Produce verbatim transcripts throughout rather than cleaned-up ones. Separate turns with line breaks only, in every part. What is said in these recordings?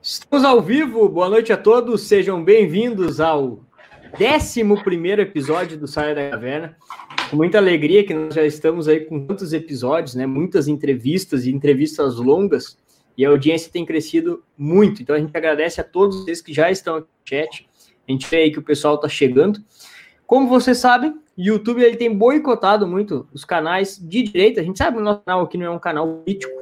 Estamos ao vivo, boa noite a todos, sejam bem-vindos ao décimo primeiro episódio do Saia da Caverna. Com muita alegria que nós já estamos aí com tantos episódios, né? Muitas entrevistas e entrevistas longas, e a audiência tem crescido muito. Então a gente agradece a todos vocês que já estão aqui no chat. A gente vê aí que o pessoal está chegando. Como vocês sabem, o YouTube ele tem boicotado muito os canais de direita. A gente sabe que o nosso canal aqui não é um canal político,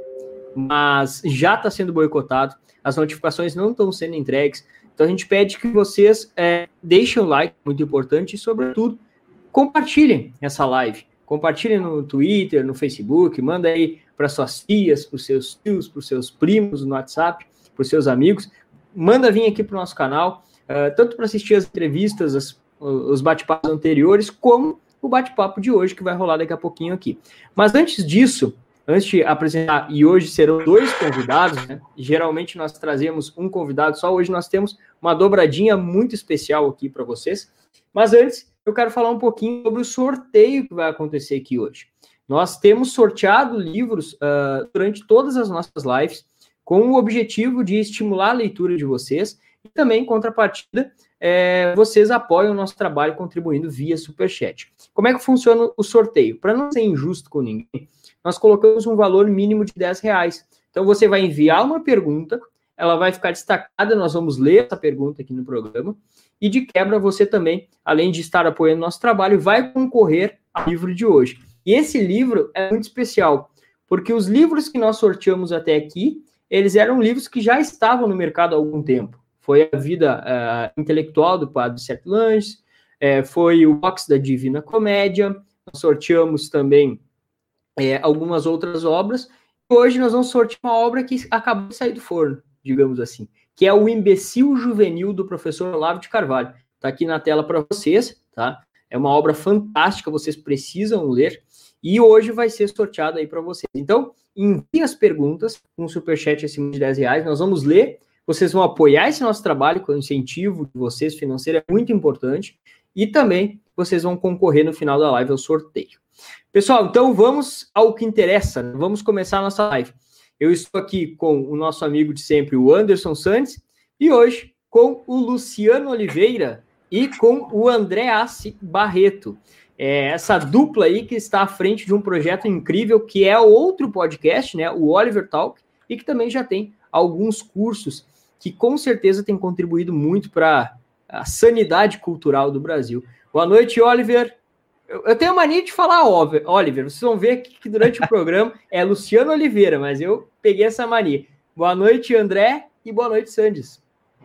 mas já está sendo boicotado. As notificações não estão sendo entregues. Então a gente pede que vocês é, deixem o like, muito importante, e sobretudo, compartilhem essa live. Compartilhem no Twitter, no Facebook, manda aí para suas tias, para os seus tios, para os seus primos no WhatsApp, para os seus amigos. Manda vir aqui para o nosso canal, uh, tanto para assistir as entrevistas, as, os bate-papos anteriores, como o bate-papo de hoje, que vai rolar daqui a pouquinho aqui. Mas antes disso, antes de apresentar, e hoje serão dois convidados, né? Geralmente nós trazemos um convidado, só hoje nós temos uma dobradinha muito especial aqui para vocês. Mas antes, eu quero falar um pouquinho sobre o sorteio que vai acontecer aqui hoje. Nós temos sorteado livros uh, durante todas as nossas lives, com o objetivo de estimular a leitura de vocês, e também, em contrapartida, é, vocês apoiam o nosso trabalho contribuindo via Superchat. Como é que funciona o sorteio? Para não ser injusto com ninguém, nós colocamos um valor mínimo de dez reais. Então, você vai enviar uma pergunta, ela vai ficar destacada, nós vamos ler essa pergunta aqui no programa, e de quebra você também, além de estar apoiando nosso trabalho, vai concorrer ao livro de hoje. E esse livro é muito especial, porque os livros que nós sorteamos até aqui, eles eram livros que já estavam no mercado há algum tempo. Foi a Vida uh, Intelectual, do Padre Sérgio Langes, é, foi o Box da Divina Comédia, nós sorteamos também É, algumas outras obras. Hoje nós vamos sortear uma obra que acabou de sair do forno, digamos assim, que é o Imbecil Juvenil, do professor Olavo de Carvalho. Está aqui na tela para vocês, tá? É uma obra fantástica, vocês precisam ler, e hoje vai ser sorteado aí para vocês. Então, envie as perguntas com um superchat acima de dez reais, nós vamos ler, vocês vão apoiar esse nosso trabalho, com o incentivo de vocês financeiro é muito importante, e também vocês vão concorrer no final da live ao sorteio. Pessoal, então vamos ao que interessa, vamos começar a nossa live. Eu estou aqui com o nosso amigo de sempre, o Anderson Santos, e hoje com o Luciano Oliveira e com o André Assi Barreto. É essa dupla aí que está à frente de um projeto incrível, que é outro podcast, né, o Oliver Talk, e que também já tem alguns cursos que com certeza tem contribuído muito para a sanidade cultural do Brasil. Boa noite, Oliver. Eu tenho a mania de falar Oliver, vocês vão ver que durante o programa é Luciano Oliveira, mas eu peguei essa mania. Boa noite, André, e boa noite, Sandes.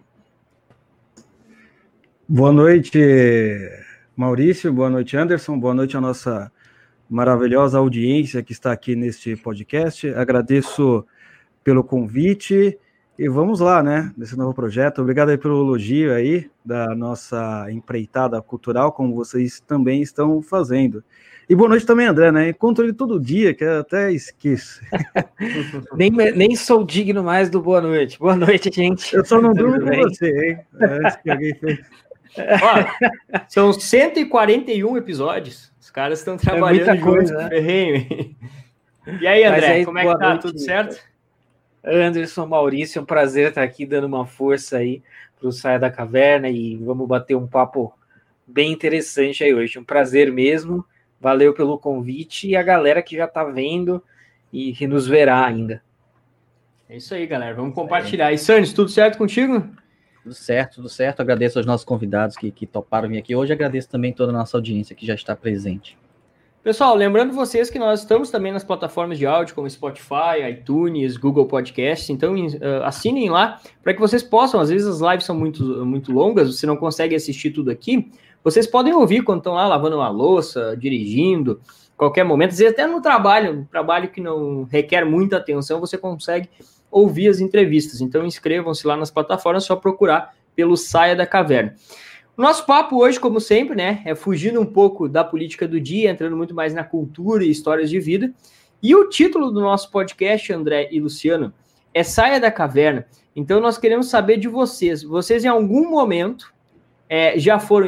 Boa noite, Maurício, boa noite, Anderson, boa noite à nossa maravilhosa audiência que está aqui neste podcast. Agradeço pelo convite e vamos lá, né, nesse novo projeto. Obrigado aí pelo elogio aí da nossa empreitada cultural, como vocês também estão fazendo. E boa noite também, André, né? Encontro ele todo dia, que eu até esqueço.
nem, nem sou digno mais do boa noite. Boa noite, gente.
Eu só não durmo com você, hein? Antes que alguém fez.
Ó, são cento e quarenta e um episódios. Os caras estão trabalhando
é
juntos,
né?
ferrenho. E aí, André, aí, como é que tá? Noite, tudo certo?
Anderson, Maurício, é um prazer estar aqui dando uma força aí para o Saia da Caverna e vamos bater um papo bem interessante aí hoje. Um prazer mesmo, valeu pelo convite e a galera que já está vendo e que nos verá ainda.
É isso aí, galera, vamos compartilhar. E Sandes, tudo certo contigo?
Tudo certo, tudo certo. Agradeço aos nossos convidados que, que toparam vir aqui hoje, agradeço também toda a nossa audiência que já está presente.
Pessoal, lembrando vocês que nós estamos também nas plataformas de áudio como Spotify, iTunes, Google Podcasts, então uh, assinem lá para que vocês possam, às vezes as lives são muito, muito longas, você não consegue assistir tudo aqui, vocês podem ouvir quando estão lá lavando uma louça, dirigindo, qualquer momento, às vezes até no trabalho, um trabalho que não requer muita atenção, você consegue ouvir as entrevistas, então inscrevam-se lá nas plataformas, é só procurar pelo Saia da Caverna. O nosso papo hoje, como sempre, né, é fugindo um pouco da política do dia, entrando muito mais na cultura e histórias de vida. E o título do nosso podcast, André e Luciano, é Saia da Caverna. Então nós queremos saber de vocês. Vocês em algum momento é, já foram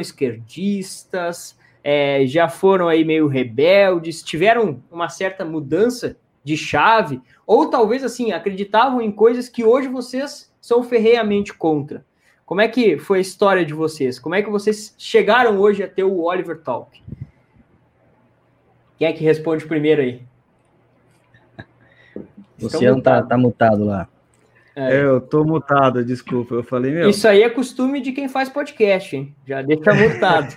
esquerdistas, é, já foram aí meio rebeldes, tiveram uma certa mudança de chave, ou talvez assim, acreditavam em coisas que hoje vocês são ferreamente contra. Como é que foi a história de vocês? Como é que vocês chegaram hoje a ter o Oliver Talk? Quem é que responde primeiro aí?
O Luciano tá, tá mutado lá.
É. Eu tô mutado, desculpa. Eu falei, meu...
Isso aí é costume de quem faz podcast, hein? Já deixa mutado.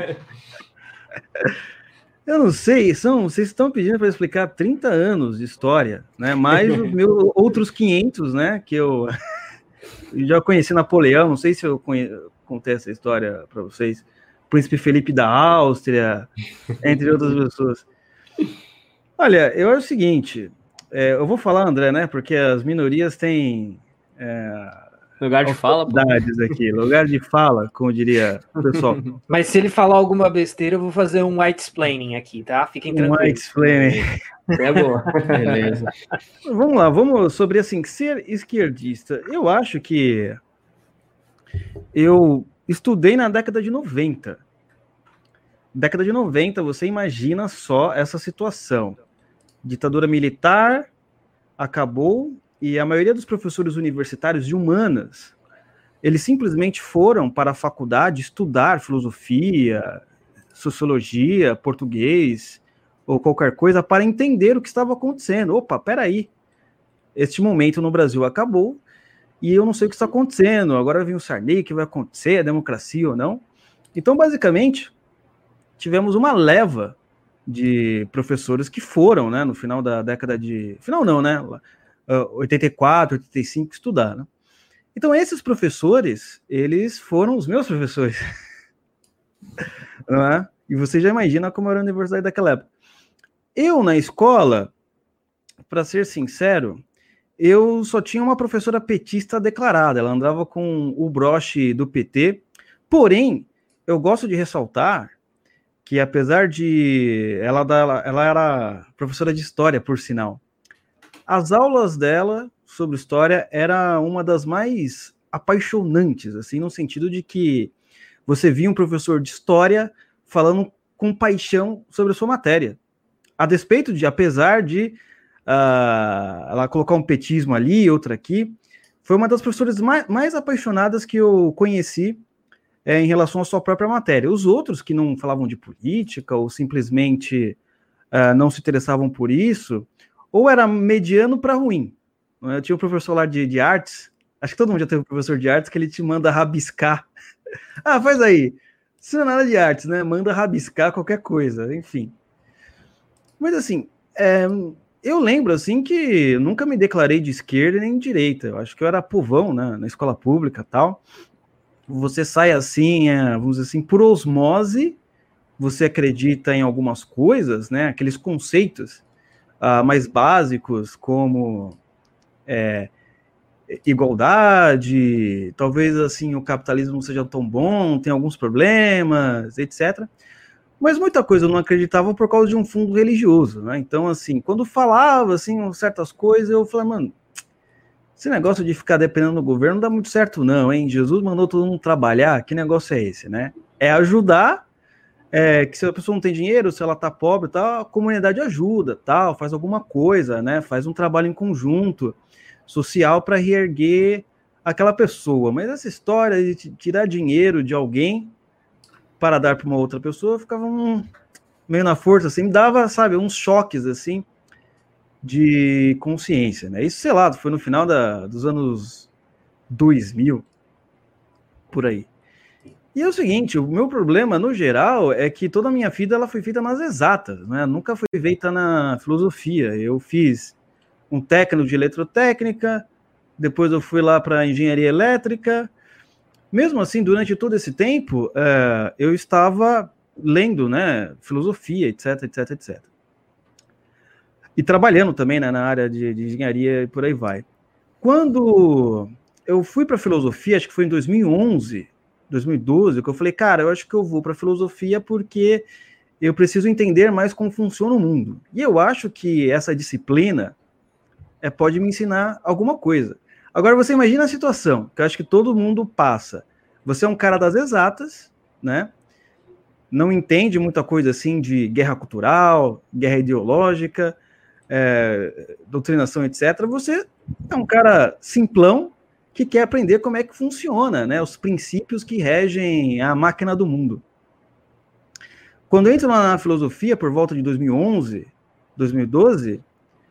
Eu não sei, são, vocês estão pedindo para explicar trinta anos de história, né? Mais os meus outros quinhentos, né? Que eu... Eu já conheci Napoleão, não sei se eu conhe... contei essa história para vocês. Príncipe Felipe da Áustria, entre outras pessoas. Olha, eu acho o seguinte, é, eu vou falar, André, né? Porque as minorias têm é,
lugar de fala,
aqui, lugar de fala, como diria o pessoal.
Mas se ele falar alguma besteira, eu vou fazer um white explaining aqui, tá? Fiquem tranquilos.
Um white explaining.
É boa.
Beleza.
Vamos lá, vamos sobre assim, ser esquerdista. Eu acho que eu estudei na década de noventa. Década de noventa, você imagina só essa situação. Ditadura militar acabou e a maioria dos professores universitários de humanas, eles simplesmente foram para a faculdade estudar filosofia, sociologia, português ou qualquer coisa para entender o que estava acontecendo. Opa, peraí, este momento no Brasil acabou e eu não sei o que está acontecendo. Agora vem o Sarney, o que vai acontecer, a democracia ou não. Então, basicamente, tivemos uma leva de professores que foram, né, no final da década de... Final não, né? oitenta e quatro, oitenta e cinco, estudar, né? Então, esses professores, eles foram os meus professores. Não é? E você já imagina como era a universidade daquela época. Eu, na escola, para ser sincero, eu só tinha uma professora petista declarada. Ela andava com o broche do P T. Porém, eu gosto de ressaltar que, apesar de... Ela, ela era professora de história, por sinal. As aulas dela sobre história era uma das mais apaixonantes, assim, no sentido de que você via um professor de história falando com paixão sobre a sua matéria. A despeito de, apesar de uh, ela colocar um petismo ali, outro aqui, foi uma das professoras mais, mais apaixonadas que eu conheci é, em relação à sua própria matéria. Os outros que não falavam de política ou simplesmente uh, não se interessavam por isso, ou era mediano para ruim. Eu tinha um professor lá de, de artes, acho que todo mundo já teve um professor de artes, que ele te manda rabiscar. Ah, faz aí. Isso não é nada de artes, né? Manda rabiscar qualquer coisa, enfim. Mas assim, é, eu lembro assim que eu nunca me declarei de esquerda nem de direita. Eu acho que eu era povão, né, na escola pública e tal. Você sai assim, é, vamos dizer assim, por osmose, você acredita em algumas coisas, né? Aqueles conceitos Uh, mais básicos, como é, igualdade, talvez assim o capitalismo não seja tão bom, tem alguns problemas, etcétera. Mas muita coisa eu não acreditava por causa de um fundo religioso, né? Então, assim, quando falava assim, certas coisas, eu falava, mano, esse negócio de ficar dependendo do governo não dá muito certo não, hein? Jesus mandou todo mundo trabalhar, que negócio é esse, né? É ajudar. É, que se a pessoa não tem dinheiro, se ela tá pobre, tal, a comunidade ajuda, tal, faz alguma coisa, né? Faz um trabalho em conjunto social para reerguer aquela pessoa. Mas essa história de tirar dinheiro de alguém para dar para uma outra pessoa ficava um, meio na força, assim, me dava, sabe, uns choques assim de consciência, né? Isso, sei lá, foi no final da, dos anos dois mil, por aí. E é o seguinte, o meu problema, no geral, é que toda a minha vida ela foi feita nas exatas, né? Nunca foi feita na filosofia. Eu fiz um técnico de eletrotécnica, depois eu fui lá para engenharia elétrica. Mesmo assim, durante todo esse tempo, é, eu estava lendo, né, filosofia, etc, etc, etcétera. E trabalhando também, né, na área de, de engenharia e por aí vai. Quando eu fui para filosofia, acho que foi em dois mil e onze, dois mil e doze, que eu falei, cara, eu acho que eu vou para filosofia porque eu preciso entender mais como funciona o mundo. E eu acho que essa disciplina é, pode me ensinar alguma coisa. Agora, você imagina a situação, que eu acho que todo mundo passa. Você é um cara das exatas, né? Não entende muita coisa assim de guerra cultural, guerra ideológica, é, doutrinação, etcétera, você é um cara simplão que quer aprender como é que funciona, né, os princípios que regem a máquina do mundo. Quando eu entro na filosofia, por volta de dois mil e onze, dois mil e doze,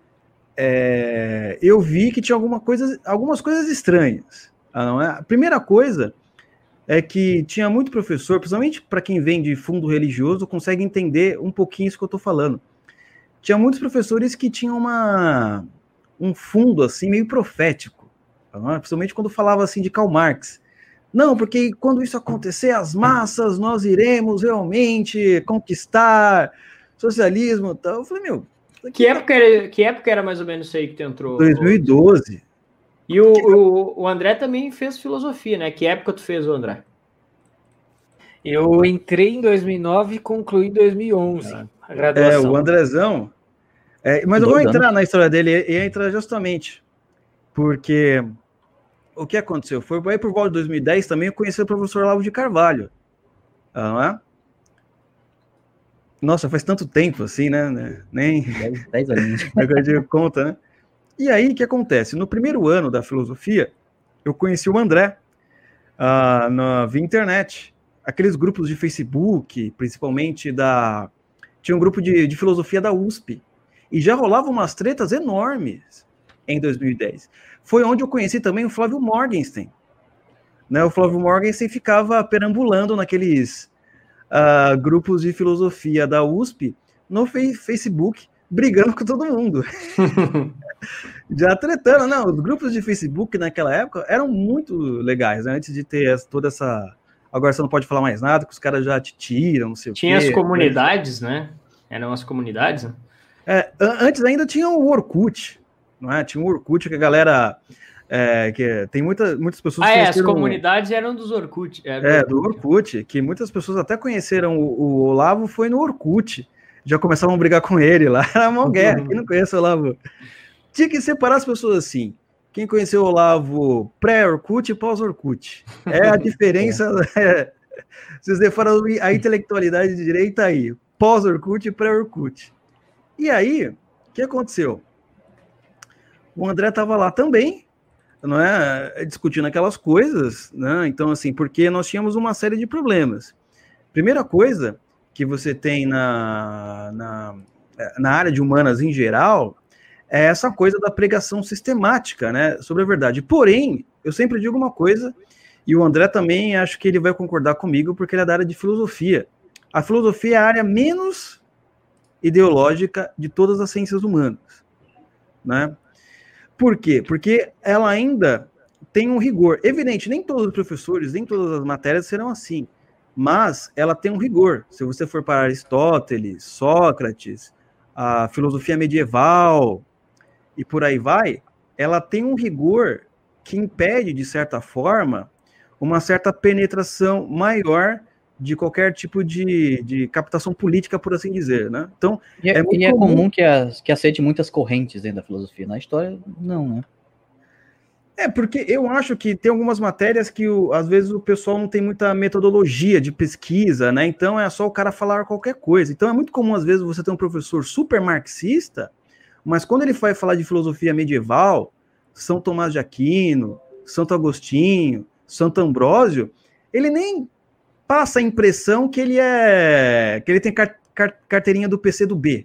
é, eu vi que tinha alguma coisa, algumas coisas estranhas. Não é? A primeira coisa é que tinha muito professor, principalmente para quem vem de fundo religioso, consegue entender um pouquinho isso que eu estou falando. Tinha muitos professores que tinham uma, um fundo assim meio profético, não é? Principalmente quando falava assim de Karl Marx. Não, porque quando isso acontecer, as massas, nós iremos realmente conquistar socialismo e tal. Eu falei, meu...
Que época, era, que época era mais ou menos isso aí que tu entrou?
dois mil e doze.
E o, o, o André também fez filosofia, né? Que época tu fez, o André?
Eu entrei em dois mil e nove e concluí em dois mil e onze.
Ah.
A graduação.
É, o Andrezão... É, mas eu vou entrar na história dele, e entra justamente porque o que aconteceu? Foi aí por volta de dois mil e dez também eu conheci o professor Olavo de Carvalho. Não é? Nossa, faz tanto tempo assim, né? Nem
dez anos.
Agora de conta, né? E aí, o que acontece? No primeiro ano da filosofia, eu conheci o André uh, na, via internet. Aqueles grupos de Facebook, principalmente da... Tinha um grupo de, de filosofia da U S P. E já rolavam umas tretas enormes em dois mil e dez. Foi onde eu conheci também o Flávio Morgenstern. Né? O Flávio Morgenstern ficava perambulando naqueles uh, grupos de filosofia da U S P no Facebook, brigando com todo mundo. Já tretando. Não, os grupos de Facebook naquela época eram muito legais, né? Antes de ter toda essa... Agora você não pode falar mais nada, que os caras já te tiram, não sei o quê.
Tinha as comunidades, né? Eram as comunidades, né?
É, antes ainda tinha o Orkut, não é? Tinha o Orkut que a galera... É, que tem muita, muitas pessoas...
Ah, é, as comunidades eram dos Orkut.
Era é, do Orkut. do Orkut, que muitas pessoas até conheceram o, o Olavo, foi no Orkut. Já começavam a brigar com ele lá, era uma guerra. Quem não conhece o Olavo? Tinha que separar as pessoas assim. Quem conheceu o Olavo pré-Orkut e pós-Orkut. É a diferença... é, se você for a intelectualidade de direita aí, pós-Orkut e pré-Orkut. E aí, o que aconteceu? O André estava lá também, não é, discutindo aquelas coisas, né? Então, assim, porque nós tínhamos uma série de problemas. Primeira coisa que você tem na, na, na área de humanas em geral é essa coisa da pregação sistemática, né, sobre a verdade. Porém, eu sempre digo uma coisa, e o André também acho que ele vai concordar comigo, porque ele é da área de filosofia. A filosofia é a área menos ideológica de todas as ciências humanas, né? Por quê? Porque ela ainda tem um rigor. Evidente, nem todos os professores, nem todas as matérias serão assim, mas ela tem um rigor. Se você for para Aristóteles, Sócrates, a filosofia medieval e por aí vai, ela tem um rigor que impede, de certa forma, uma certa penetração maior de qualquer tipo de, de captação política, por assim dizer, né? Então,
e é, é, muito e é comum, comum que, as, que aceite muitas correntes dentro da filosofia. Na história, não, né?
É, porque eu acho que tem algumas matérias que, o, às vezes, o pessoal não tem muita metodologia de pesquisa, né? Então, é só o cara falar qualquer coisa. Então, é muito comum, às vezes, você ter um professor super marxista, mas quando ele vai falar de filosofia medieval, São Tomás de Aquino, Santo Agostinho, Santo Ambrósio, ele nem passa a impressão que ele é que ele tem car car carteirinha do P C do B,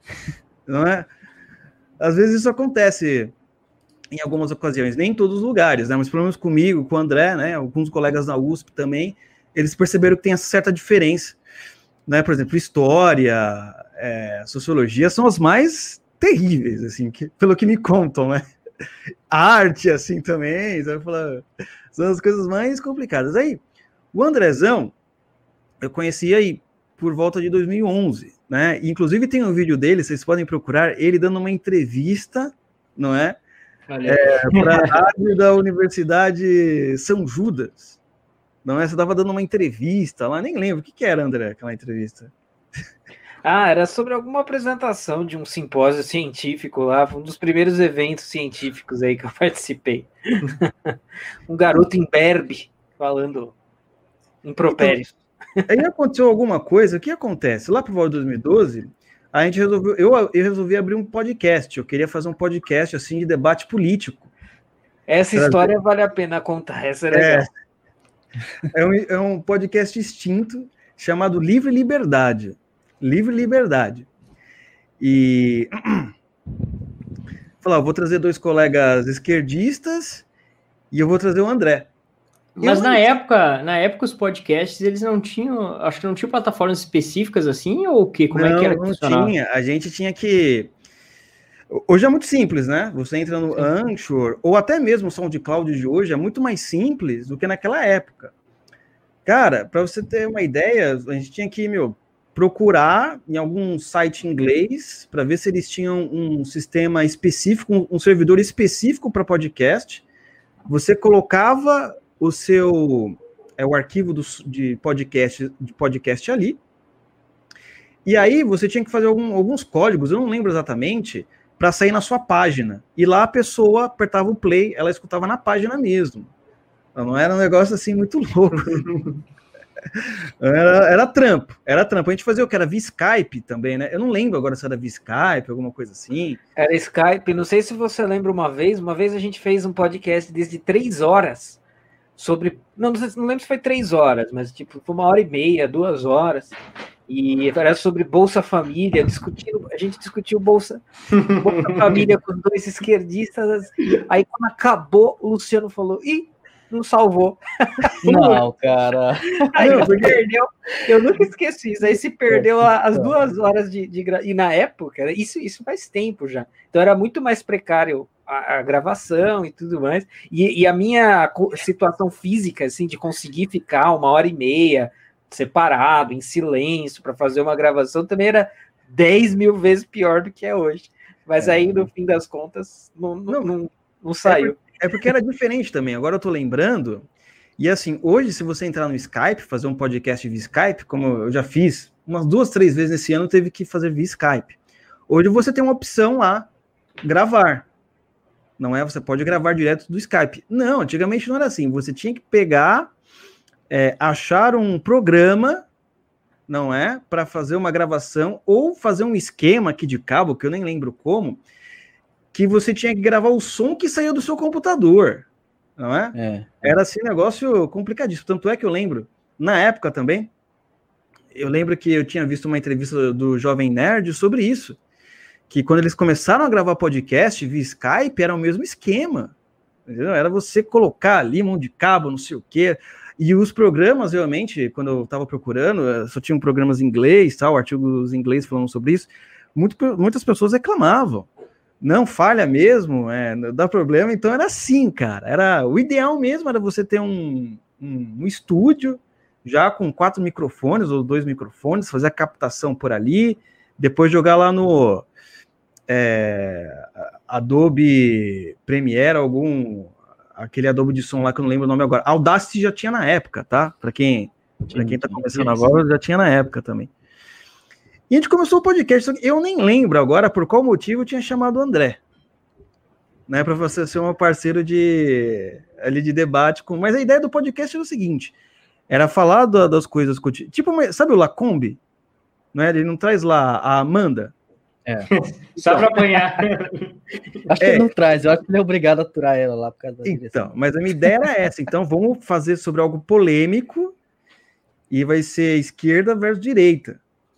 não é? Às vezes isso acontece em algumas ocasiões, nem em todos os lugares, né? Mas pelo menos comigo, com o André, né? Alguns colegas da U S P também, eles perceberam que tem essa certa diferença, né? Por exemplo, história, é, sociologia são as mais terríveis, assim, que, pelo que me contam, né? Arte, assim, também, sabe? São as coisas mais complicadas. Aí, o Andrezão, eu conheci aí por volta de dois mil e onze, né? Inclusive tem um vídeo dele, vocês podem procurar, ele dando uma entrevista, não é? é para a rádio da Universidade São Judas, não é? Você estava dando uma entrevista lá, nem lembro, o que, que era, André, aquela entrevista?
Ah, era sobre alguma apresentação de um simpósio científico lá, um dos primeiros eventos científicos aí que eu participei. Um garoto imberbe falando impropérios.
Então, aí aconteceu alguma coisa, o que acontece? Lá por volta de dois mil e doze, a gente resolveu, eu, eu resolvi abrir um podcast, eu queria fazer um podcast, assim, de debate político.
Essa história vale a pena contar, essa é legal.
É, é, um, é um podcast extinto, chamado Livre Liberdade. Livre Liberdade. E... Falar, eu vou trazer dois colegas esquerdistas e eu vou trazer o André.
Mas
eu...
na época, na época os podcasts, eles não tinham, acho que não tinham plataformas específicas assim, ou o quê? Como
não,
é que era?
Não,
que
não
funcionava?
tinha. A gente tinha que... Hoje é muito simples, né? Você entra no Anchor, ou até mesmo o SoundCloud de hoje é muito mais simples do que naquela época. Cara, para você ter uma ideia, a gente tinha que, meu, procurar em algum site inglês para ver se eles tinham um sistema específico, um servidor específico para podcast. Você colocava o seu é o arquivo do, de podcast de podcast ali. E aí você tinha que fazer algum, alguns códigos, eu não lembro exatamente, para sair na sua página. E lá a pessoa apertava o play, ela escutava na página mesmo. Então, não era um negócio assim muito louco. Era, era trampo, era trampo. A gente fazia o que? Era via Skype também, né? Eu não lembro agora se era via Skype, alguma coisa assim.
Era Skype, não sei se você lembra uma vez, uma vez a gente fez um podcast desde três horas sobre, não, não, sei, não lembro se foi três horas, mas tipo, foi uma hora e meia, duas horas, e era sobre Bolsa Família, discutindo, a gente discutiu Bolsa, Bolsa Família com dois esquerdistas, aí quando acabou, o Luciano falou, ih, não salvou.
Não, cara.
Aí
Não, porque...
perdeu, eu nunca esqueci isso, aí se perdeu as duas horas de, de gra... e na época, isso, isso faz tempo já, então era muito mais precário a, a gravação e tudo mais, e, e a minha situação física, assim, de conseguir ficar uma hora e meia separado, em silêncio, para fazer uma gravação, também era dez mil vezes pior do que é hoje, mas é. Aí, no fim das contas, não, não, não, não, não saiu.
É porque era diferente também, agora eu tô lembrando, e assim, hoje se você entrar no Skype, fazer um podcast via Skype, como eu já fiz, umas duas, três vezes nesse ano, teve que fazer via Skype. Hoje você tem uma opção lá, gravar. Não é, você pode gravar direto do Skype. Não, antigamente não era assim, você tinha que pegar, é, achar um programa, não é, para fazer uma gravação, ou fazer um esquema aqui de cabo, que eu nem lembro como, que você tinha que gravar o som que saía do seu computador, não é? é? Era assim um negócio complicadíssimo. Tanto é que eu lembro, na época também, eu lembro que eu tinha visto uma entrevista do Jovem Nerd sobre isso, que quando eles começaram a gravar podcast via Skype, era o mesmo esquema, entendeu? Era você colocar ali mão de cabo, não sei o quê, e os programas, realmente, quando eu estava procurando, só tinham programas em inglês, tal, artigos em inglês falando sobre isso, muito, muitas pessoas reclamavam. Não, falha mesmo, é, dá problema, então era assim, cara, era, o ideal mesmo era você ter um, um, um estúdio, já com quatro microfones, ou dois microfones, fazer a captação por ali, depois jogar lá no é, Adobe Premiere, algum, aquele Adobe de som lá que eu não lembro o nome agora, Audacity já tinha na época, tá, para quem, pra quem tá começando agora, já tinha na época também. E a gente começou o podcast, eu nem lembro agora por qual motivo eu tinha chamado o André, né, para você ser um parceiro de, ali de debate, com, mas a ideia do podcast era o seguinte, era falar da, das coisas, tipo, sabe o Lacombe? Não é? Ele não traz lá a Amanda?
É.
Só para apanhar.
Acho que é. Ele não traz, eu acho que ele é obrigado a aturar ela lá por causa da
Então,
direção.
Mas a minha ideia era essa, então vamos fazer sobre algo polêmico e vai ser esquerda versus direita.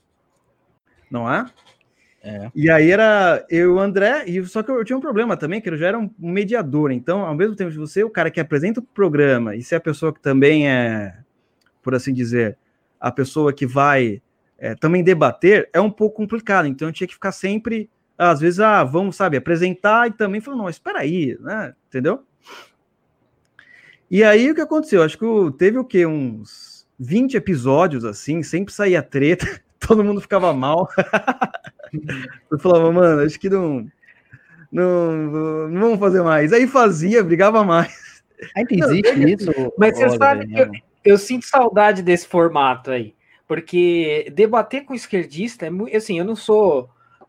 Não é?
É.
E aí era eu e o André, e só que eu tinha um problema também, que eu já era um mediador, então, ao mesmo tempo de você, o cara que apresenta o programa, e ser a pessoa que também é, por assim dizer, a pessoa que vai é, também debater, é um pouco complicado, então eu tinha que ficar sempre, às vezes, ah, vamos, sabe, apresentar, e também falar, não, espera aí, né, entendeu? E aí, o que aconteceu? Acho que teve o quê? Uns vinte episódios, assim, sempre saía treta, todo mundo ficava mal. Eu falava, mano, acho que não, não, não vamos fazer mais. Aí fazia, brigava mais.
Ainda existe não, isso?
Mas você sabe que eu, eu sinto saudade desse formato aí, porque debater com esquerdista é muito, assim, eu não sou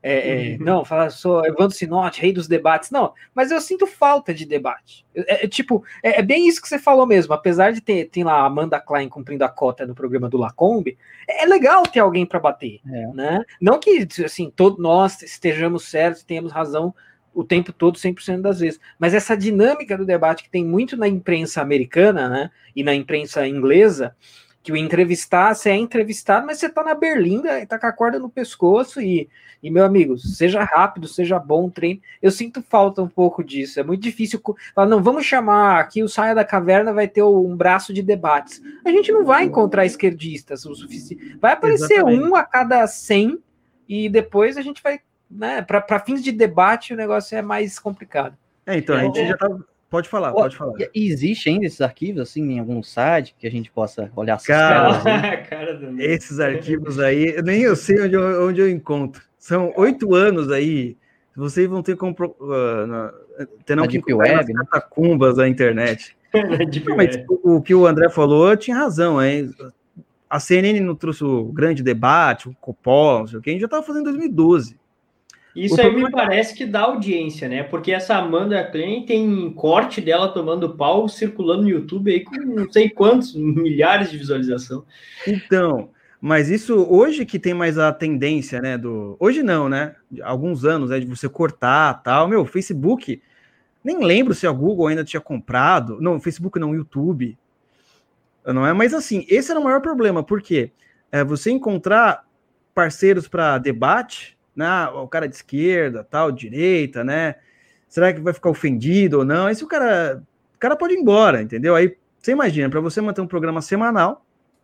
É, é, não, fala, sou Evandro Sinotti, rei dos debates. Não, mas eu sinto falta de debate. É, é tipo, é, é bem isso que você falou mesmo. Apesar de ter, ter lá a Amanda Klein cumprindo a cota no programa do Lacombe, é, é legal ter alguém para bater, é. né? Não que assim, todos nós estejamos certos, tenhamos razão o tempo todo, cem por cento das vezes. Mas essa dinâmica do debate que tem muito na imprensa americana, né, e na imprensa inglesa, que o entrevistar, você é entrevistado, mas você tá na berlinda, tá com a corda no pescoço e, e, meu amigo, seja rápido, seja bom, treine. Eu sinto falta um pouco disso. É muito difícil falar, não, vamos chamar aqui o Saia da Caverna, vai ter um braço de debates. A gente não vai encontrar esquerdistas o suficiente. Vai aparecer Exatamente. um a cada cem e depois a gente vai, né, para fins de debate o negócio é mais complicado.
É, então, a gente é. já tá... Pode falar, pode falar.
E existe ainda esses arquivos, assim, em algum site que a gente possa olhar?
Cara, cara esses arquivos aí, nem eu sei onde eu, onde eu encontro. São oito anos aí, vocês vão ter como... Uh, terão que encontrar nas catacumbas da internet. Não, mas o, o que o André falou, tinha razão, hein? A C N N não trouxe o grande debate, o Copom, não sei o que, a gente já estava fazendo em dois mil e doze.
Isso aí me parece que dá audiência, né? Porque essa Amanda Klein tem corte dela tomando pau circulando no YouTube aí com não sei quantos milhares de visualização.
Então, mas isso hoje que tem mais a tendência, né? Do hoje não, né? Alguns anos, né? De você cortar tal. Meu, Facebook, nem lembro se a Google ainda tinha comprado. Não, Facebook não, YouTube. Não é? Mas assim, esse era o maior problema. Por quê? É você encontrar parceiros para debate. Né, o cara de esquerda, tal, direita, né? Será que vai ficar ofendido ou não? Aí se o cara, o cara pode ir embora, entendeu? Aí você imagina, para você manter um programa semanal,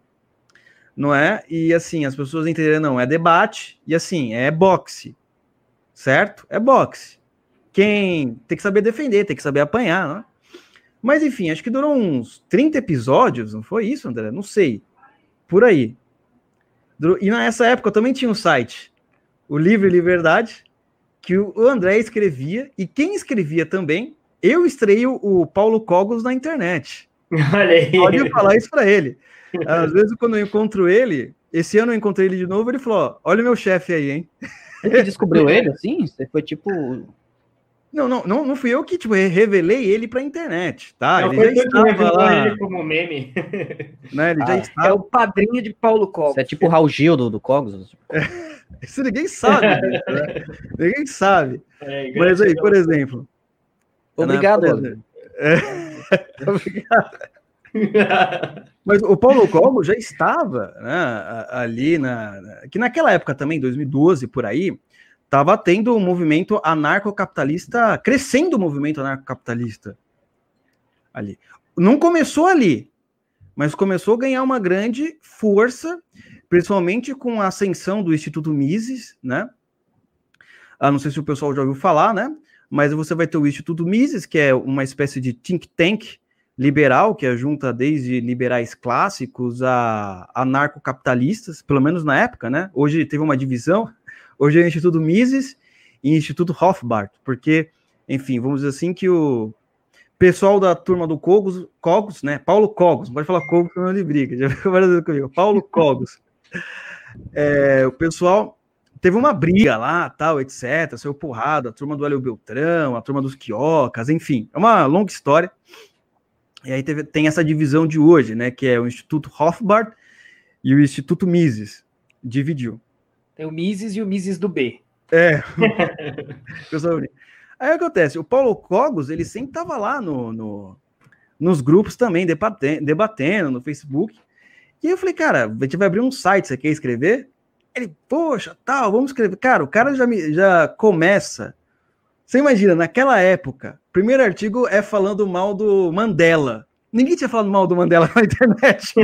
não é? E assim, as pessoas entenderem, não, é debate, e assim, é boxe, certo? É boxe. Quem tem que saber defender, tem que saber apanhar, não é? Mas enfim, acho que durou uns trinta episódios, não foi isso, André? Não sei. Por aí. E nessa época eu também tinha um site, o Livre Liberdade, que o André escrevia, e quem escrevia também, eu estreio o Paulo Cogos na internet.
Olha aí.
Pode falar isso para ele. Às vezes, quando eu encontro ele, esse ano eu encontrei ele de novo, ele falou, olha o meu chefe aí, hein?
Você descobriu ele, assim? Você foi tipo...
Não, não, não, não fui eu que tipo, revelei ele para a internet, tá?
Não,
ele já estava lá.
Ele como meme.
Né, ele ah, já estava...
É o padrinho de Paulo Cogos.
Você é tipo o Raul Gil do, do Cogos?
É. Isso ninguém sabe, né? Ninguém sabe. É, mas aí, por exemplo...
Obrigado,
Ana. É... Obrigado. Mas o Paulo Cogos já estava, né, ali, na, que naquela época também, dois mil e doze, por aí, estava tendo um movimento anarcocapitalista, crescendo o movimento anarcocapitalista ali. Não começou ali, mas começou a ganhar uma grande força, principalmente com a ascensão do Instituto Mises, né? Ah, não sei se o pessoal já ouviu falar, né? Mas você vai ter o Instituto Mises, que é uma espécie de think tank liberal, que junta desde liberais clássicos a anarcocapitalistas, pelo menos na época, né? Hoje teve uma divisão, hoje é o Instituto Mises e Instituto Rothbard, porque, enfim, vamos dizer assim que o pessoal da turma do Cogos, Cogos, né? Paulo Cogos, não pode falar Cogos, senão ele briga, já ficou várias vezes comigo. Paulo Cogos. É, o pessoal teve uma briga lá, tal, etcétera, saiu porrada, a turma do Hélio Beltrão, a turma dos Quiocas, enfim, é uma longa história. E aí teve, tem essa divisão de hoje, né, que é o Instituto Rothbard e o Instituto Mises, dividiu.
Tem o Mises e o Mises do B.
É. Aí acontece, o Paulo Cogos, ele sempre estava lá no, no, nos grupos também, debatendo, debatendo no Facebook. E aí eu falei, cara, a gente vai abrir um site, você quer escrever? Ele, poxa, tal, vamos escrever. Cara, o cara já, me, já começa. Você imagina, naquela época, o primeiro artigo é falando mal do Mandela. Ninguém tinha falado mal do Mandela na internet.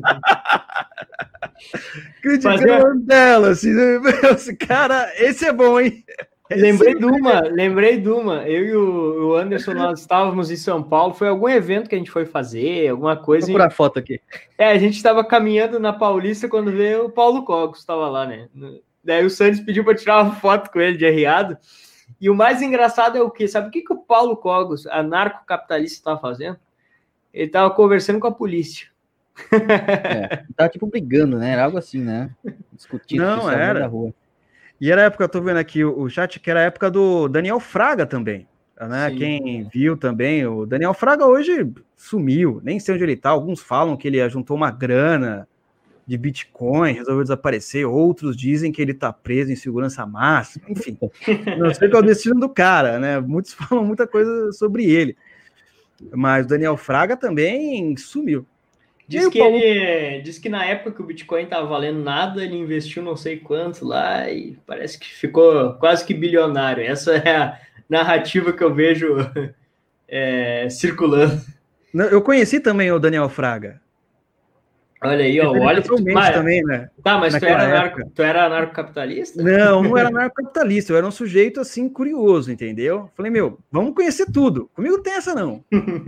Criticando o Mandela, assim, esse cara, esse é bom, hein?
Lembrei de uma, lembrei de uma. Eu e o Anderson, nós estávamos em São Paulo, foi algum evento que a gente foi fazer, alguma coisa.
Vou procurar foto aqui.
É, a gente estava caminhando na Paulista quando veio o Paulo Cogos, estava lá, né? Daí o Santos pediu para tirar uma foto com ele de arriado. E o mais engraçado é o quê? Sabe o que, que o Paulo Cogos, anarcocapitalista, estava fazendo? Ele estava conversando com a polícia.
É, tava tipo brigando, né? Era algo assim, né? Discutindo
Não, era.
da rua.
E era a época, eu tô vendo aqui o, o chat, que era a época do Daniel Fraga também, né? Sim. Quem viu também, o Daniel Fraga hoje sumiu, nem sei onde ele tá. Alguns falam que ele juntou uma grana de Bitcoin, resolveu desaparecer, outros dizem que ele tá preso em segurança máxima, enfim, não sei qual é o destino do cara, né? Muitos falam muita coisa sobre ele, mas o Daniel Fraga também sumiu.
Diz que, Paulo... ele, diz que na época que o Bitcoin estava valendo nada, ele investiu não sei quanto lá e parece que ficou quase que bilionário. Essa é a narrativa que eu vejo é, circulando.
Eu conheci também o Daniel Fraga.
Olha aí, ó, olha que tu...
Mas, também, né?
Tá, mas tu era, narco, tu era anarcocapitalista?
Não, não era anarcocapitalista, eu era um sujeito assim curioso, entendeu? Falei, meu, vamos conhecer tudo. Comigo não tem essa, não.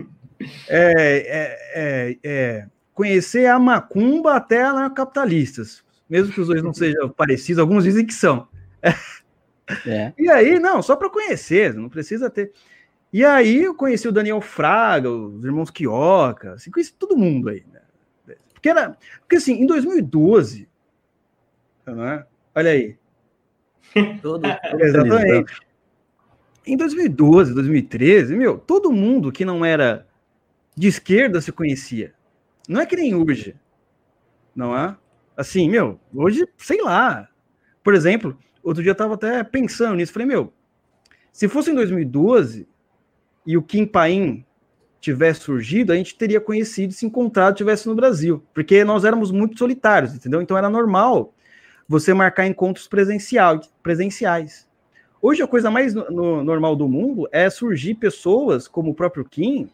é, é, é, é... conhecer a macumba até anarcocapitalistas, mesmo que os dois não sejam parecidos, alguns dizem que são. É. E aí, não, só para conhecer, não precisa ter. E aí eu conheci o Daniel Fraga, os irmãos Quioca, assim, conheci todo mundo aí, né? Porque, era, porque assim, em dois mil e doze, né? Olha aí. Todo, exatamente. Em dois mil e doze, dois mil e treze, meu, todo mundo que não era de esquerda se conhecia. Não é que nem hoje, não é? Assim, meu, hoje, sei lá. Por exemplo, outro dia eu tava até pensando nisso, falei, meu, se fosse em dois mil e doze e o Kim Paim tivesse surgido, a gente teria conhecido, se encontrado, tivesse no Brasil, porque nós éramos muito solitários, entendeu? Então era normal você marcar encontros presencial, presenciais. Hoje a coisa mais no, no, normal do mundo é surgir pessoas como o próprio Kim,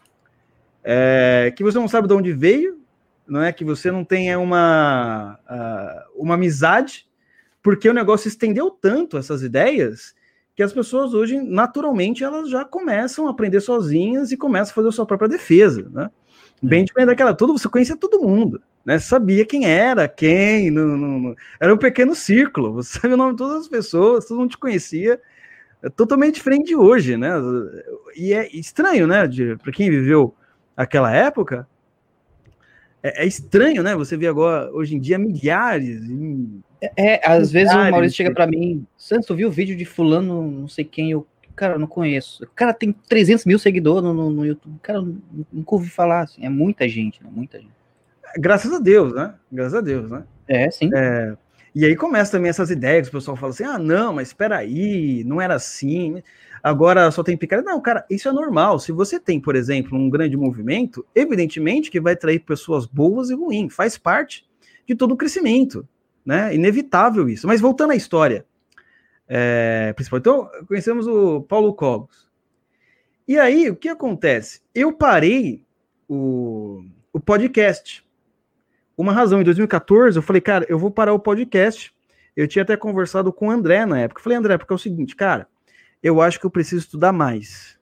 É, que você não sabe de onde veio, não é? Que você não tenha uma, uh, uma amizade, porque o negócio estendeu tanto essas ideias que as pessoas hoje, naturalmente, elas já começam a aprender sozinhas e começam a fazer a sua própria defesa, né? Bem diferente daquela, tudo, você conhecia todo mundo, né? Sabia quem era, quem, não, não, não. Era um pequeno círculo, você sabia o nome de todas as pessoas, todo mundo te conhecia, é totalmente diferente de hoje, né? E é estranho, né? Para quem viveu aquela época, é, é estranho, né? Você vê agora, hoje em dia, milhares. Em...
É, é, às milhares, vezes o Maurício chega para mim, Santos, tu viu o vídeo de fulano, não sei quem, eu, cara, eu não conheço. O cara tem trezentos mil seguidores no, no, no YouTube, cara, eu nunca ouvi falar, assim, é muita gente, né? Muita gente.
Graças a Deus, né? Graças a Deus, né?
É, sim.
É, e aí começa também essas ideias, o pessoal fala assim, ah, não, mas espera aí, não era assim... Agora só tem picareta. Não, cara, isso é normal. Se você tem, por exemplo, um grande movimento, evidentemente que vai atrair pessoas boas e ruins. Faz parte de todo o crescimento, né? Inevitável isso. Mas voltando à história, é, principal. Então, conhecemos o Paulo Cogos. E aí, o que acontece? Eu parei o, o podcast. Uma razão, em dois mil e quatorze, eu falei, cara, eu vou parar o podcast. Eu tinha até conversado com o André na época. Eu falei, André, porque é o seguinte, cara, eu acho que eu preciso estudar mais.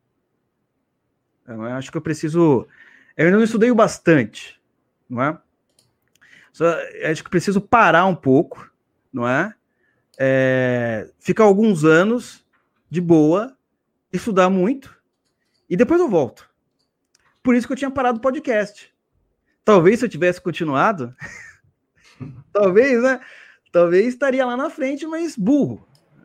Eu acho que eu preciso... Eu ainda não estudei o bastante, não é? Só, acho que eu preciso parar um pouco, não é? é? Ficar alguns anos de boa, estudar muito, e depois eu volto. Por isso que eu tinha parado o podcast. Talvez se eu tivesse continuado, talvez, né? Talvez estaria lá na frente, mas burro.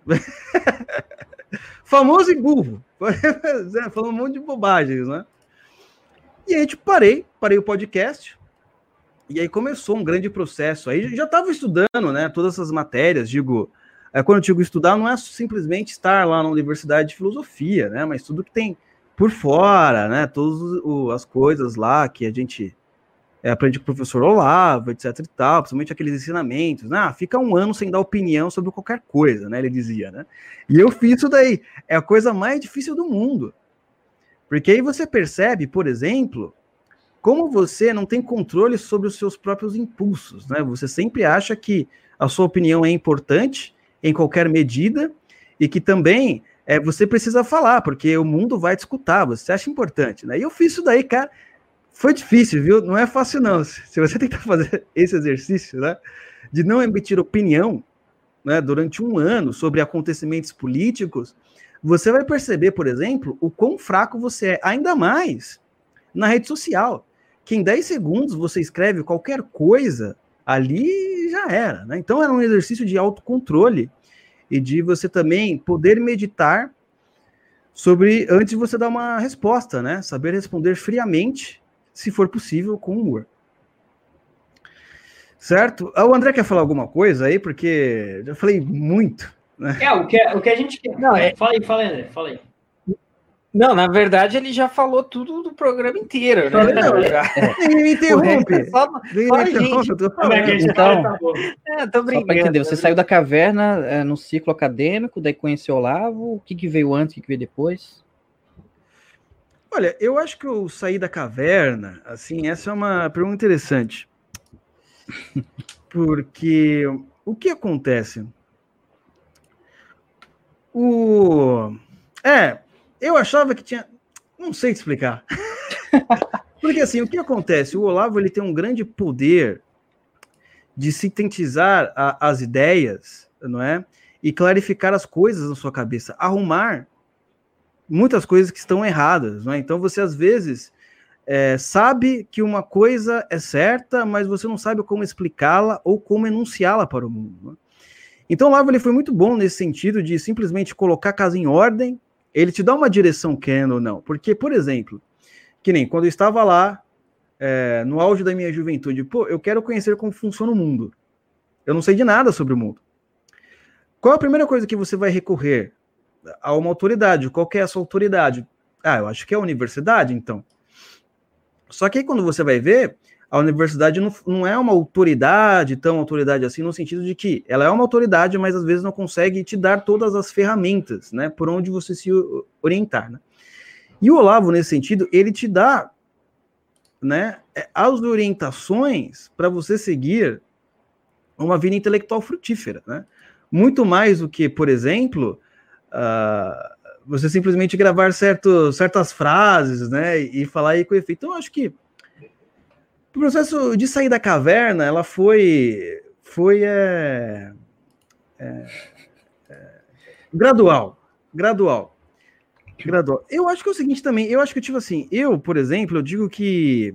Famoso e burro, falando um monte de bobagens, né? E aí, tipo, parei, parei o podcast, e aí começou um grande processo. Aí já estava estudando, né? Todas essas matérias, digo, é, quando eu digo estudar, não é simplesmente estar lá na Universidade de Filosofia, né? Mas tudo que tem por fora, né? Todas as coisas lá que a gente é, aprende com o professor Olavo, etc e tal, principalmente aqueles ensinamentos, né? Ah, fica um ano sem dar opinião sobre qualquer coisa, né? Ele dizia, né? E eu fiz isso daí. É a coisa mais difícil do mundo. Porque aí você percebe, por exemplo, como você não tem controle sobre os seus próprios impulsos, né? Você sempre acha que a sua opinião é importante em qualquer medida e que também é, você precisa falar, porque o mundo vai te escutar, você acha importante, né? E eu fiz isso daí, cara. Foi difícil, viu? Não é fácil, não. Se você tentar fazer esse exercício, né, de não emitir opinião, né, durante um ano sobre acontecimentos políticos, você vai perceber, por exemplo, o quão fraco você é, ainda mais na rede social, que em dez segundos você escreve qualquer coisa, ali já era, né? Então era um exercício de autocontrole e de você também poder meditar sobre, antes de você dar uma resposta, né? Saber responder friamente, se for possível, com humor. Certo? O André quer falar alguma coisa aí? Porque já falei muito, né?
É, o que, o que a gente quer. Não, é... Fala aí, fala aí, André, fala aí.
Não, na verdade, ele já falou tudo do programa inteiro, né?
Não, já... Ninguém me interrompe.
Só,
Ninguém
só
me interrompe, eu tô falando.
Então,
é, tô
só para entender, você saiu da caverna é, no ciclo acadêmico, daí conheceu o Olavo, o que, que veio antes, o que, que veio depois?
Olha, eu acho que eu saí da caverna, assim, essa é uma pergunta interessante. Porque o que acontece? O... É, eu achava que tinha... Não sei te explicar. Porque, assim, o que acontece? O Olavo, ele tem um grande poder de sintetizar a, as ideias, não é? E clarificar as coisas na sua cabeça. Arrumar muitas coisas que estão erradas, não é? Então, você, às vezes... É, sabe que uma coisa é certa, mas você não sabe como explicá-la ou como enunciá-la para o mundo. Né? Então, o Olavo ele foi muito bom nesse sentido de simplesmente colocar a casa em ordem, ele te dá uma direção querendo ou não. Porque, por exemplo, que nem quando eu estava lá, é, no auge da minha juventude, pô, eu quero conhecer como funciona o mundo. Eu não sei de nada sobre o mundo. Qual a primeira coisa que você vai recorrer? A uma autoridade. Qual que é a sua autoridade? Ah, eu acho que é a universidade, então. Só que aí quando você vai ver, a universidade não, não é uma autoridade, tão autoridade assim, no sentido de que ela é uma autoridade, mas às vezes não consegue te dar todas as ferramentas, né, por onde você se orientar, né? E o Olavo, nesse sentido, ele te dá, né, as orientações para você seguir uma vida intelectual frutífera, né? Muito mais do que, por exemplo, uh, você simplesmente gravar certo, certas frases, né, e falar aí com efeito. Então, eu acho que o processo de sair da caverna, ela foi, foi é, é, é, gradual, gradual, gradual. Eu acho que é o seguinte também, eu acho que, tipo assim, eu, por exemplo, eu digo que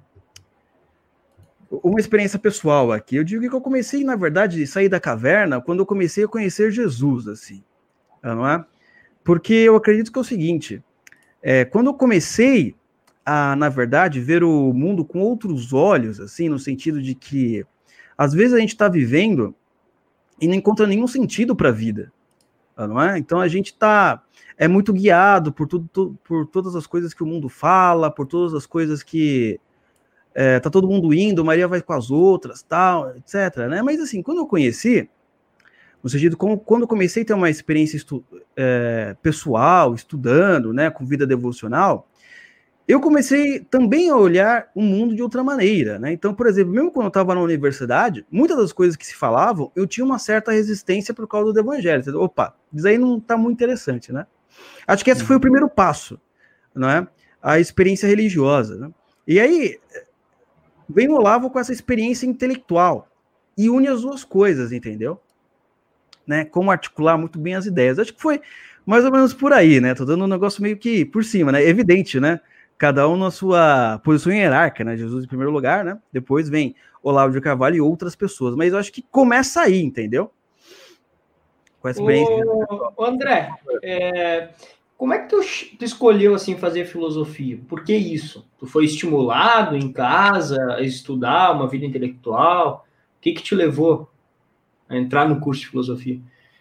uma experiência pessoal aqui, eu digo que eu comecei, na verdade, a sair da caverna quando eu comecei a conhecer Jesus, assim, não é? Porque eu acredito que é o seguinte, é, quando eu comecei a, na verdade, ver o mundo com outros olhos, assim, no sentido de que, às vezes a gente está vivendo e não encontra nenhum sentido para a vida, não é? Então a gente tá, é muito guiado por, tudo, tu, por todas as coisas que o mundo fala, por todas as coisas que é, tá todo mundo indo, Maria vai com as outras, tal, etcétera, né? Mas assim, quando eu conheci, no sentido, como, quando eu comecei a ter uma experiência estu, é, pessoal, estudando, né, com vida devocional, eu comecei também a olhar o mundo de outra maneira, né? Então, por exemplo, mesmo quando eu estava na universidade, muitas das coisas que se falavam, eu tinha uma certa resistência por causa do evangelho. Opa, isso aí não está muito interessante, né? Acho que esse foi o primeiro passo, não é? A experiência religiosa, né? E aí, vem o Olavo com essa experiência intelectual e une as duas coisas, entendeu? Né, como articular muito bem as ideias. Acho que foi mais ou menos por aí, né? Tô dando um negócio meio que por cima, né? Evidente, né? Cada um na sua posição hierárquica, né? Jesus em primeiro lugar, né? Depois vem Olavo de Carvalho e outras pessoas. Mas eu acho que começa aí, entendeu? Com a experiência.
Ô, ô André, é, como é que tu, tu escolheu, assim, fazer filosofia? Por que isso? Tu foi estimulado em casa a estudar uma vida intelectual? O que que te levou a entrar no curso de filosofia?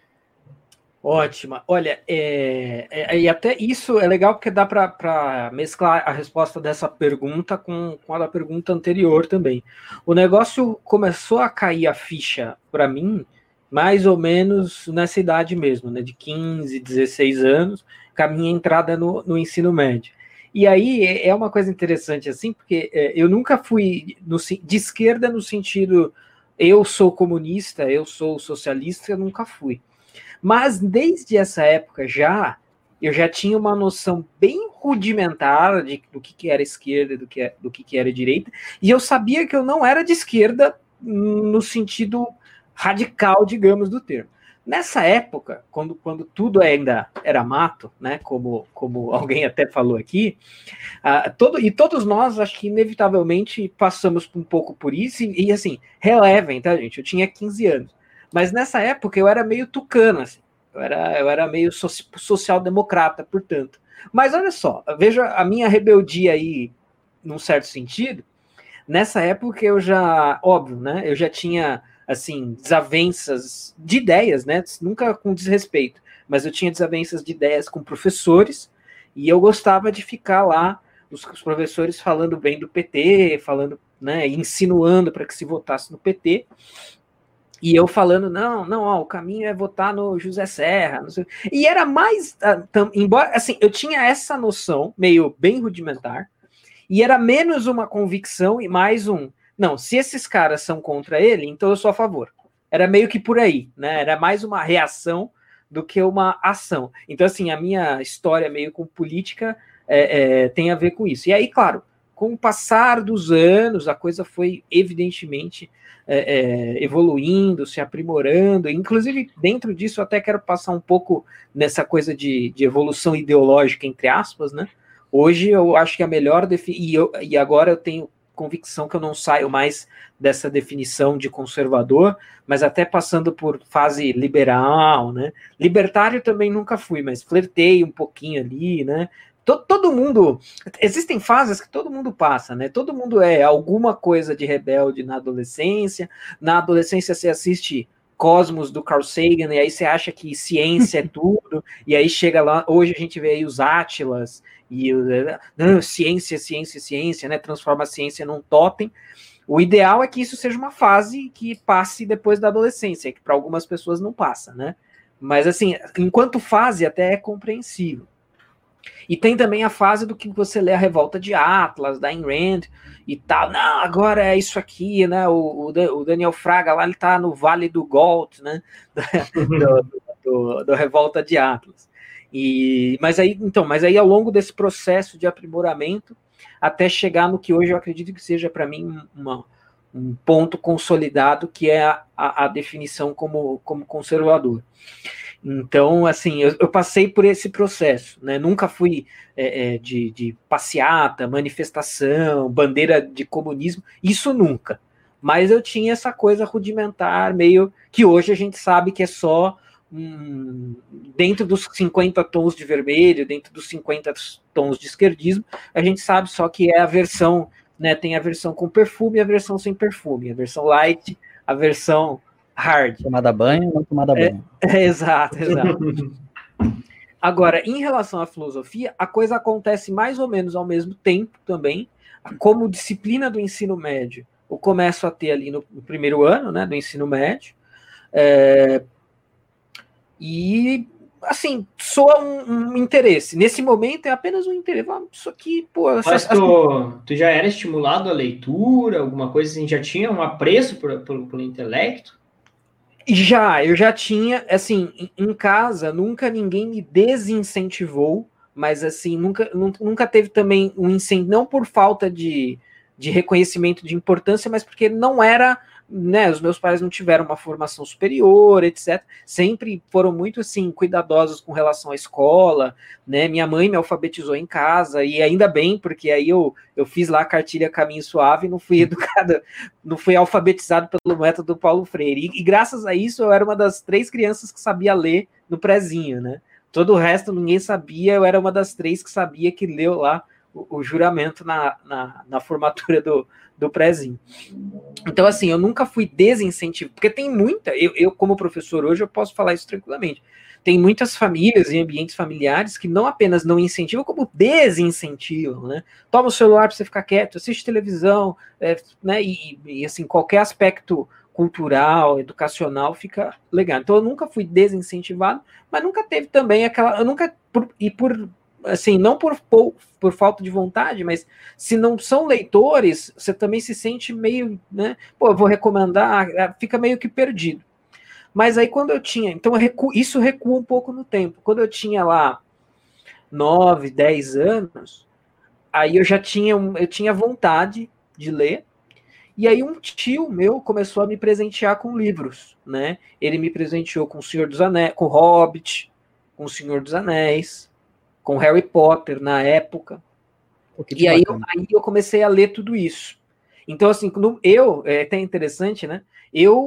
Ótima. Olha, é, é, e até isso é legal porque dá para mesclar a resposta dessa pergunta com, com a da pergunta anterior também. O negócio começou a cair a ficha para mim mais ou menos nessa idade mesmo, né, de quinze, dezesseis anos, com a minha entrada no, no ensino médio. E aí é uma coisa interessante assim, porque é, eu nunca fui no, de esquerda no sentido eu sou comunista, eu sou socialista, eu nunca fui. Mas desde essa época já, eu já tinha uma noção bem rudimentar de, do que, que era esquerda, do que, do que, que era direita, e eu sabia que eu não era de esquerda no sentido radical, digamos, do termo. Nessa época, quando, quando tudo ainda era mato, né, como, como alguém até falou aqui, uh, todo, e todos nós, acho que inevitavelmente passamos um pouco por isso, e, e assim, relevem, tá, gente? Eu tinha quinze anos. Mas nessa época eu era meio tucano, assim. Eu era, eu era meio so, social-democrata, portanto. Mas olha só, veja a minha rebeldia aí, num certo sentido. Nessa época eu já, óbvio, né? Eu já tinha, assim, desavenças de ideias, né? Nunca com desrespeito, mas eu tinha desavenças de ideias com professores e eu gostava de ficar lá, os, os professores falando bem do P T, falando, né? Insinuando para que se votasse no P T. E eu falando, não, não, ó, o caminho é votar no José Serra. Não sei. E era mais, tam, embora, assim, eu tinha essa noção, meio bem rudimentar, e era menos uma convicção e mais um, não, se esses caras são contra ele, então eu sou a favor. Era meio que por aí, né? Era mais uma reação do que uma ação. Então, assim, a minha história meio com política é, é, tem a ver com isso. E aí, claro, com o passar dos anos, a coisa foi evidentemente É, é, evoluindo, se aprimorando, inclusive dentro disso eu até quero passar um pouco nessa coisa de, de evolução ideológica, entre aspas, né? Hoje eu acho que a melhor definição, e, eu, e agora eu tenho convicção que eu não saio mais dessa definição de conservador, mas até passando por fase liberal, né? Libertário também nunca fui, mas flertei um pouquinho ali, né? Todo, todo mundo, existem fases que todo mundo passa, né? Todo mundo é alguma coisa de rebelde na adolescência. Na adolescência você assiste Cosmos do Carl Sagan e aí você acha que ciência é tudo. E aí chega lá, hoje a gente vê aí os Átilas e não, ciência, ciência, ciência, né? Transforma a ciência num totem. O ideal é que isso seja uma fase que passe depois da adolescência, que para algumas pessoas não passa, né? Mas assim, enquanto fase até é compreensível. E tem também a fase do que você lê a Revolta de Atlas, da Ayn Rand e tal. Não, agora é isso aqui, né? O, o Daniel Fraga lá, ele tá no Vale do Gold, né? do, do, do Revolta de Atlas. E, mas aí, então, mas aí ao longo desse processo de aprimoramento, até chegar no que hoje eu acredito que seja para mim uma, um ponto consolidado, que é a, a, a definição como, como conservador. Então, assim, eu, eu passei por esse processo, né? Nunca fui é, é, de, de passeata, manifestação, bandeira de comunismo, isso nunca. Mas eu tinha essa coisa rudimentar, meio que hoje a gente sabe que é só hum, dentro dos cinquenta tons de vermelho, dentro dos cinquenta tons de esquerdismo, a gente sabe só que é a versão, né? Tem a versão com perfume e a versão sem perfume, a versão light, a versão hard.
Tomada banho, não tomada banho.
É, é, exato, exato. Agora, em relação à filosofia, a coisa acontece mais ou menos ao mesmo tempo também, como disciplina do ensino médio. Eu começo a ter ali no, no primeiro ano, né, do ensino médio, é, e, assim, soa um, um interesse. Nesse momento é apenas um interesse. Isso aqui, pô...
Mas tu, tu já era estimulado à leitura, alguma coisa assim, já tinha um apreço por, por, pelo intelecto?
Já, eu já tinha, assim, em casa, nunca ninguém me desincentivou, mas, assim, nunca, nunca teve também um incentivo, não por falta de, de reconhecimento de importância, mas porque não era, né, os meus pais não tiveram uma formação superior, etcétera. Sempre foram muito, assim, cuidadosos com relação à escola, né, minha mãe me alfabetizou em casa, e ainda bem, porque aí eu, eu fiz lá a cartilha Caminho Suave e não fui educada, não fui alfabetizado pelo método Paulo Freire, e, e graças a isso eu era uma das três crianças que sabia ler no prezinho, né, todo o resto ninguém sabia, eu era uma das três que sabia que leu lá o, o juramento na, na, na formatura do, do prezinho. Então, assim, eu nunca fui desincentivado, porque tem muita, eu, eu como professor hoje, eu posso falar isso tranquilamente, tem muitas famílias e ambientes familiares que não apenas não incentivam, como desincentivam, né? Toma o celular para você ficar quieto, assiste televisão, é, né? E, e, assim, qualquer aspecto cultural, educacional fica legal. Então, eu nunca fui desincentivado, mas nunca teve também aquela... Eu nunca... Por, e por... assim, não por, por, por falta de vontade, mas se não são leitores, você também se sente meio, né? Pô, eu vou recomendar, fica meio que perdido. Mas aí quando eu tinha, então eu recuo, isso recua um pouco no tempo. Quando eu tinha lá nove, dez anos, aí eu já tinha, eu tinha vontade de ler, e aí um tio meu começou a me presentear com livros, né? Ele me presenteou com o Senhor dos Anéis, com o Hobbit, com o Senhor dos Anéis, com Harry Potter na época. E aí eu, aí eu comecei a ler tudo isso. Então, assim, eu, é até interessante, né? Eu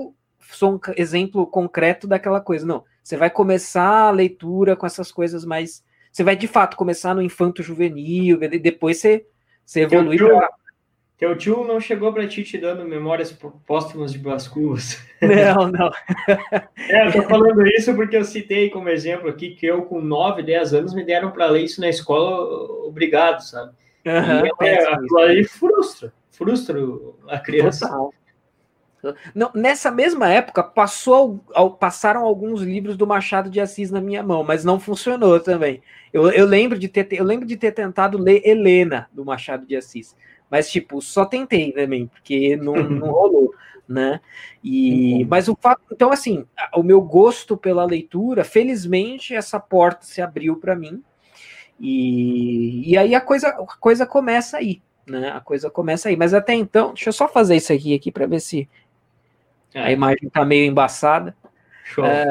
sou um exemplo concreto daquela coisa. Não, você vai começar a leitura com essas coisas mais... Você vai, de fato, começar no infanto-juvenil, e depois você, você evolui para...
Teu tio não chegou para ti te dando memórias póstumas de Brás Cubas?
Não, não.
É, eu tô falando isso porque eu citei como exemplo aqui que eu, com nove, dez anos, me deram para ler isso na escola, obrigado, sabe? Uhum, e é, aquilo ali frustra, frustra a criança.
Total. Não, nessa mesma época, passou, passaram alguns livros do Machado de Assis na minha mão, mas não funcionou também. Eu, eu, lembro, de ter, eu lembro de ter tentado ler Helena, do Machado de Assis. Mas, tipo, só tentei também, porque não, não rolou, né? E, mas o fato... Então, assim, o meu gosto pela leitura, felizmente, essa porta se abriu para mim. E, e aí a coisa, a coisa começa aí, né? A coisa começa aí. Mas até então, deixa eu só fazer isso aqui, aqui para ver se é. A imagem tá meio embaçada.
Show.
É,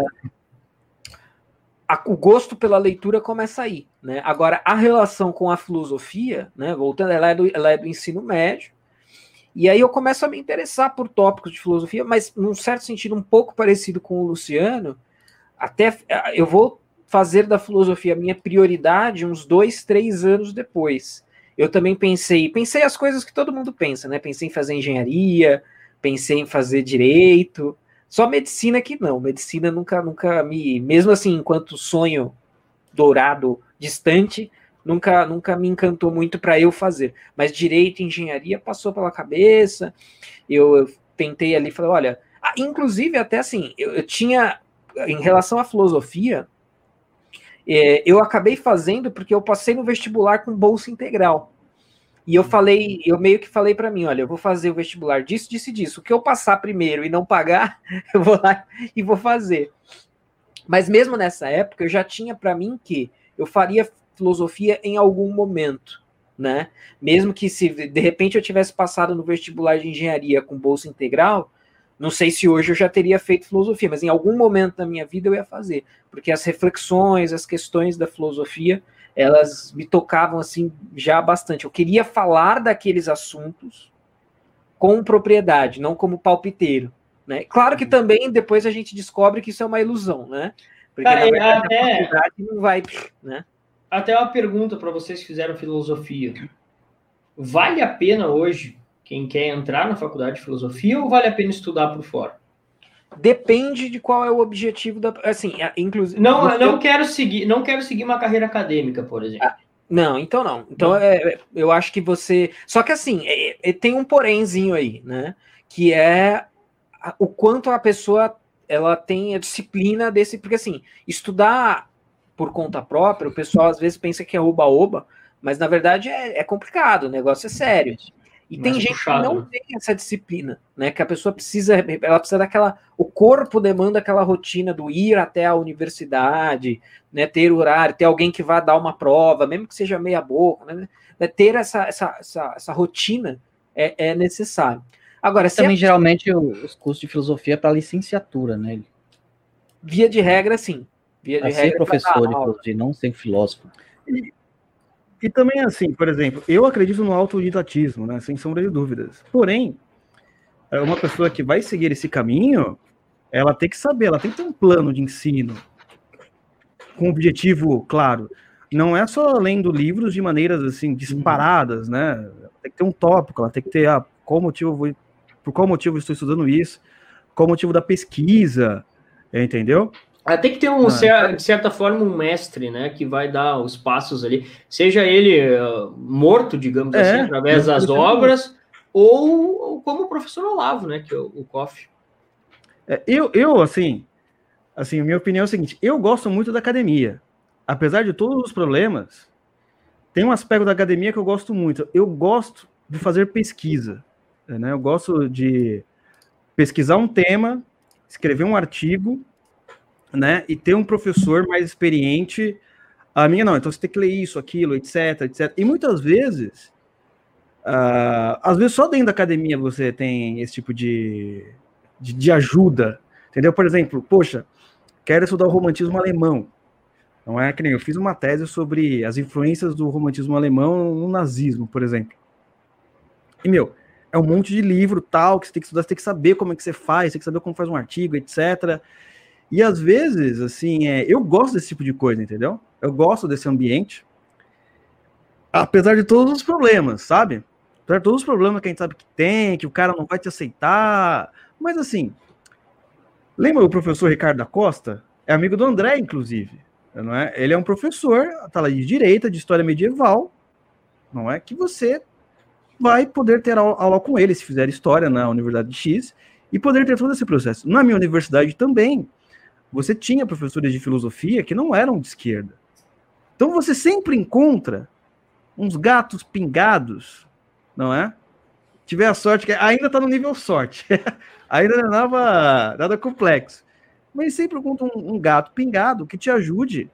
a, o gosto pela leitura começa aí, né? Agora, a relação com a filosofia, né? Voltando, ela é, do, ela é do ensino médio, e aí eu começo a me interessar por tópicos de filosofia, mas num certo sentido um pouco parecido com o Luciano, até eu vou fazer da filosofia a minha prioridade uns dois, três anos depois. Eu também pensei, pensei as coisas que todo mundo pensa, né? Pensei em fazer engenharia, pensei em fazer direito, só medicina que não, medicina nunca, nunca me, mesmo assim, enquanto sonho dourado, distante, nunca, nunca me encantou muito para eu fazer, mas direito e engenharia passou pela cabeça, eu, eu tentei ali, falei, olha, ah, inclusive até assim, eu, eu tinha, em relação à filosofia, é, eu acabei fazendo porque eu passei no vestibular com bolsa integral. E eu falei, eu meio que falei para mim, olha, eu vou fazer o vestibular disso, disso e disso. O que eu passar primeiro e não pagar, eu vou lá e vou fazer. Mas mesmo nessa época, eu já tinha para mim que eu faria filosofia em algum momento, né? Mesmo que se de repente eu tivesse passado no vestibular de engenharia com bolsa integral, não sei se hoje eu já teria feito filosofia, mas em algum momento da minha vida eu ia fazer. Porque as reflexões, as questões da filosofia, elas me tocavam assim já bastante. Eu queria falar daqueles assuntos com propriedade, não como palpiteiro, né? Claro que também depois a gente descobre que isso é uma ilusão, né? Porque
Cara,
na verdade,
até,
a faculdade não vai, né?
Até uma pergunta para vocês que fizeram filosofia. Vale a pena hoje quem quer entrar na faculdade de filosofia ou vale a pena estudar por fora?
Depende de qual é o objetivo da, assim, inclusive.
Não, eu não quero seguir, não quero seguir uma carreira acadêmica, por exemplo.
Ah, não, então não. Então não. É, eu acho que você. Só que assim, é, é, tem um porémzinho aí, né? Que é a, o quanto a pessoa ela tem a disciplina desse, porque assim, estudar por conta própria, o pessoal às vezes pensa que é oba-oba, mas na verdade é, é complicado, o negócio é sério. E mais tem gente puxado, que não né? tem essa disciplina, né? Que a pessoa precisa, ela precisa daquela, o corpo demanda aquela rotina do ir até a universidade, né? Ter horário, ter alguém que vá dar uma prova, mesmo que seja meia boca, né? Ter essa, essa, essa, essa rotina é, é necessário. Agora,
também é... geralmente os cursos de filosofia é para licenciatura, né?
Via de regra, sim. Via
de
a
regra, ser professor de filosofia, não ser filósofo.
E... E também, assim, por exemplo, eu acredito no autodidatismo, né, sem sombra de dúvidas. Porém, uma pessoa que vai seguir esse caminho, ela tem que saber, ela tem que ter um plano de ensino com objetivo claro. Não é só lendo livros de maneiras, assim, disparadas, né? Ela tem que ter um tópico, ela tem que ter, ah, qual motivo eu vou, por qual motivo eu estou estudando isso, qual o motivo da pesquisa, entendeu?
Tem que ter, um, de certa forma, um mestre, né, que vai dar os passos ali, seja ele uh, morto, digamos é, assim, através das obras, ou, ou como o professor Olavo, né, que é o, o Koff.
É, eu, eu, assim, assim, minha opinião é o seguinte, eu gosto muito da academia, apesar de todos os problemas, tem um aspecto da academia que eu gosto muito, eu gosto de fazer pesquisa, né, eu gosto de pesquisar um tema, escrever um artigo, né, e ter um professor mais experiente, a minha não, então você tem que ler isso, aquilo, etc, etc, e muitas vezes, uh, às vezes só dentro da academia você tem esse tipo de, de, de ajuda, entendeu? Por exemplo, poxa, quero estudar o romantismo alemão, não é que nem eu fiz uma tese sobre as influências do romantismo alemão no nazismo, por exemplo, e meu, é um monte de livro, tal, que você tem que estudar, você tem que saber como é que você faz, você tem que saber como faz um artigo, etcétera. E às vezes, assim, é, eu gosto desse tipo de coisa, entendeu? Eu gosto desse ambiente, apesar de todos os problemas, sabe? Apesar de todos os problemas que a gente sabe que tem, que o cara não vai te aceitar, mas assim, lembra o professor Ricardo da Costa? É amigo do André, inclusive, não é? Ele é um professor, tá lá de direita, de história medieval, não é? Que você vai poder ter aula com ele, se fizer história na Universidade X, e poder ter todo esse processo. Na minha universidade também, você tinha professores de filosofia que não eram de esquerda. Então você sempre encontra uns gatos pingados, não é? Tiver a sorte, que ainda está no nível sorte, ainda não é nada, nada complexo, mas sempre encontra um, um gato pingado que te ajude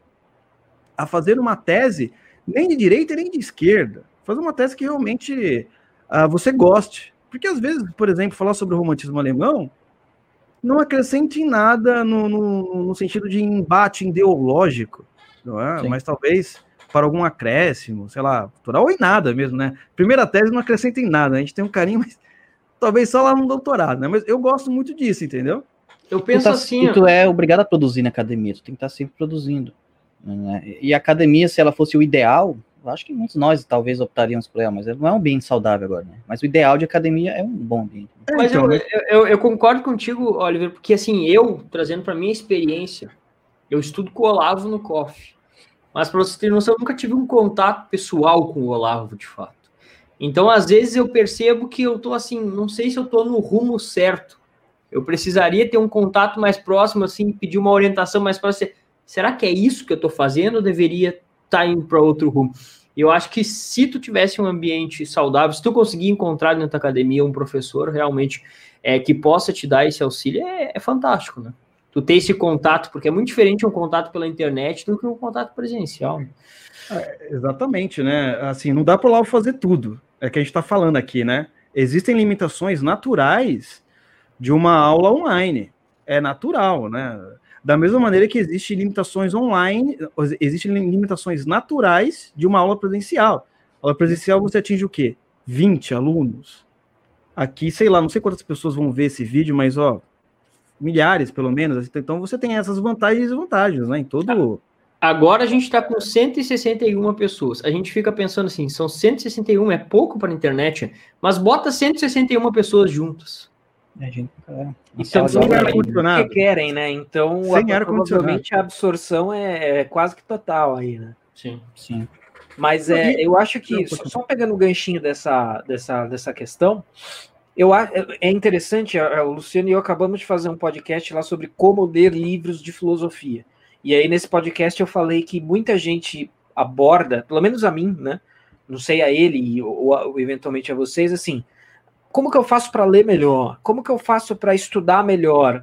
a fazer uma tese nem de direita nem de esquerda, fazer uma tese que realmente uh, você goste, porque às vezes, por exemplo, falar sobre o romantismo alemão não acrescenta em nada no, no, no sentido de embate ideológico, não é? Mas talvez para algum acréscimo, sei lá, doutoral ou em nada mesmo, né? Primeira tese não acrescenta em nada, a gente tem um carinho, mas talvez só lá no doutorado, né? Mas eu gosto muito disso, entendeu?
Eu penso
tu tá,
assim...
E tu é obrigado a produzir na academia, tu tem que estar sempre produzindo. Né? E a academia, se ela fosse o ideal, eu acho que muitos de nós talvez optaríamos por ela, mas não é um ambiente saudável agora, né? Mas o ideal de academia é um bom ambiente.
Mas eu, eu, eu concordo contigo, Oliver, porque assim, eu, trazendo para minha experiência, eu estudo com o Olavo no C O F. Mas para você ter noção, eu nunca tive um contato pessoal com o Olavo, de fato. Então, às vezes, eu percebo que eu tô assim, não sei se eu tô no rumo certo. Eu precisaria ter um contato mais próximo, assim, pedir uma orientação mais próxima. Será que é isso que eu tô fazendo ou deveria estar indo para outro rumo? Eu acho que se tu tivesse um ambiente saudável, se tu conseguir encontrar dentro da academia um professor realmente é, que possa te dar esse auxílio, é, é fantástico, né? Tu ter esse contato, porque é muito diferente um contato pela internet do que um contato presencial. Né?
É, exatamente, né? Assim, não dá para lá fazer tudo. É que a gente está falando aqui, né? Existem limitações naturais de uma aula online. É natural, né? Da mesma maneira que existem limitações online, existem limitações naturais de uma aula presencial. Aula presencial você atinge o quê? vinte alunos. Aqui, sei lá, não sei quantas pessoas vão ver esse vídeo, mas, ó, milhares, pelo menos. Então, você tem essas vantagens e desvantagens, né? Em todo...
Agora a gente está com cento e sessenta e uma pessoas. A gente fica pensando assim, são cento e sessenta e um, é pouco para a internet, mas bota cento e sessenta e uma pessoas juntas.
A gente, é,
então, sem ar-condicionado. Que querem, né? Então,
sem a, provavelmente
a absorção é, é quase que total aí, né?
Sim,
sim. Mas é, eu acho que, só, só pegando o ganchinho dessa, dessa, dessa questão, eu, é interessante, o Luciano e eu acabamos de fazer um podcast lá sobre como ler livros de filosofia. E aí, nesse podcast, eu falei que muita gente aborda, pelo menos a mim, né? Não sei a ele ou, ou eventualmente a vocês, assim, como que eu faço para ler melhor? Como que eu faço para estudar melhor?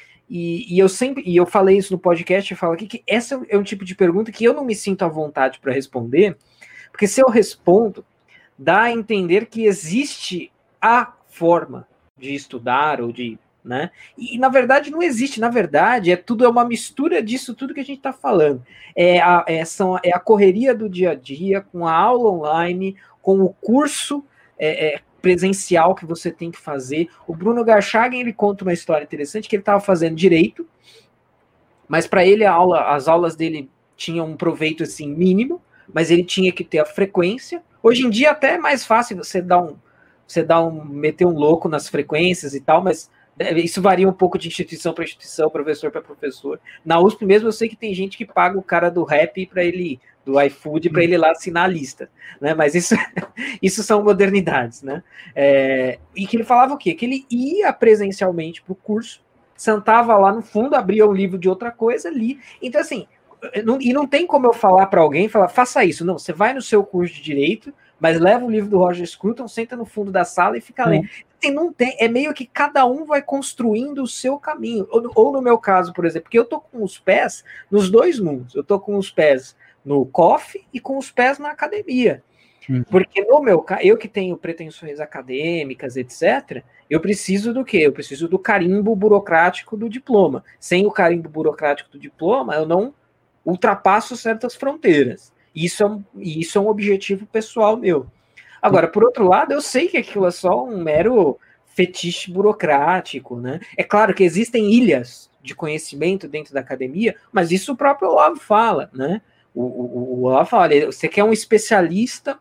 E, e eu sempre, e eu falei isso no podcast, eu falo aqui que essa é um tipo de pergunta que eu não me sinto à vontade para responder, porque se eu respondo, dá a entender que existe a forma de estudar ou de, né? E na verdade não existe, na verdade é tudo é uma mistura disso tudo que a gente está falando. É a, é, são, é a correria do dia a dia, com a aula online, com o curso é, é, presencial que você tem que fazer. O Bruno Garchagen, ele conta uma história interessante, que ele estava fazendo direito, mas para ele a aula, as aulas dele tinham um proveito assim mínimo, mas ele tinha que ter a frequência. Hoje em dia até é mais fácil você dar um, você dar um, meter um louco nas frequências e tal, mas isso varia um pouco de instituição para instituição, professor para professor. Na U S P mesmo eu sei que tem gente que paga o cara do rap para ele, do iFood, para ele ir lá assinar a lista, né? Mas isso, isso são modernidades, né? É, e que ele falava o quê? Que ele ia presencialmente para o curso, sentava lá no fundo, abria um livro de outra coisa, li. Então, assim, não, e não tem como eu falar para alguém, falar, faça isso. Não, você vai no seu curso de Direito, mas leva o livro do Roger Scruton, senta no fundo da sala e fica lendo. Assim, não tem, é meio que cada um vai construindo o seu caminho. Ou, ou no meu caso, por exemplo, porque eu tô com os pés nos dois mundos. Eu tô com os pés no C O F e com os pés na academia. Hum. Porque no meu caso, eu que tenho pretensões acadêmicas, etcétera, eu preciso do quê? Eu preciso do carimbo burocrático do diploma. Sem o carimbo burocrático do diploma, eu não ultrapasso certas fronteiras. Isso é um, isso é um objetivo pessoal meu. Agora, por outro lado, eu sei que aquilo é só um mero fetiche burocrático, né? É claro que existem ilhas de conhecimento dentro da academia, mas isso o próprio Olavo fala, né? O, o, o Olavo fala, você quer um especialista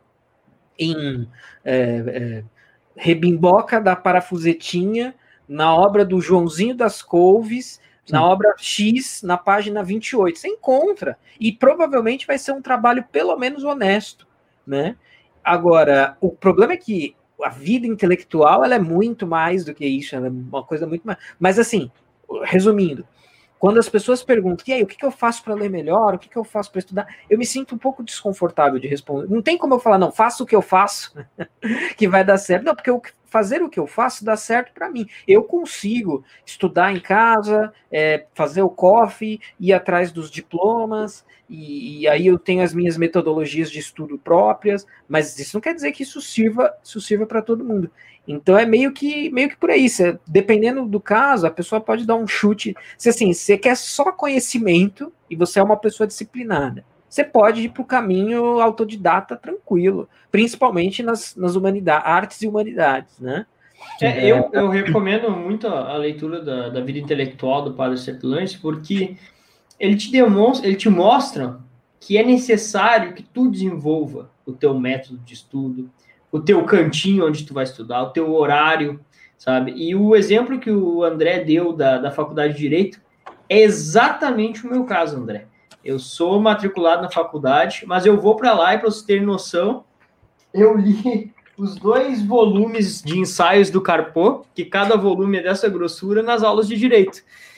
em é, é, rebimboca da parafusetinha na obra do Joãozinho das Couves, sim, na obra X, na página vinte e oito. Você encontra. E provavelmente vai ser um trabalho pelo menos honesto, né? Agora, o problema é que a vida intelectual ela é muito mais do que isso, ela é uma coisa muito mais... Mas assim, resumindo, quando as pessoas perguntam, e aí, o que, que eu faço para ler melhor? O que, que eu faço para estudar? Eu me sinto um pouco desconfortável de responder. Não tem como eu falar, não, faça o que eu faço, que vai dar certo. Não, porque eu, fazer o que eu faço dá certo para mim. Eu consigo estudar em casa, é, fazer o coffee, ir atrás dos diplomas, e, e aí eu tenho as minhas metodologias de estudo próprias, mas isso não quer dizer que isso sirva, isso sirva para todo mundo. Então é meio que, meio que por aí. Você, dependendo do caso, a pessoa pode dar um chute. Se assim, você quer só conhecimento e você é uma pessoa disciplinada, você pode ir para o caminho autodidata tranquilo, principalmente nas, nas humanidades, artes e humanidades, né?
É, eu, eu recomendo muito a, a leitura da, da vida intelectual do Padre Serpilante, porque ele te demonstra, ele te mostra que é necessário que tu desenvolva o teu método de estudo, o teu cantinho onde tu vai estudar, o teu horário, sabe? E o exemplo que o André deu da, da Faculdade de Direito é exatamente o meu caso, André. Eu sou matriculado na faculdade, mas eu vou para lá e, para vocês terem noção, eu li os dois volumes de ensaios do Carpo, que cada volume é dessa grossura, nas aulas de Direito.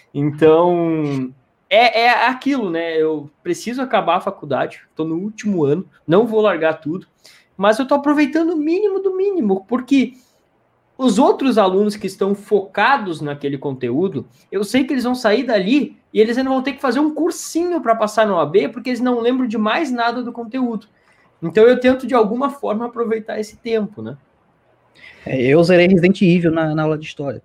Então, é, é aquilo, né? Eu preciso acabar a faculdade, estou no último ano, não vou largar tudo, mas eu estou aproveitando o mínimo do mínimo, porque os outros alunos que estão focados naquele conteúdo, eu sei que eles vão sair dali e eles ainda vão ter que fazer um cursinho para passar no O A B, porque eles não lembram de mais nada do conteúdo. Então eu tento, de alguma forma, aproveitar esse tempo, né?
É, eu zerei Resident Evil na, na aula de História.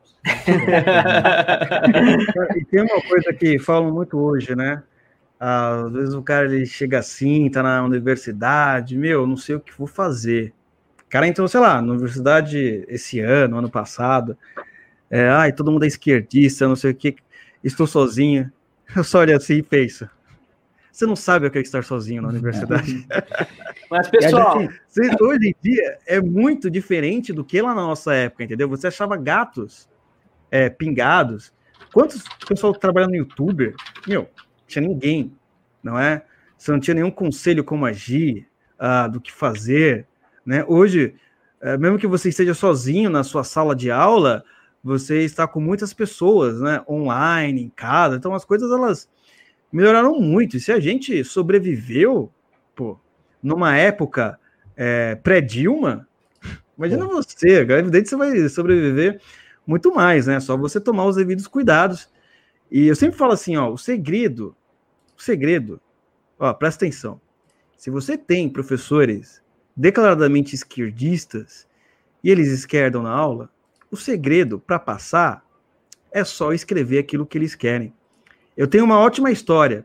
E tem uma coisa que falam muito hoje, né? Ah, às vezes o cara ele chega assim, tá na universidade, meu, não sei o que vou fazer. O cara entrou, sei lá, na universidade esse ano, ano passado, é, ai, todo mundo é esquerdista, não sei o que, estou sozinho. Eu só olho assim e penso, você não sabe o que é estar sozinho na universidade.
Mas, pessoal,
hoje em dia é muito diferente do que lá na nossa época, entendeu? Você achava gatos é, pingados. Quantos pessoal trabalhando no YouTuber? Meu, tinha ninguém, não é? Você não tinha nenhum conselho como agir, uh, do que fazer, né? Hoje, uh, mesmo que você esteja sozinho na sua sala de aula, você está com muitas pessoas, né? Online, em casa. Então, as coisas, elas melhoraram muito. E se a gente sobreviveu, pô, numa época é, pré-Dilma, imagina pô. você, é evidente que você vai sobreviver muito mais, né? Só você tomar os devidos cuidados. E eu sempre falo assim, ó, o segredo, o segredo, ó, presta atenção. Se você tem professores declaradamente esquerdistas e eles esquerdam na aula, o segredo para passar é só escrever aquilo que eles querem. Eu tenho uma ótima história.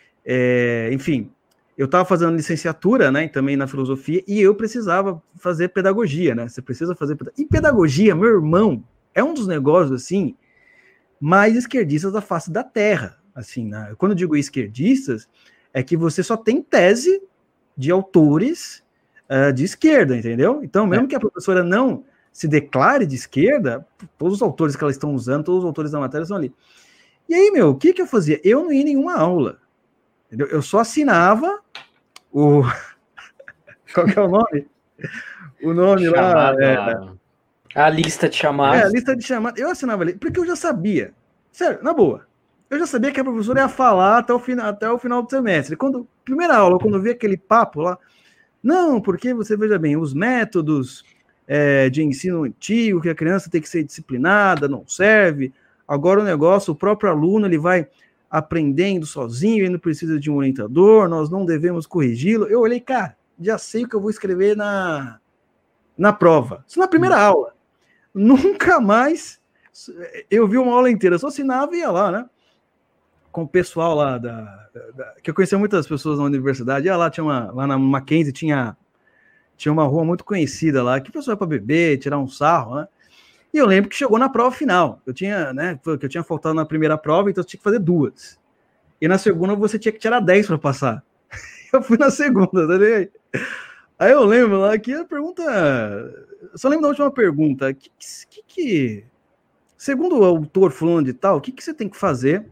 É, enfim, eu estava fazendo licenciatura, né, também na filosofia, e eu precisava fazer pedagogia, né? Você precisa fazer pedagogia. E pedagogia, meu irmão, é um dos negócios, assim, mais esquerdistas da face da terra. Assim, né? Quando eu digo esquerdistas, é que você só tem tese de autores uh, de esquerda, entendeu? Então, mesmo é. que a professora não se declare de esquerda, todos os autores que ela estão usando, todos os autores da matéria estão ali. E aí, meu, o que que eu fazia? Eu não ia em nenhuma aula. Entendeu? Eu só assinava o... Qual que é o nome? O nome Chamada. lá... É...
A lista de chamadas.
É, a lista de chamadas. Eu assinava ali, porque eu já sabia. Sério, na boa. Eu já sabia que a professora ia falar até o final, até o final do semestre. Quando, primeira aula, quando eu vi aquele papo lá, não, porque você, veja bem, os métodos é, de ensino antigo, que a criança tem que ser disciplinada, não serve. Agora o negócio, o próprio aluno, ele vai aprendendo sozinho, ele não precisa de um orientador, nós não devemos corrigi-lo. Eu olhei, cara, já sei o que eu vou escrever na, na prova. Isso na primeira aula. Nunca mais eu vi uma aula inteira, só assinava e ia lá, né? Com o pessoal lá, da, da, que eu conhecia muitas pessoas na universidade, ia lá, tinha uma, lá na Mackenzie tinha tinha uma rua muito conhecida lá, que o pessoal ia para beber, tirar um sarro, né? E eu lembro que chegou na prova final. Eu tinha, né, que eu tinha faltado na primeira prova, então eu tinha que fazer duas. E na segunda você tinha que tirar dez para passar. Eu fui na segunda, tá ligado? Aí eu lembro lá que a pergunta... Eu só lembro da última pergunta. Que, que, que, segundo o autor fulano de tal, o que, que você tem que fazer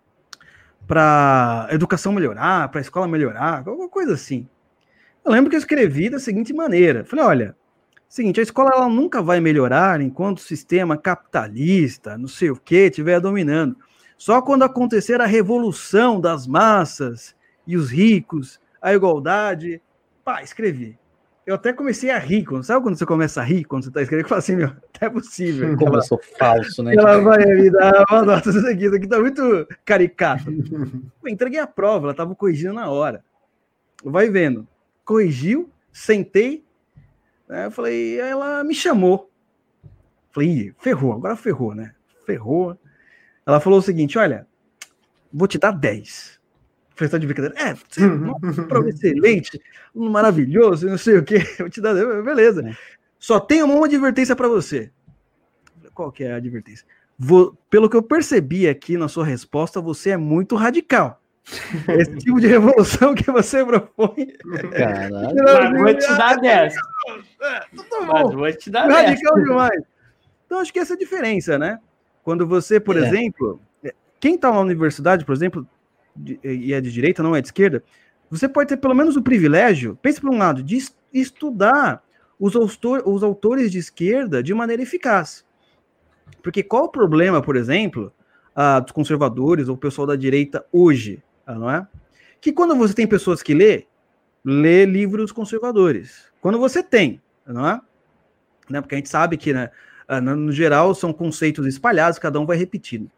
para a educação melhorar, para a escola melhorar, alguma coisa assim. Eu lembro que eu escrevi da seguinte maneira. Falei, olha, seguinte, a escola ela nunca vai melhorar enquanto o sistema capitalista, não sei o que, estiver dominando. Só quando acontecer a revolução das massas e os ricos, a igualdade... Pá, escrevi. Eu até comecei a rir. Sabe quando você começa a rir, quando você está escrevendo? Fala assim, meu, não é possível.
Como ela, eu sou falso, né?
Ela vai me dar uma nota disso aqui, isso aqui tá muito caricato. Eu entreguei a prova, ela estava corrigindo na hora. Vai vendo. Corrigiu, sentei, né, eu falei, aí ela me chamou. Falei, ih, ferrou, agora ferrou, né? Ferrou. Ela falou o seguinte, olha, vou te dar dez. Falei, tá de brincadeira? É, você é uma prova excelente, maravilhoso, não sei o quê. Vou te dar, beleza. É. Só tem uma advertência para você. Qual que é a advertência? Vou, pelo que eu percebi aqui na sua resposta, você é muito radical. Esse tipo de revolução que você propõe.
Caralho. Mas vou te dar dessa.
É, tá
Mas vou te dar
radical dessa. Demais. Então, acho que essa é a diferença, né? Quando você, por é. exemplo, quem está na universidade, por exemplo, de, e é de direita, não é de esquerda, você pode ter pelo menos o privilégio, pense por um lado, de estudar os, autor, os autores de esquerda de maneira eficaz. Porque qual o problema, por exemplo, ah, dos conservadores ou o pessoal da direita hoje? Não é? Que quando você tem pessoas que lê, lê livros conservadores. Quando você tem, não é? Né? Porque a gente sabe que, né, no geral, são conceitos espalhados, cada um vai repetindo.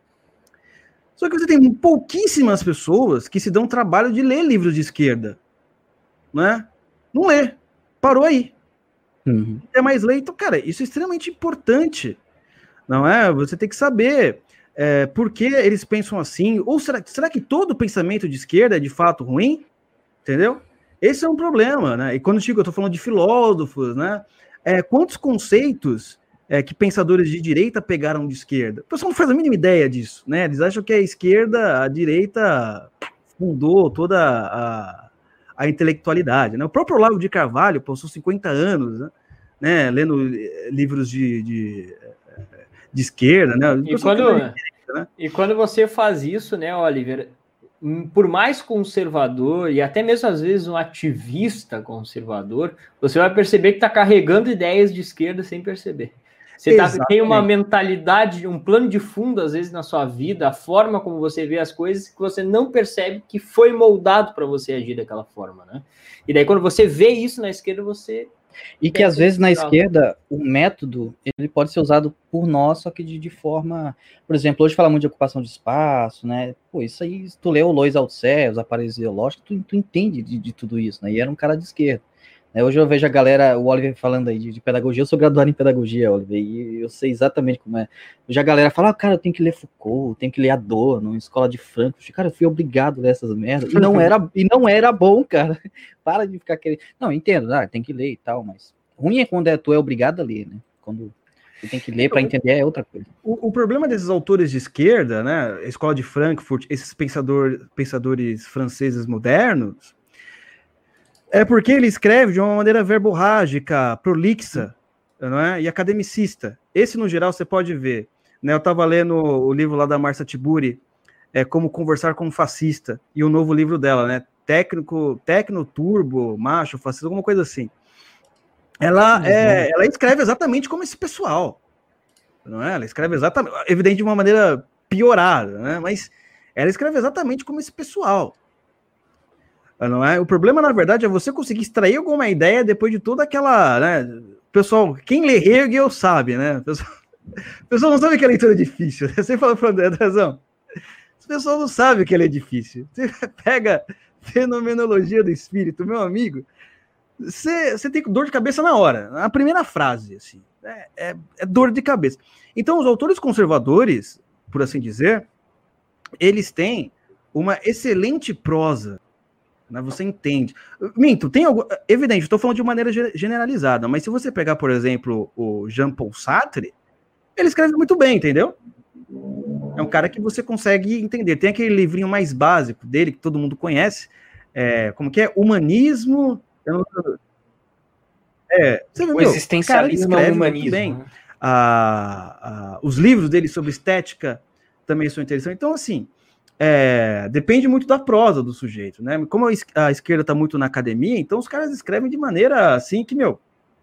Só que você tem pouquíssimas pessoas que se dão o trabalho de ler livros de esquerda. Né? Não lê. Parou aí. Uhum. É mais lê. Então, cara, isso é extremamente importante. Não é? Você tem que saber... É, por que eles pensam assim? Ou será, será que todo pensamento de esquerda é de fato ruim? Entendeu? Esse é um problema, né? E quando eu digo, eu estou falando de filósofos, né? É, quantos conceitos é, que pensadores de direita pegaram de esquerda? O pessoal não faz a mínima ideia disso, né? Eles acham que a esquerda, a direita fundou toda a, a intelectualidade, né? O próprio Olavo de Carvalho passou cinquenta anos, né? né? Lendo livros de... de de esquerda, né?
E quando, direita, né? E quando você faz isso, né, Oliver, por mais conservador e até mesmo às vezes um ativista conservador, você vai perceber que está carregando ideias de esquerda sem perceber. Você tá, tem uma mentalidade, um plano de fundo, às vezes, na sua vida, a forma como você vê as coisas, que você não percebe que foi moldado para você agir daquela forma, né? E daí, quando você vê isso na esquerda, você...
E que, às vezes, na esquerda, o método, ele pode ser usado por nós, só que de, de forma... Por exemplo, hoje fala muito de ocupação de espaço, né? Pô, isso aí, se tu lê o Lois Althusser, os aparelhos ideológicos, tu, tu entende de, de tudo isso, né? E era um cara de esquerda. Né? Hoje eu vejo a galera, o Oliver falando aí de, de pedagogia, eu sou graduado em pedagogia, Oliver, e eu sei exatamente como é. Hoje a galera fala, ah, cara, eu tenho que ler Foucault, eu tenho que ler Adorno, escola de Frankfurt. Cara, eu fui obrigado a ler essas merdas. E não era, e não era bom, cara. Para de ficar querendo... Não, entendo, ah, tem que ler e tal, mas ruim é quando é, tu é obrigado a ler, né? Quando você tem que ler para entender é outra coisa.
O, o problema desses autores de esquerda, né, a escola de Frankfurt, esses pensador, pensadores franceses modernos, é porque ele escreve de uma maneira verborrágica, prolixa, não é? E academicista. Esse, no geral, você pode ver. Né? Eu estava lendo o livro lá da Marcia Tiburi, é, Como Conversar com um Fascista, e o novo livro dela, né? Técnico, Tecno Turbo, Macho, Fascista, alguma coisa assim. Ela, é, ela escreve exatamente como esse pessoal. Não é? Ela escreve exatamente, evidente de uma maneira piorada, né? Mas ela escreve exatamente como esse pessoal. Não é? O problema, na verdade, é você conseguir extrair alguma ideia depois de toda aquela, né? Pessoal, quem lê Hegel sabe, né? O pessoal, o pessoal não sabe que a leitura é difícil. Você fala para o André, Andrezão, o pessoal não sabe que ela é difícil. Você pega Fenomenologia do Espírito, meu amigo, você, você tem dor de cabeça na hora, na primeira frase, assim. É, é, é dor de cabeça. Então, os autores conservadores, por assim dizer, eles têm uma excelente prosa. né? Você entende. Minto, tem algo... Evidente, estou falando de maneira generalizada, mas se você pegar, por exemplo, o Jean-Paul Sartre, ele escreve muito bem, entendeu? É um cara que você consegue entender. Tem aquele livrinho mais básico dele, que todo mundo conhece, é, como que é? Humanismo... Eu não... É, você viu,
o
meu,
existencialismo é o humanismo.
Bem. Né? Ah, ah, os livros dele sobre estética também são interessantes. Então, assim, é, depende muito da prosa do sujeito, né? Como a esquerda está muito na academia, então os caras escrevem de maneira assim que, meu...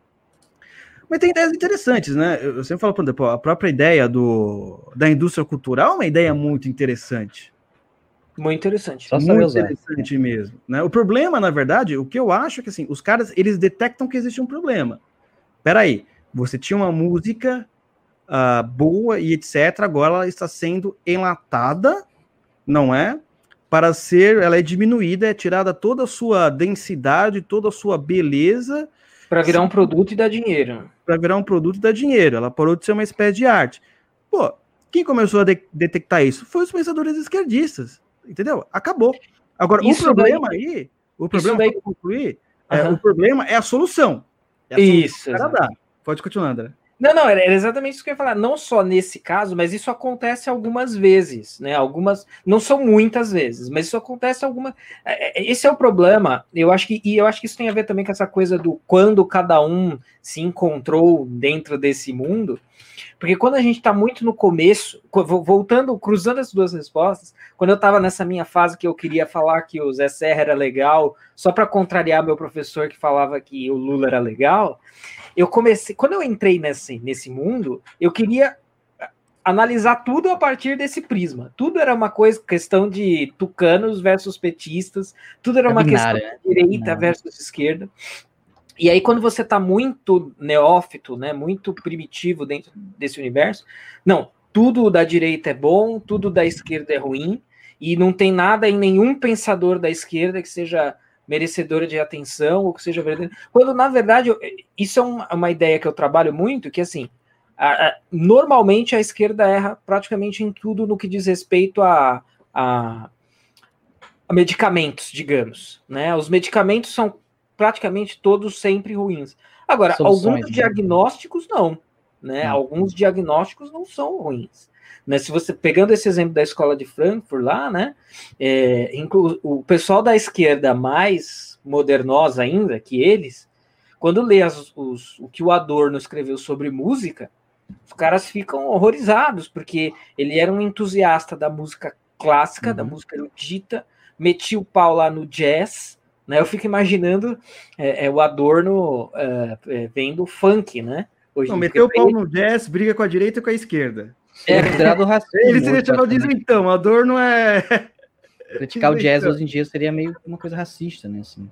Mas tem ideias interessantes, né? Eu sempre falo, por exemplo, a própria ideia do, da indústria cultural é uma ideia muito interessante.
Muito interessante.
Só muito interessante mesmo. Né? O problema, na verdade, o que eu acho é que assim, os caras, eles detectam que existe um problema. Peraí, você tinha uma música uh, boa e etcétera, agora ela está sendo enlatada, não é? Para ser, ela é diminuída, é tirada toda a sua densidade, toda a sua beleza.
Para virar um produto e dar dinheiro.
Para virar um produto e dar dinheiro. Ela parou de ser uma espécie de arte. Pô, quem começou a de detectar isso? Foi os pensadores esquerdistas. Entendeu? Acabou. Agora, isso o problema daí, aí, o problema daí... para concluir, uhum. é, o problema é a solução. É a
isso.
Solução dá. Pode continuar, André.
Não, não, era exatamente isso que eu ia falar. Não só nesse caso, mas isso acontece algumas vezes, né? Algumas, não são muitas vezes, mas isso acontece algumas. Esse é o problema. Eu acho que e eu acho que isso tem a ver também com essa coisa do quando cada um se encontrou dentro desse mundo. Porque quando a gente está muito no começo, voltando, cruzando as duas respostas, quando eu estava nessa minha fase que eu queria falar que o Zé Serra era legal, só para contrariar meu professor que falava que o Lula era legal, eu comecei, quando eu entrei nesse, nesse mundo, eu queria analisar tudo a partir desse prisma. Tudo era uma coisa, questão de tucanos versus petistas, tudo era uma é binário, questão de direita binário. versus esquerda. E aí, quando você está muito neófito, né, muito primitivo dentro desse universo, não, tudo da direita é bom, tudo da esquerda é ruim, e não tem nada em nenhum pensador da esquerda que seja merecedor de atenção, ou que seja verdadeiro. Quando, na verdade, eu, isso é uma, uma ideia que eu trabalho muito, que, assim, a, a, normalmente a esquerda erra praticamente em tudo no que diz respeito a, a, a medicamentos, digamos, né? Os medicamentos são praticamente todos sempre ruins. Agora, Soluções, alguns né? diagnósticos não, né? Não. Alguns diagnósticos não são ruins. Né? Se você, pegando esse exemplo da escola de Frankfurt lá, né? É, o pessoal da esquerda mais modernosa ainda que eles, quando lê as, os, o que o Adorno escreveu sobre música, os caras ficam horrorizados, porque ele era um entusiasta da música clássica, uhum. da música erudita, metia o pau lá no jazz. Né, eu fico imaginando é, é, o Adorno é, é, vendo funk, né?
Hoje não, meteu o pau no jazz, briga com a direita e com a esquerda.
É considerado racismo.
Ele seria chamado disso então, Adorno é...
Criticar o jazz hoje em dia seria meio uma coisa racista, né? Assim.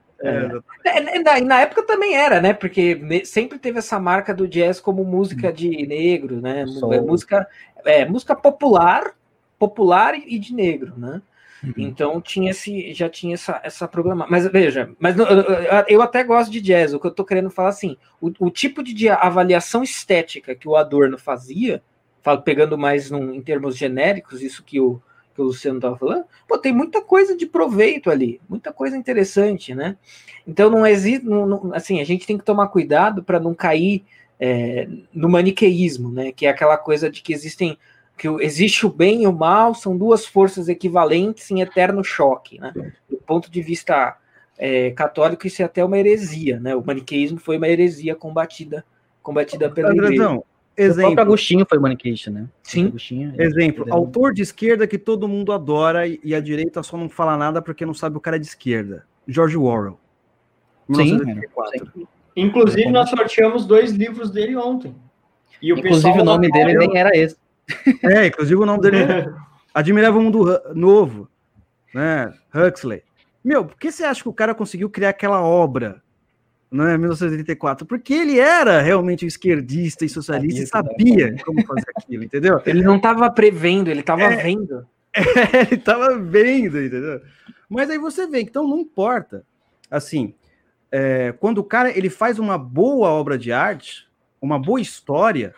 É. Na, na época também era, né? Porque sempre teve essa marca do jazz como música de negro, né? Soul. Música, é, música popular, popular e de negro, né? Então tinha esse, já tinha essa, essa problema. Mas veja, mas eu, eu até gosto de jazz. O que eu tô querendo falar assim, o, o tipo de avaliação estética que o Adorno fazia, falo, pegando mais num, em termos genéricos, isso que o, que o Luciano estava falando, pô, tem muita coisa de proveito ali, muita coisa interessante, né? Então não existe, não, não, assim, a gente tem que tomar cuidado para não cair é, no maniqueísmo, né? Que é aquela coisa de que existem que existe o bem e o mal, são duas forças equivalentes em eterno choque, né? Do ponto de vista é, católico, isso é até uma heresia, né? O maniqueísmo foi uma heresia combatida, combatida pela Igreja.
Exemplo.
O próprio Agostinho foi maniqueísta, né?
Sim.
Agostinho,
exemplo, autor de esquerda que todo mundo adora e a direita só não fala nada porque não sabe o cara é de esquerda. George Orwell.
mil novecentos e oitenta e quatro.
Sim. Inclusive, nós sorteamos dois livros dele ontem.
E o Inclusive, o nome dele nem era esse.
É, inclusive o nome dele é Admirável Mundo Novo, né? Huxley. Meu, por que você acha que o cara conseguiu criar aquela obra, né, mil novecentos e oitenta e quatro? Porque ele era realmente esquerdista e socialista e sabia como fazer aquilo, entendeu?
Ele não estava prevendo, ele estava
é,
vendo.
É, ele estava vendo, entendeu? Mas aí você vê, então não importa. Assim, é, quando o cara ele faz uma boa obra de arte, uma boa história,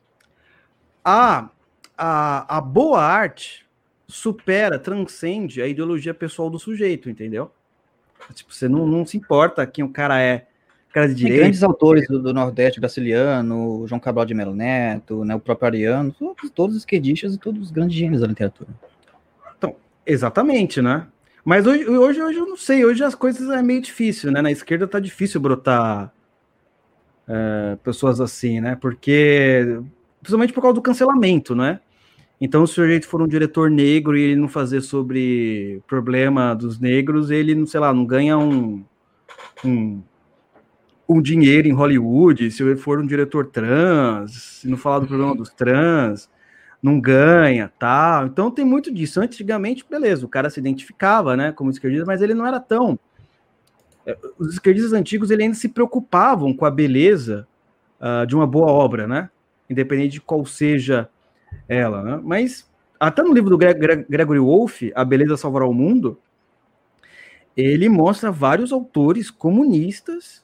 A, a, a boa arte supera, transcende a ideologia pessoal do sujeito, entendeu? Tipo, você não, não se importa quem o cara é. Cara de direita.
Grandes autores do, do Nordeste, Graciliano, João Cabral de Melo Neto, né, o próprio Ariano, todos, todos os esquerdistas e todos os grandes gênios da literatura.
Então, exatamente, né? Mas hoje, hoje, hoje eu não sei, hoje as coisas é meio difícil, né? Na esquerda tá difícil brotar é, pessoas assim, né? Porque, principalmente por causa do cancelamento, né? Então, se o sujeito for um diretor negro e ele não fazer sobre problema dos negros, ele, não sei lá, não ganha um, um, um dinheiro em Hollywood. Se ele for um diretor trans, se não falar do problema dos trans, não ganha, tal. Então, tem muito disso. Antigamente, beleza, o cara se identificava, né, como esquerdista, mas ele não era tão... Os esquerdistas antigos, ele ainda se preocupavam com a beleza uh, de uma boa obra, né? Independente de qual seja ela, né? Mas até no livro do Gre Gre Gregory Wolfe, A Beleza Salvará o Mundo, ele mostra vários autores comunistas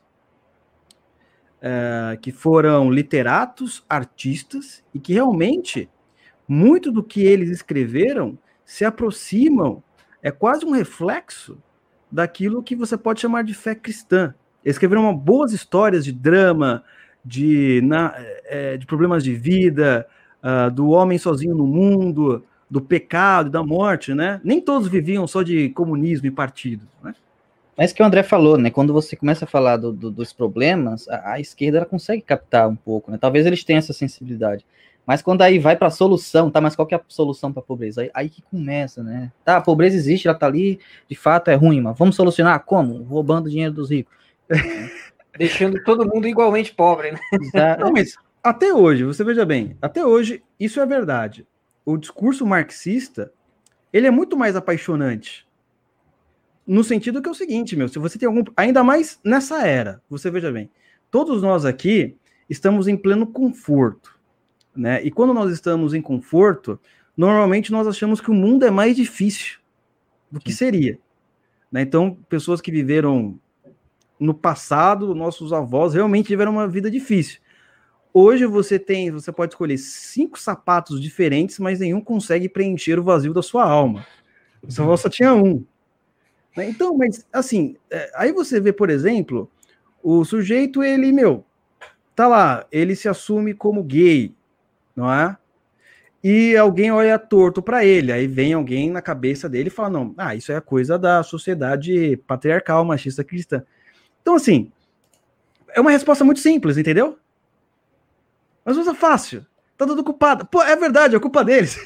uh, que foram literatos, artistas, e que realmente muito do que eles escreveram se aproximam, é quase um reflexo daquilo que você pode chamar de fé cristã. Eles escreveram uma, boas histórias de drama, de, na, é, de problemas de vida, uh, do homem sozinho no mundo, do pecado, da morte, né? Nem todos viviam só de comunismo e partidos, né?
Mas que o André falou, né? Quando você começa a falar do, do, dos problemas, a, a esquerda ela consegue captar um pouco, né? Talvez eles tenham essa sensibilidade. Mas quando aí vai para a solução, tá? Mas qual que é a solução para a pobreza? Aí, aí que começa, né? Tá, a pobreza existe, ela tá ali, de fato é ruim, mas vamos solucionar como? Roubando o dinheiro dos ricos.
Deixando todo mundo igualmente pobre, né?
Não, mas até hoje, você veja bem, até hoje, isso é verdade. O discurso marxista, ele é muito mais apaixonante. No sentido que é o seguinte, meu, se você tem algum... Ainda mais nessa era, você veja bem, todos nós aqui estamos em pleno conforto, né? E quando nós estamos em conforto, normalmente nós achamos que o mundo é mais difícil do que seria, né? Então, pessoas que viveram no passado, nossos avós realmente tiveram uma vida difícil. Hoje você tem, você pode escolher cinco sapatos diferentes, mas nenhum consegue preencher o vazio da sua alma. O seu avô só tinha um. Né? Então, mas assim, é, aí você vê, por exemplo, o sujeito, ele, meu, tá lá, ele se assume como gay, não é? E alguém olha torto para ele, aí vem alguém na cabeça dele e fala, não, ah, isso é coisa da sociedade patriarcal, machista, cristã. Então, assim, é uma resposta muito simples, entendeu? Mas usa fácil, tá tudo culpado. Pô, é verdade, é culpa deles.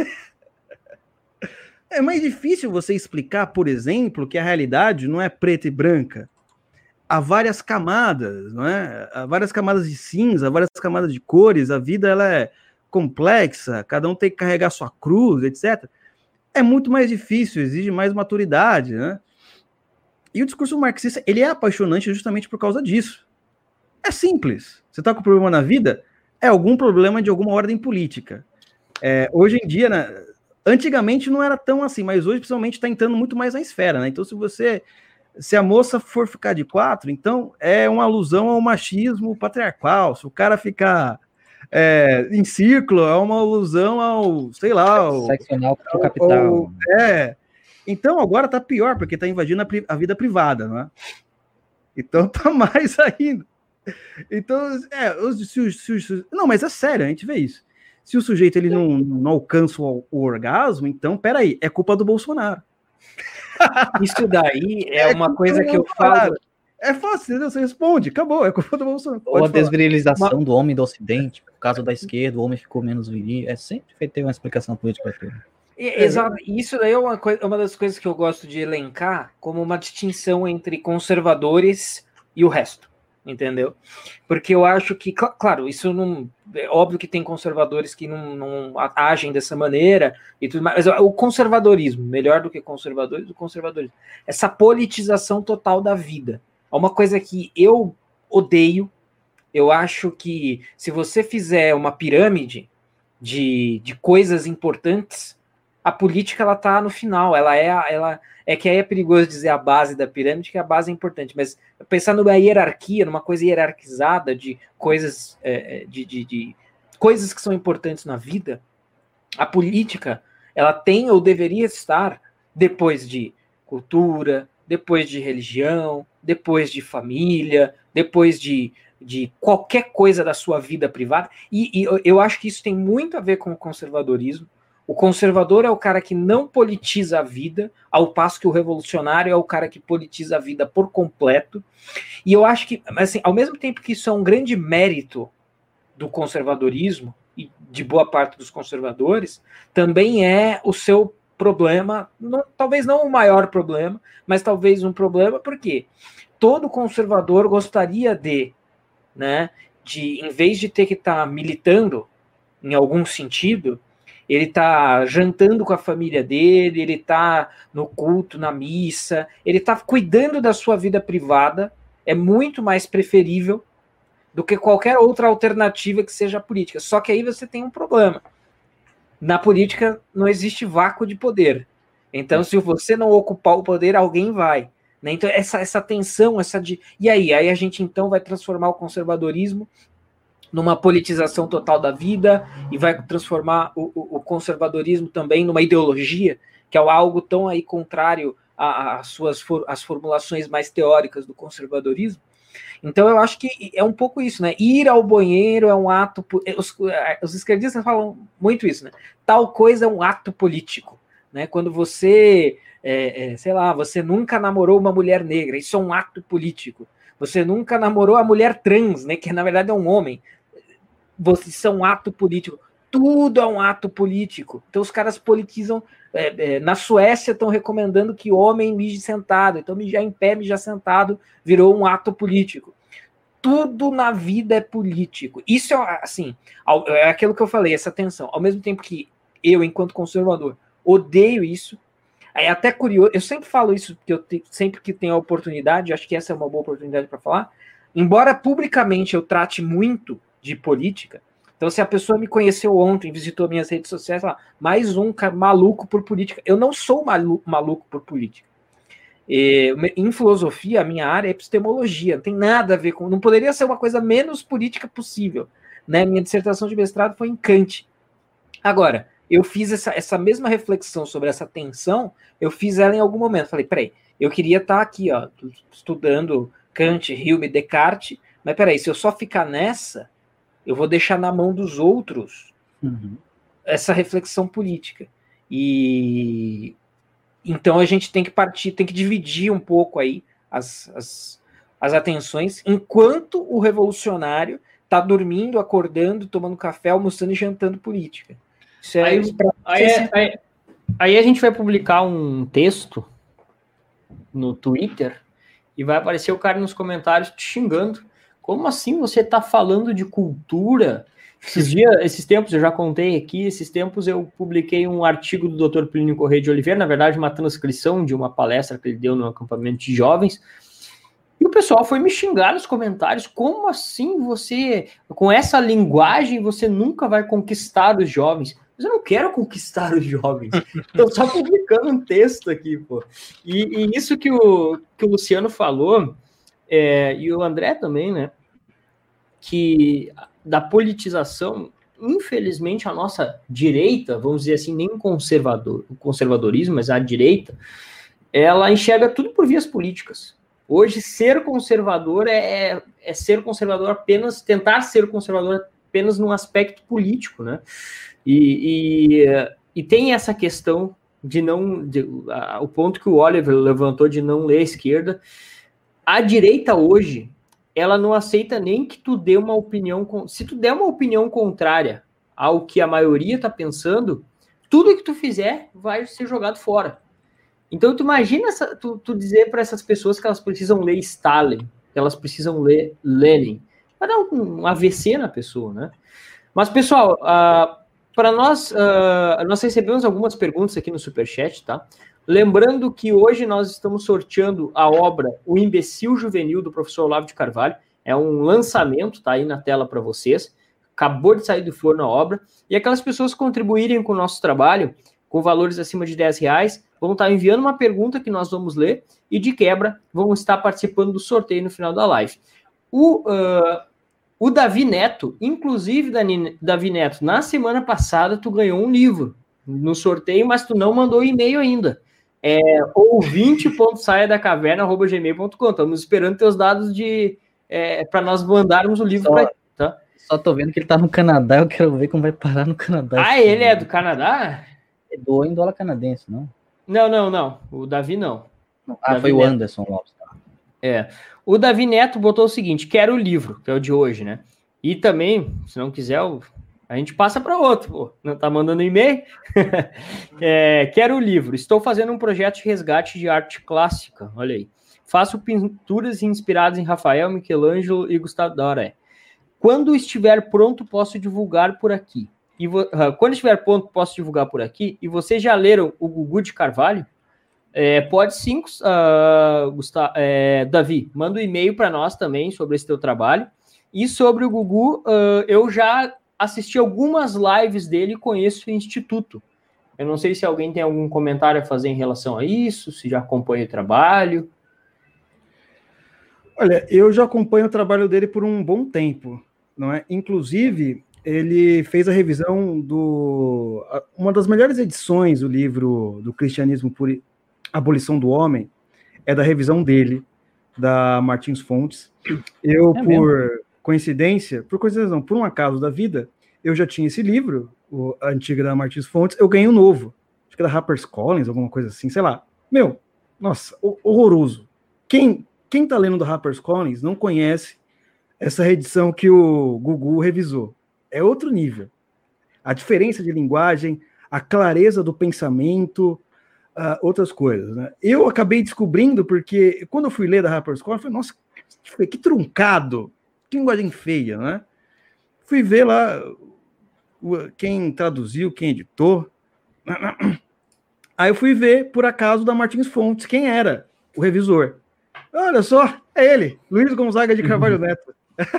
É mais difícil você explicar, por exemplo, que a realidade não é preta e branca. Há várias camadas, não é? Há várias camadas de cinza, várias camadas de cores, a vida ela é complexa, cada um tem que carregar sua cruz, etcétera. É muito mais difícil, exige mais maturidade, né? E o discurso marxista, ele é apaixonante justamente por causa disso. É simples. Você está com problema na vida, é algum problema de alguma ordem política. É, hoje em dia, né, antigamente não era tão assim, mas hoje principalmente está entrando muito mais na esfera, né? Então, se você, se a moça for ficar de quatro, então é uma alusão ao machismo patriarcal. Se o cara ficar é, em círculo, é uma alusão ao, sei lá, ao,
seccional
ao,
capital.
Ao, é. Então agora tá pior, porque tá invadindo a, a vida privada, né? Então tá mais ainda. Então, é, se, se, se, não, mas é sério, a gente vê isso. Se o sujeito ele não, não alcança o, o orgasmo, então, peraí, é culpa do Bolsonaro.
Isso daí é, é uma coisa que eu falo.
É fácil, entendeu? Você responde, acabou, é culpa do Bolsonaro.
Ou a desvirilização uma... do homem do Ocidente, por causa da esquerda, o homem ficou menos viril. É sempre ter uma explicação política para tudo.
Exato, isso daí é uma, coisa, uma das coisas que eu gosto de elencar como uma distinção entre conservadores e o resto. Entendeu? Porque eu acho que, cl- claro, isso não. É óbvio que tem conservadores que não, não agem dessa maneira e tudo mais, mas o conservadorismo, melhor do que conservadores, o conservadorismo, essa politização total da vida. É uma coisa que eu odeio. Eu acho que se você fizer uma pirâmide de, de coisas importantes, a política ela tá no final, ela é ela é que aí é perigoso dizer a base da pirâmide, que a base é importante, mas pensar numa hierarquia, numa coisa hierarquizada de coisas é, de, de, de coisas que são importantes na vida, a política ela tem ou deveria estar depois de cultura, depois de religião, depois de família, depois de, de qualquer coisa da sua vida privada. E, e eu acho que isso tem muito a ver com o conservadorismo. O conservador é o cara que não politiza a vida, ao passo que o revolucionário é o cara que politiza a vida por completo. E eu acho que, assim, ao mesmo tempo que isso é um grande mérito do conservadorismo, e de boa parte dos conservadores, também é o seu problema, não, talvez não o maior problema, mas talvez um problema, porque todo conservador gostaria de, né, de, em vez de ter que estar tá militando em algum sentido, ele está jantando com a família dele, ele está no culto, na missa, ele está cuidando da sua vida privada, é muito mais preferível do que qualquer outra alternativa que seja a política. Só que aí você tem um problema. Na política não existe vácuo de poder. Então, se você não ocupar o poder, alguém vai. Né? Então, essa, essa tensão, essa de... E aí? Aí a gente, então, vai transformar o conservadorismo numa politização total da vida e vai transformar o, o, o conservadorismo também numa ideologia, que é algo tão aí contrário às suas for, às formulações mais teóricas do conservadorismo. Então eu acho que é um pouco isso, né? Ir ao banheiro é um ato... Os, os esquerdistas falam muito isso, né? Tal coisa é um ato político, né? Quando você, é, é, sei lá, você nunca namorou uma mulher negra, isso é um ato político. Você nunca namorou a mulher trans, né? Que na verdade é um homem. Isso é um ato político. Tudo é um ato político. Então os caras politizam. É, é, na Suécia estão recomendando que homem mije sentado. Então mijar em pé, mijar sentado virou um ato político. Tudo na vida é político. Isso é assim, é aquilo que eu falei, essa tensão. Ao mesmo tempo que eu, enquanto conservador, odeio isso. É até curioso. Eu sempre falo isso, porque eu te, sempre que tenho a oportunidade, acho que essa é uma boa oportunidade para falar. Embora publicamente eu trate muito de política, então se a pessoa me conheceu ontem, visitou minhas redes sociais, lá, mais um maluco por política. Eu não sou maluco, maluco por política. E, em filosofia, a minha área é epistemologia, não tem nada a ver com... Não poderia ser uma coisa menos política possível. Né? Minha dissertação de mestrado foi em Kant. Agora, eu fiz essa, essa mesma reflexão sobre essa tensão, eu fiz ela em algum momento. Falei, peraí, eu queria estar aqui, ó, estudando Kant, Hume, Descartes, mas peraí, se eu só ficar nessa, eu vou deixar na mão dos outros uhum. essa reflexão política. E então a gente tem que partir, tem que dividir um pouco aí as, as, as atenções, enquanto o revolucionário está dormindo, acordando, tomando café, almoçando e jantando política. Isso é,
aí, aí, é, aí, aí a gente vai publicar um texto no Twitter e vai aparecer o cara nos comentários te xingando. Como assim você está falando de cultura? Esses dias, esses tempos, eu já contei aqui, esses tempos eu publiquei um artigo do doutor Plínio Corrêa de Oliveira, na verdade uma transcrição de uma palestra que ele deu no acampamento de jovens, e o pessoal foi me xingar nos comentários. Como assim você, com essa linguagem, você nunca vai conquistar os jovens? Mas eu não quero conquistar os jovens. Estou só publicando um texto aqui, pô. E, e isso que o, que o Luciano falou, é, e o André também, né? Que da politização, infelizmente, a nossa direita, vamos dizer assim, nem conservador, o conservadorismo, mas a direita, ela enxerga tudo por vias políticas. Hoje, ser conservador é, é ser conservador apenas, tentar ser conservador apenas num aspecto político, né? E, e, e tem essa questão de não... De, a, o ponto que o Oliver levantou de não ler a esquerda. A direita hoje, ela não aceita nem que tu dê uma opinião... Se tu der uma opinião contrária ao que a maioria está pensando, tudo que tu fizer vai ser jogado fora. Então, tu imagina essa, tu, tu dizer para essas pessoas que elas precisam ler Stalin, que elas precisam ler Lenin. Vai dar um, um A V C na pessoa, né? Mas, pessoal, uh, para nós, uh, nós recebemos algumas perguntas aqui no Superchat, tá? Lembrando que hoje nós estamos sorteando a obra O Imbecil Juvenil, do professor Olavo de Carvalho. É um lançamento, tá aí na tela para vocês. Acabou de sair do forno a obra. E aquelas pessoas que contribuírem com o nosso trabalho, com valores acima de dez reais, vão estar enviando uma pergunta que nós vamos ler e, de quebra, vão estar participando do sorteio no final da live. O, uh, o Davi Neto, inclusive, Davi Neto, na semana passada tu ganhou um livro no sorteio, mas tu não mandou e-mail ainda. É ouvinte ponto saia da caverna arroba gmail ponto com. Estamos esperando teus dados de é, para nós mandarmos o livro para ti, tá?
Só tô vendo que ele tá no Canadá, eu quero ver como vai parar no Canadá.
Ah, ele é do Canadá?
É do em dólar canadense, não?
Não, não, não. O Davi não.
Ah,
Davi
foi o
Neto.
Anderson Lopes.
É. O Davi Neto botou o seguinte: quero o livro, que é o de hoje, né? E também, se não quiser, a gente passa para outro. Pô. Não tá mandando e-mail? é, quero o livro. Estou fazendo um projeto de resgate de arte clássica. Olha aí. Faço pinturas inspiradas em Rafael, Michelangelo e Gustavo Doré. Quando estiver pronto, posso divulgar por aqui. E vo... Quando estiver pronto, posso divulgar por aqui. E vocês já leram o Gugu de Carvalho? É, pode sim, uh, Gustavo, é, Davi, manda um e-mail para nós também sobre esse teu trabalho. E sobre o Gugu, uh, eu já assisti algumas lives dele e conheço o Instituto. Eu não sei se alguém tem algum comentário a fazer em relação a isso, se já acompanha o trabalho.
Olha, eu já acompanho o trabalho dele por um bom tempo, não é? Inclusive, ele fez a revisão do... Uma das melhores edições do livro do Cristianismo por Abolição do Homem é da revisão dele, da Martins Fontes. Eu, é por mesmo? coincidência, por coincidência não, por um acaso da vida, eu já tinha esse livro, o, a antiga da Martins Fontes, eu ganhei um novo, acho que é da HarperCollins, alguma coisa assim, sei lá. Meu, nossa, horroroso. Quem, quem tá lendo da HarperCollins não conhece essa reedição que o Gugu revisou. É outro nível. A diferença de linguagem, a clareza do pensamento, Uh, outras coisas, né? Eu acabei descobrindo porque quando eu fui ler da HarperCollins, eu falei, nossa, que truncado, que linguagem feia, né? Fui ver lá quem traduziu, quem editou. Aí eu fui ver, por acaso, da Martins Fontes, quem era o revisor. Olha só, é ele, Luiz Gonzaga de Carvalho Neto.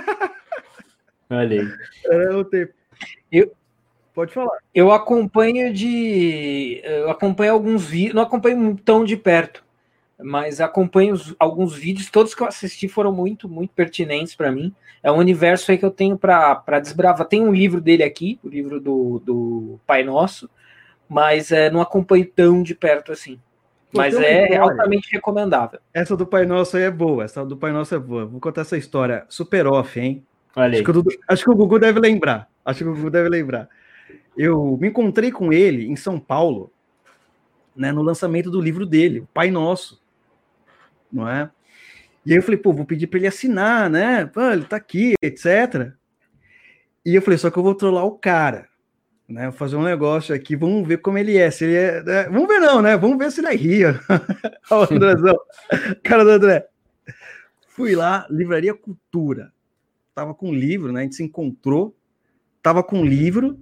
Olha aí.
Era o tempo.
Eu...
Pode falar.
Eu acompanho de. Eu acompanho alguns vídeos, não acompanho tão de perto, mas acompanho os, alguns vídeos, todos que eu assisti foram muito, muito pertinentes para mim. É um universo aí que eu tenho para desbravar. Tem um livro dele aqui, o livro do, do Pai Nosso, mas é, não acompanho tão de perto assim. Pô, mas é altamente recomendável.
Essa do Pai Nosso aí é boa, essa do Pai Nosso é boa. Vou contar essa história super off, hein?
Olha
acho, que o, acho que o Gugu deve lembrar. Acho que o Gugu deve lembrar. Eu me encontrei com ele em São Paulo, né, no lançamento do livro dele, Pai Nosso, não é? E aí eu falei, pô, vou pedir para ele assinar, né? Pô, ele tá aqui, etcétera. E eu falei, só que eu vou trollar o cara, né? Vou fazer um negócio aqui, vamos ver como ele é. Se ele é, né? Vamos ver não, né? Vamos ver se ele é ria. Olha o Andrezão, cara do André. Fui lá, Livraria Cultura. Tava com um livro, né? A gente se encontrou, tava com um livro.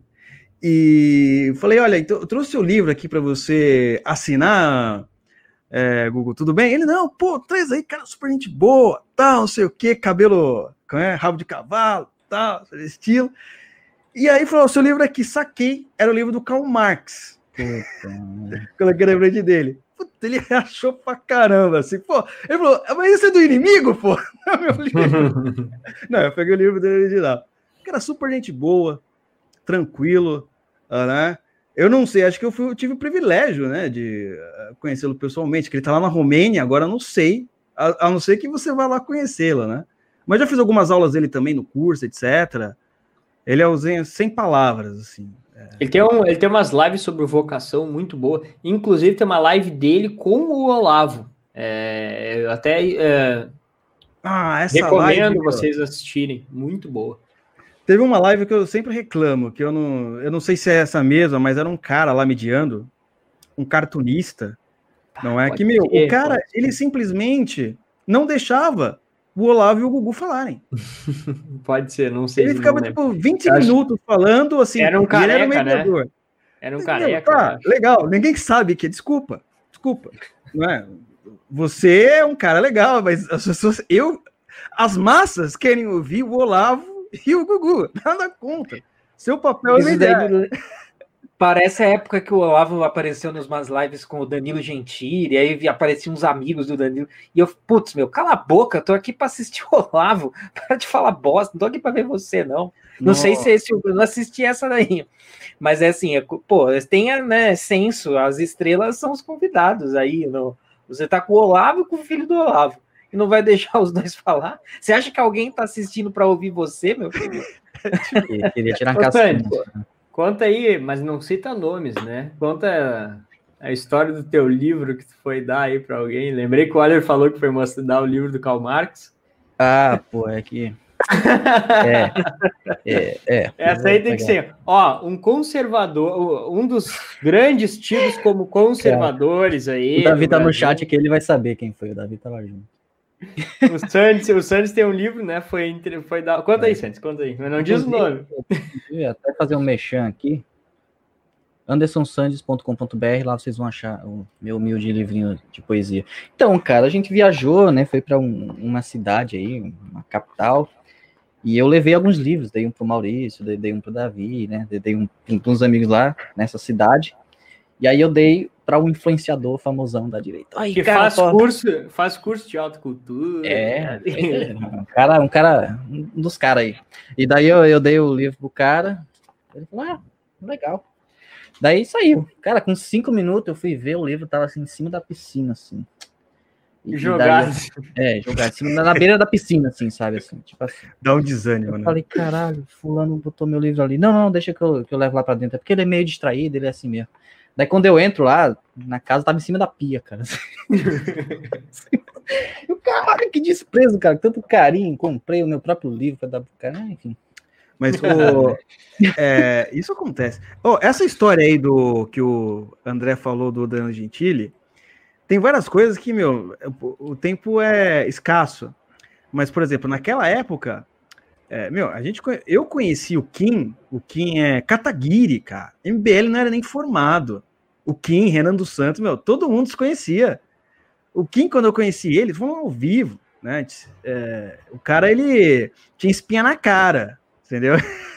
E falei, olha, então eu trouxe o livro aqui para você assinar, é, Google, tudo bem? Ele, não, pô, traz aí, cara, super gente boa, tal, não sei o que, cabelo, é, rabo de cavalo, tal, estilo. E aí falou, o seu livro aqui, saquei, era o livro do Karl Marx. Coloquei na frente dele. Puta, ele achou pra caramba, assim, pô. Ele falou, mas isso é do inimigo, pô? Não, é meu livro. Não, eu peguei o livro dele original. Era super gente boa, tranquilo, né? Eu não sei, acho que eu, fui, eu tive o privilégio, né, de conhecê-lo pessoalmente, que ele tá lá na Romênia, agora eu não sei, a, a não ser que você vá lá conhecê-lo, né? Mas já fiz algumas aulas dele também no curso, etcétera. Ele é sem palavras, assim. É...
Ele, tem um, ele tem umas lives sobre vocação muito boa, inclusive tem uma live dele com o Olavo. É, eu até é,
ah, essa
recomendo
live,
vocês assistirem, muito boa.
Teve uma live que eu sempre reclamo, que eu não, eu não sei se é essa mesma, mas era um cara lá mediando, um cartunista, não é?
Pode
Que, meu,
ser,
o cara, ele simplesmente não deixava o Olavo e o Gugu falarem.
Pode ser, não sei.
Ele
se
ficava, tipo, vinte minutos acho... falando, assim,
era um careca,
ele era o mediador.
Né? Era um
mas,
careca.
Meu, tá, legal, ninguém sabe que, desculpa, desculpa, não é? Você é um cara legal, mas as pessoas, eu, as massas querem ouvir o Olavo e o Gugu, nada contra. Seu papel é mediar.
Parece a época que o Olavo apareceu nas umas lives com o Danilo Gentili, e aí apareciam uns amigos do Danilo, e eu, putz, meu, cala a boca, tô aqui pra assistir o Olavo, para de falar bosta, não tô aqui pra ver você, não. Não Nossa. sei se esse, eu não assisti essa daí, mas é assim, é, pô, tem, né, senso, as estrelas são os convidados aí, no, você tá com o Olavo e com o filho do Olavo, e não vai deixar os dois falar? Você acha que alguém tá assistindo para ouvir você, meu filho?
Eu queria tirar uma casquinha.
Conta aí, mas não cita nomes, né? Conta a história do teu livro que tu foi dar aí para alguém. Lembrei que o Waller falou que foi mostrar dar o livro do Karl Marx.
Ah, pô, é que... É, é, é.
Essa aí tem que ser, ó, um conservador, um dos grandes tidos como conservadores aí.
O Davi tá no chat aqui, ele vai saber quem foi, o Davi tava junto.
O Santos, o Santos tem um livro, né? Foi, entre, foi dar. Conta aí, Santos, conta aí. Mas não diz o nome.
Eu ia até fazer um merchan aqui. anderson sandes ponto com ponto b r, lá vocês vão achar o meu humilde livrinho de poesia. Então, cara, a gente viajou, né? Foi para um, uma cidade aí, uma capital. E eu levei alguns livros, dei um pro Maurício, dei, dei um pro Davi, né? Dei um para uns amigos lá nessa cidade. E aí eu dei para um influenciador famosão da direita.
Ai, que cara, faz, pô... curso, faz curso de autocultura.
É, é um cara, um cara, um dos caras aí. E daí eu, eu dei o livro pro cara, ele falou, ah, legal. Daí saiu. Cara, com cinco minutos eu fui ver, o livro tava assim, em cima da piscina, assim.
E jogado.
É, jogado, assim, na beira da piscina, assim, sabe, assim, tipo assim.
Dá um desânimo,
eu
né?
Falei, caralho, fulano botou meu livro ali. Não, não, deixa que eu, que eu levo lá pra dentro, é porque ele é meio distraído, ele é assim mesmo. Daí quando eu entro lá, na casa, tava em cima da pia, cara. Eu, caralho, que desprezo, cara. Tanto carinho, comprei o meu próprio livro pra dar pro cara, enfim.
Mas o, é, isso acontece. Oh, essa história aí do que o André falou do Danilo Gentili, tem várias coisas que, meu, o tempo é escasso. Mas, por exemplo, naquela época, é, meu, a gente, eu conheci o Kim, o Kim é Kataguiri, cara. M B L não era nem formado. O Kim, Renan dos Santos, meu, todo mundo se conhecia. O Kim, quando eu conheci ele, foi ao vivo, né? É, o cara, ele tinha espinha na cara, entendeu?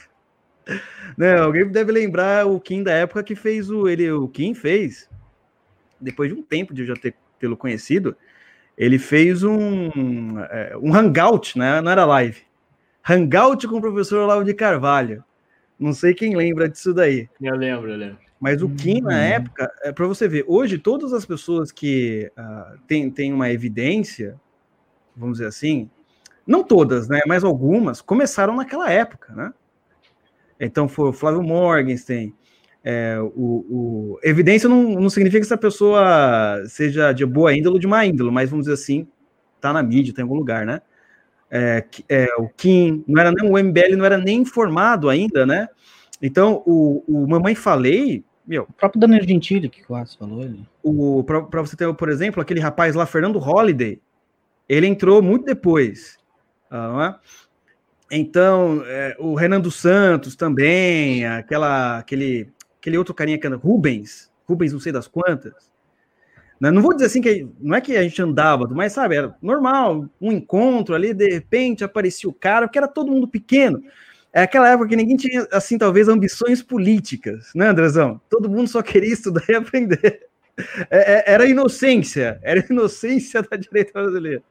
Não, alguém deve lembrar o Kim da época que fez o... Ele, o Kim fez, depois de um tempo de eu já ter tê-lo conhecido, ele fez um, um hangout, né? Não era live. Hangout com o professor Olavo de Carvalho. Não sei quem lembra disso daí.
Eu lembro, eu lembro.
Mas o Kim, na época, é para você ver, hoje todas as pessoas que uh, têm, têm uma evidência, vamos dizer assim, não todas, né, mas algumas, começaram naquela época, né? Então foi o Flávio Morgenstern, é, o, o... evidência não, não significa que essa pessoa seja de boa índole ou de má índole, mas vamos dizer assim, tá na mídia, tá em algum lugar, né? É, é, o Kim, não era nem, o M B L não era nem formado ainda, né? Então, o, o Mamãe Falei, meu...
O próprio Danilo Gentili, que quase falou ele.
O, para você ter, por exemplo, aquele rapaz lá, Fernando Holliday, ele entrou muito depois. Uh, então, é, o Renan dos Santos também, aquela, aquele, aquele outro carinha que anda, Rubens, Rubens não sei das quantas. Não vou dizer assim que não é que a gente andava, mas sabe, era normal, um encontro ali, de repente aparecia o cara, porque era todo mundo pequeno. É aquela época que ninguém tinha, assim, talvez, ambições políticas, né, Andrezão? Todo mundo só queria estudar e aprender. É, é, era inocência, era inocência da direita brasileira.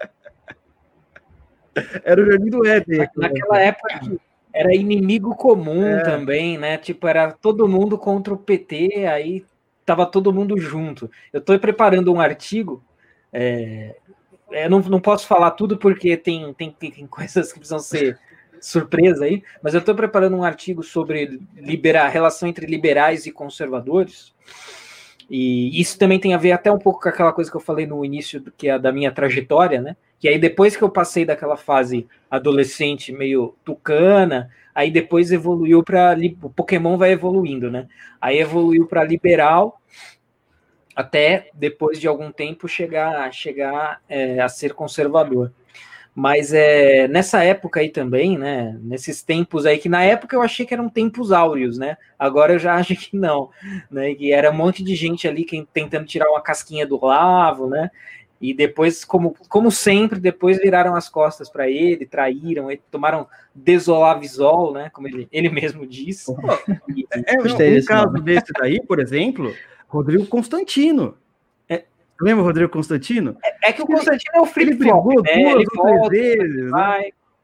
Era o Jardim do Éden.
Naquela época era inimigo comum é. também, né? Tipo, era todo mundo contra o P T, aí tava todo mundo junto. Eu tô preparando um artigo, é, eu não, não posso falar tudo porque tem, tem, tem coisas que precisam ser surpresa aí, mas eu estou preparando um artigo sobre liberar, a relação entre liberais e conservadores, e isso também tem a ver até um pouco com aquela coisa que eu falei no início, que é da minha trajetória, né? Que aí depois que eu passei daquela fase adolescente meio tucana, aí depois evoluiu para... O Pokémon vai evoluindo, né? Aí evoluiu para liberal, até depois de algum tempo chegar, chegar é, a ser conservador. Mas é, nessa época aí também, né, nesses tempos aí, que na época eu achei que eram tempos áureos, né, agora eu já acho que não, né, que era um monte de gente ali que, tentando tirar uma casquinha do Olavo, né, e depois, como, como sempre, depois viraram as costas para ele, traíram, ele, tomaram desolavizol, né, como ele, ele mesmo disse.
E, é, é um caso desse daí, por exemplo, Rodrigo Constantino. Lembra o Rodrigo Constantino?
É, é que o Constantino é o
Ele brigou duas ou três vezes. Né?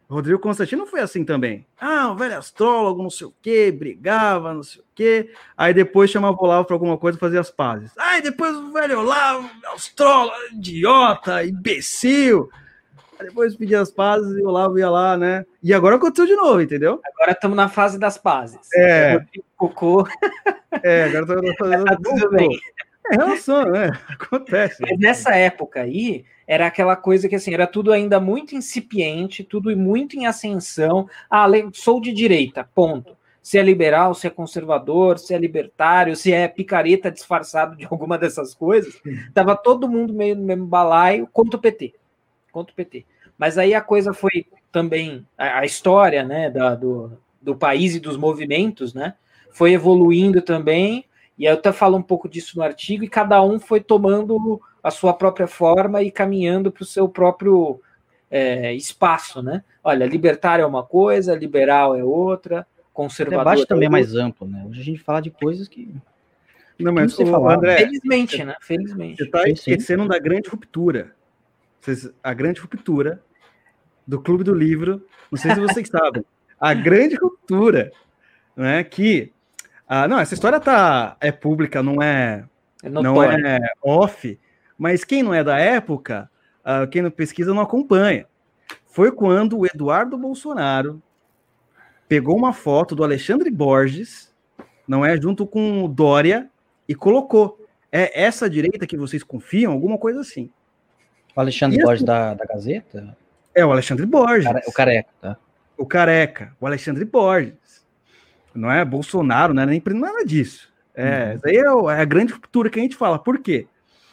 Rodrigo Constantino foi assim também. Ah, o velho astrólogo, não sei o quê, brigava, não sei o quê. Aí depois chamava o Olavo para alguma coisa e fazia as pazes. Aí depois o velho Olavo, astrólogo, idiota, imbecil. Aí depois pedia as pazes e o Olavo ia lá, né? E agora aconteceu de novo, entendeu?
Agora estamos na fase das pazes.
É.
Cocô.
É, agora estamos fazendo.
Tá tudo bem.
É relação, né? Acontece.
Mas nessa época aí, era aquela coisa que assim, era tudo ainda muito incipiente, tudo muito em ascensão. Ah, sou de direita, ponto. Se é liberal, se é conservador, se é libertário, se é picareta disfarçado de alguma dessas coisas, tava todo mundo meio no mesmo balaio contra o P T. Contra o P T. Mas aí a coisa foi também, a, a história, né, da, do, do país e dos movimentos, né, foi evoluindo também. E aí eu até falo um pouco disso no artigo, e cada um foi tomando a sua própria forma e caminhando para o seu próprio é, espaço, né? Olha, libertário é uma coisa, liberal é outra, conservador.
O debate
é
também é
outra.
mais amplo, né? Hoje a gente fala de coisas que...
Não, mas
que
o
falar,
André,
Felizmente, né? Felizmente.
você está esquecendo da grande ruptura. Vocês, a grande ruptura do Clube do Livro, não sei se vocês sabem, a grande ruptura, né, que Ah, não, essa história tá, é pública, não é,
É
não é off, mas quem não é da época, uh, quem não pesquisa não acompanha. Foi quando o Eduardo Bolsonaro pegou uma foto do Alexandre Borges, não é, junto com o Dória, e colocou. É essa direita que vocês confiam? Alguma coisa assim.
O Alexandre
E
Borges
assim,
da, da Gazeta?
É o Alexandre Borges.
O careca, tá?
O careca, o Alexandre Borges. Não é Bolsonaro, não é nem nada disso. É,
Uhum.
Isso aí é, o, é a grande ruptura que a gente fala. Por quê?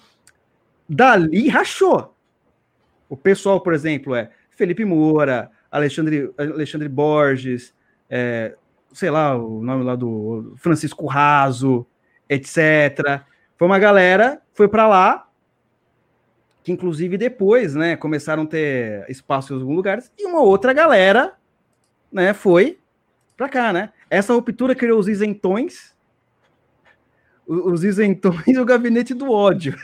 Dali rachou. O pessoal, por exemplo, é Felipe Moura, Alexandre, Alexandre Borges, é, sei lá, o nome lá do Francisco Raso, etcétera. Foi uma galera, foi para lá, que inclusive depois, né, começaram a ter espaço em alguns lugares, e uma outra galera, né, foi para cá, né? Essa ruptura criou os isentões, os isentões e o gabinete do ódio.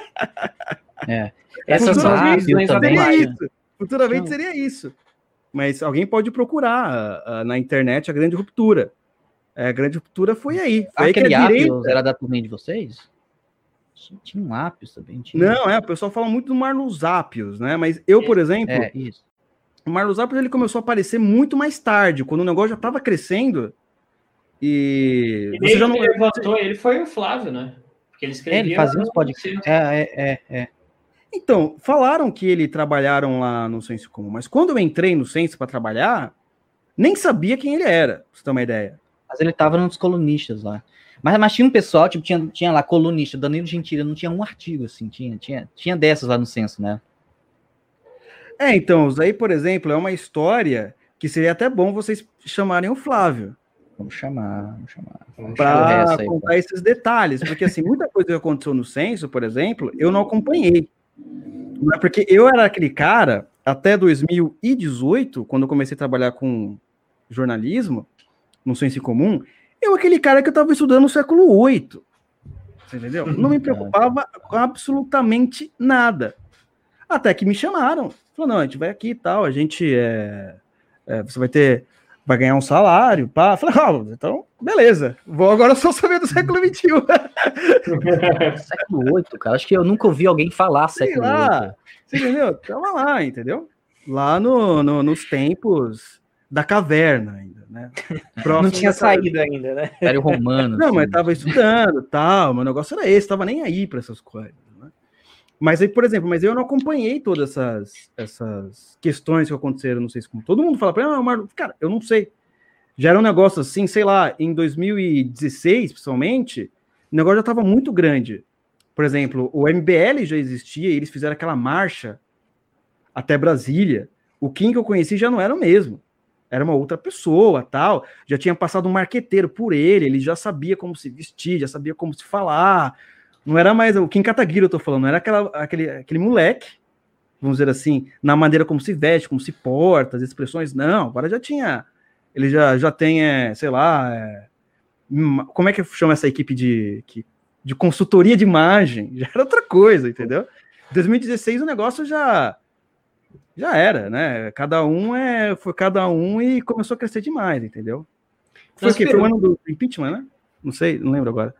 É.
Essas são as visões
seria
atuais.
isso. Futuramente
Não.
seria isso. Mas alguém pode procurar uh, uh, na internet a grande ruptura. A grande ruptura foi aí. Foi aí que
Aquele
a direita...
Ápios era da turma de vocês? Tinha um Ápios também. Tinha.
Não, é, o pessoal fala muito do Marlos Ápios, né? Mas eu, por exemplo,
É, isso.
o Marlos Ápios ele começou a aparecer muito mais tarde, quando o negócio já estava crescendo. E,
E
você
ele
já não...
que levantou ele foi o Flávio, né? Porque ele
É,
escrevia.
ele fazia uns
no
podcasts.
Centro.
É, é, é, é.
Então, falaram que ele trabalharam lá no Senso Comum, mas quando eu entrei no Senso para trabalhar, nem sabia quem ele era, pra você ter uma ideia.
Mas ele tava nos colunistas lá. Mas, mas tinha um pessoal, tipo, tinha, tinha lá colunista, Danilo Gentili, não tinha um artigo, assim, tinha, tinha, tinha dessas lá no Censo, né?
É, então, isso aí, por exemplo, é uma história que seria até bom vocês chamarem o Flávio.
Vamos chamar, vamos chamar.
Para contar aí, esses detalhes, porque assim, muita coisa que aconteceu no Censo, por exemplo, eu não acompanhei. Não é porque eu era aquele cara, até dois mil e dezoito, quando eu comecei a trabalhar com jornalismo, no Senso Comum, eu aquele cara que eu estava estudando no século oito. Você entendeu? Não me preocupava com absolutamente nada. Até que me chamaram. Falou, não, a gente vai aqui e tal, a gente é, é, você vai ter, vai ganhar um salário, pá. Falei, ah, então, beleza. Vou agora só saber do século vinte e um.
século oito, cara. Acho que eu nunca ouvi alguém falar
Sei
século
lá,
oito.
você entendeu? Tava lá, entendeu? Lá no, no, nos tempos da caverna ainda, né? Próximo
Não tinha
da caverna.
saído ainda, né?
Império Romano.
Não,
assim.
mas tava estudando, tal, meu negócio era esse, tava nem aí para essas coisas, né? Mas aí, por exemplo, mas eu não acompanhei todas essas, essas questões que aconteceram, não sei se como todo mundo fala para mim, ah, Marlon, cara, eu não sei. Já era um negócio assim, sei lá, em dois mil e dezesseis, principalmente, o negócio já estava muito grande. Por exemplo, o M B L já existia, e eles fizeram aquela marcha até Brasília. O Kim que eu conheci já não era o mesmo. Era uma outra pessoa, tal. Já tinha passado um marqueteiro por ele, ele já sabia como se vestir, já sabia como se falar. Não era mais o Kim Kataguiri, eu tô falando, não era aquela, aquele, aquele moleque, vamos dizer assim, na maneira como se veste, como se porta, as expressões, não. Agora já tinha, ele já, já tem, é, sei lá, é, como é que chama essa equipe de, que, de consultoria de imagem? Já era outra coisa, entendeu? Em dois mil e dezesseis o negócio já... já era, né? Cada um é, foi cada um e começou a crescer demais, entendeu? Foi o quê? Foi o ano do impeachment, né? Não sei, não lembro agora.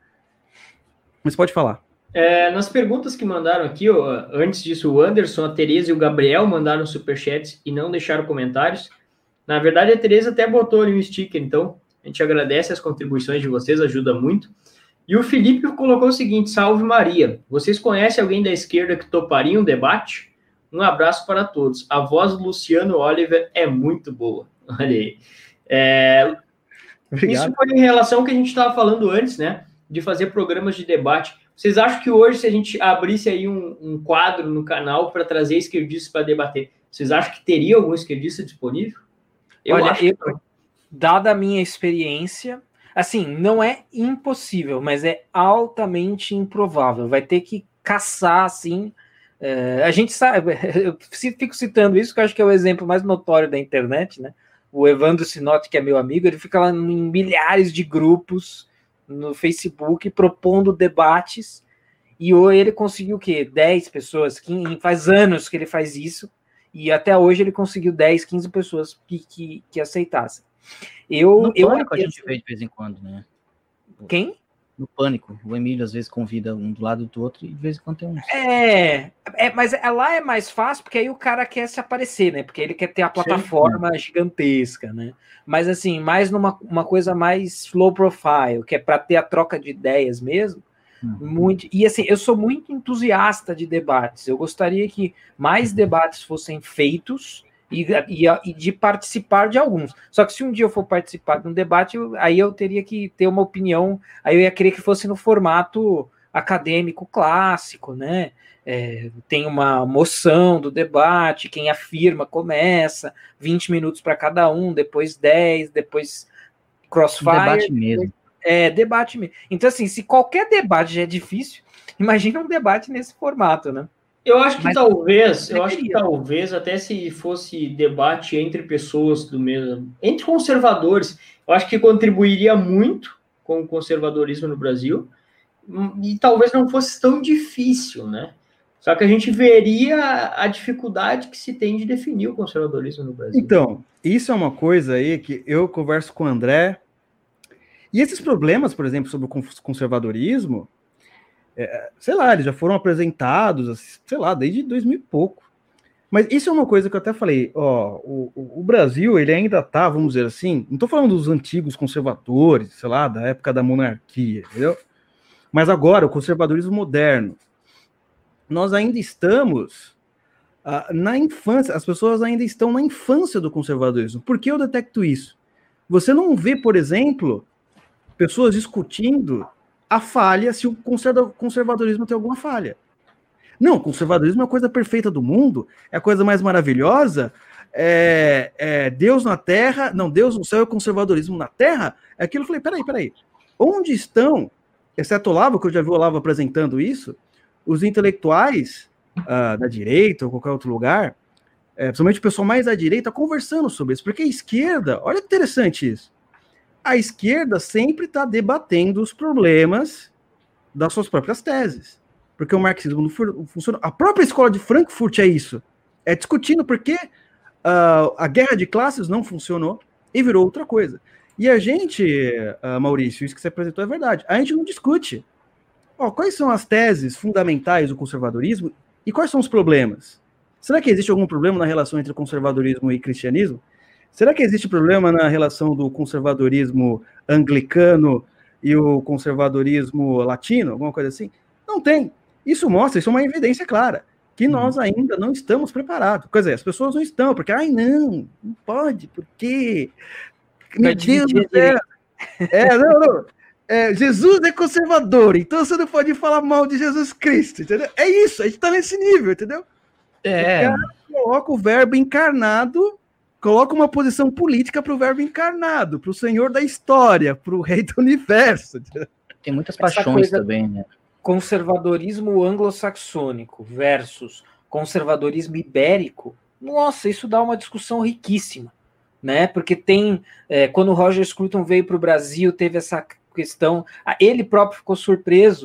Mas pode falar.
É, nas perguntas que mandaram aqui, ó, antes disso, o Anderson, a Tereza e o Gabriel mandaram superchats e não deixaram comentários. Na verdade, a Tereza até botou ali um sticker, então a gente agradece as contribuições de vocês, ajuda muito. E o Felipe colocou o seguinte: salve Maria, vocês conhecem alguém da esquerda que toparia um debate? Um abraço para todos. A voz do Luciano Oliver é muito boa. Olha aí. É, isso foi em relação ao que a gente estava falando antes, né? De fazer programas de debate. Vocês acham que hoje, se a gente abrisse aí um, um quadro no canal para trazer esquerdistas para debater, vocês acham que teria algum esquerdista disponível?
Eu Olha, acho eu, que... dada a minha experiência, assim, não é impossível, mas é altamente improvável. Vai ter que caçar, assim... É, a gente sabe, eu fico citando isso, que eu acho que é o exemplo mais notório da internet, né? O Evandro Sinotti, que é meu amigo, ele fica lá em milhares de grupos no Facebook propondo debates, e hoje ele conseguiu o quê? dez pessoas, quinze, faz anos que ele faz isso, e até hoje ele conseguiu dez, quinze pessoas que, que, que aceitassem. Eu,
no
eu
Pânico a gente vê de vez em quando, né?
Quem?
No Pânico, o Emílio às vezes convida um do lado do outro e de vez em quando tem um.
É, é, mas lá é mais fácil porque aí o cara quer se aparecer, né? Porque ele quer ter a plataforma Sim. gigantesca, né? Mas assim, mais numa uma coisa mais low profile, que é para ter a troca de ideias mesmo. Uhum. Muito, e assim, eu sou muito entusiasta de debates. Eu gostaria que mais debates fossem feitos e, e, e de participar de alguns. Só que se um dia eu for participar de um debate, eu, aí eu teria que ter uma opinião, aí eu ia querer que fosse no formato acadêmico clássico, né? É, tem uma moção do debate, quem afirma começa, vinte minutos para cada um, depois dez, depois crossfire. Um
debate mesmo.
É, debate mesmo. Então, assim, se qualquer debate já é difícil, imagina um debate nesse formato, né?
Eu acho que Mas, talvez, eu acho que talvez, até se fosse debate entre pessoas do mesmo, entre conservadores, eu acho que contribuiria muito com o conservadorismo no Brasil, e talvez não fosse tão difícil, né? Só que a gente veria a dificuldade que se tem de definir o conservadorismo no Brasil.
Então, isso é uma coisa aí que eu converso com o André, e esses problemas, por exemplo, sobre o conservadorismo, É, sei lá, eles já foram apresentados, sei lá, desde dois mil e pouco. Mas isso é uma coisa que eu até falei, ó, o, o Brasil, ele ainda tá, vamos dizer assim, não tô falando dos antigos conservadores, sei lá, da época da monarquia, entendeu? Mas agora, o conservadorismo moderno, nós ainda estamos ah, na infância, as pessoas ainda estão na infância do conservadorismo. Por que eu detecto isso? Você não vê, por exemplo, pessoas discutindo a falha, se o conservadorismo tem alguma falha. Não, o conservadorismo é a coisa perfeita do mundo, é a coisa mais maravilhosa, é, é Deus na terra, não, Deus no céu e o conservadorismo na terra, é aquilo. Eu falei, peraí, peraí, onde estão, exceto o Olavo, que eu já vi o Olavo apresentando isso, os intelectuais uh, da direita ou qualquer outro lugar, é, principalmente o pessoal mais da direita, conversando sobre isso, porque a esquerda, olha que interessante isso, a esquerda sempre está debatendo os problemas das suas próprias teses. Porque o marxismo não funciona. A própria escola de Frankfurt é isso. É discutindo por que uh, a guerra de classes não funcionou e virou outra coisa. E a gente, uh, Maurício, isso que você apresentou é verdade. A gente não discute. Oh, quais são as teses fundamentais do conservadorismo e quais são os problemas? Será que existe algum problema na relação entre conservadorismo e cristianismo? Será que existe problema na relação do conservadorismo anglicano e o conservadorismo latino? Alguma coisa assim? Não tem. Isso mostra, isso é uma evidência clara, que nós ainda não estamos preparados. Quer dizer, as pessoas não estão, porque, ai, não, não pode, por quê? Meu Deus do céu. É, não, não. É, Jesus é conservador, então você não pode falar mal de Jesus Cristo, entendeu? É isso, a gente está nesse nível, entendeu? É. O cara coloca o verbo encarnado, coloca uma posição política para o verbo encarnado, para o Senhor da história, para o Rei do Universo. Entendeu?
Tem muitas paixões também, né?
Conservadorismo anglo-saxônico versus conservadorismo ibérico, nossa, isso dá uma discussão riquíssima, né? Porque tem, é, quando o Roger Scruton veio para o Brasil, teve essa questão, ele próprio ficou surpreso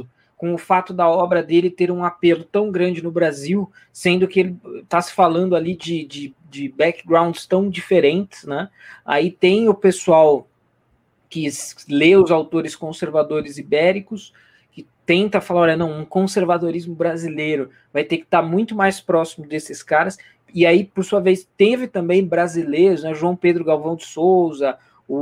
com o fato da obra dele ter um apelo tão grande no Brasil, sendo que ele está se falando ali de, de, de backgrounds tão diferentes, né? Aí tem o pessoal que lê os autores conservadores ibéricos, que tenta falar, olha, não, um conservadorismo brasileiro vai ter que estar muito mais próximo desses caras, e aí, por sua vez, teve também brasileiros, né, João Pedro Galvão de Souza, o,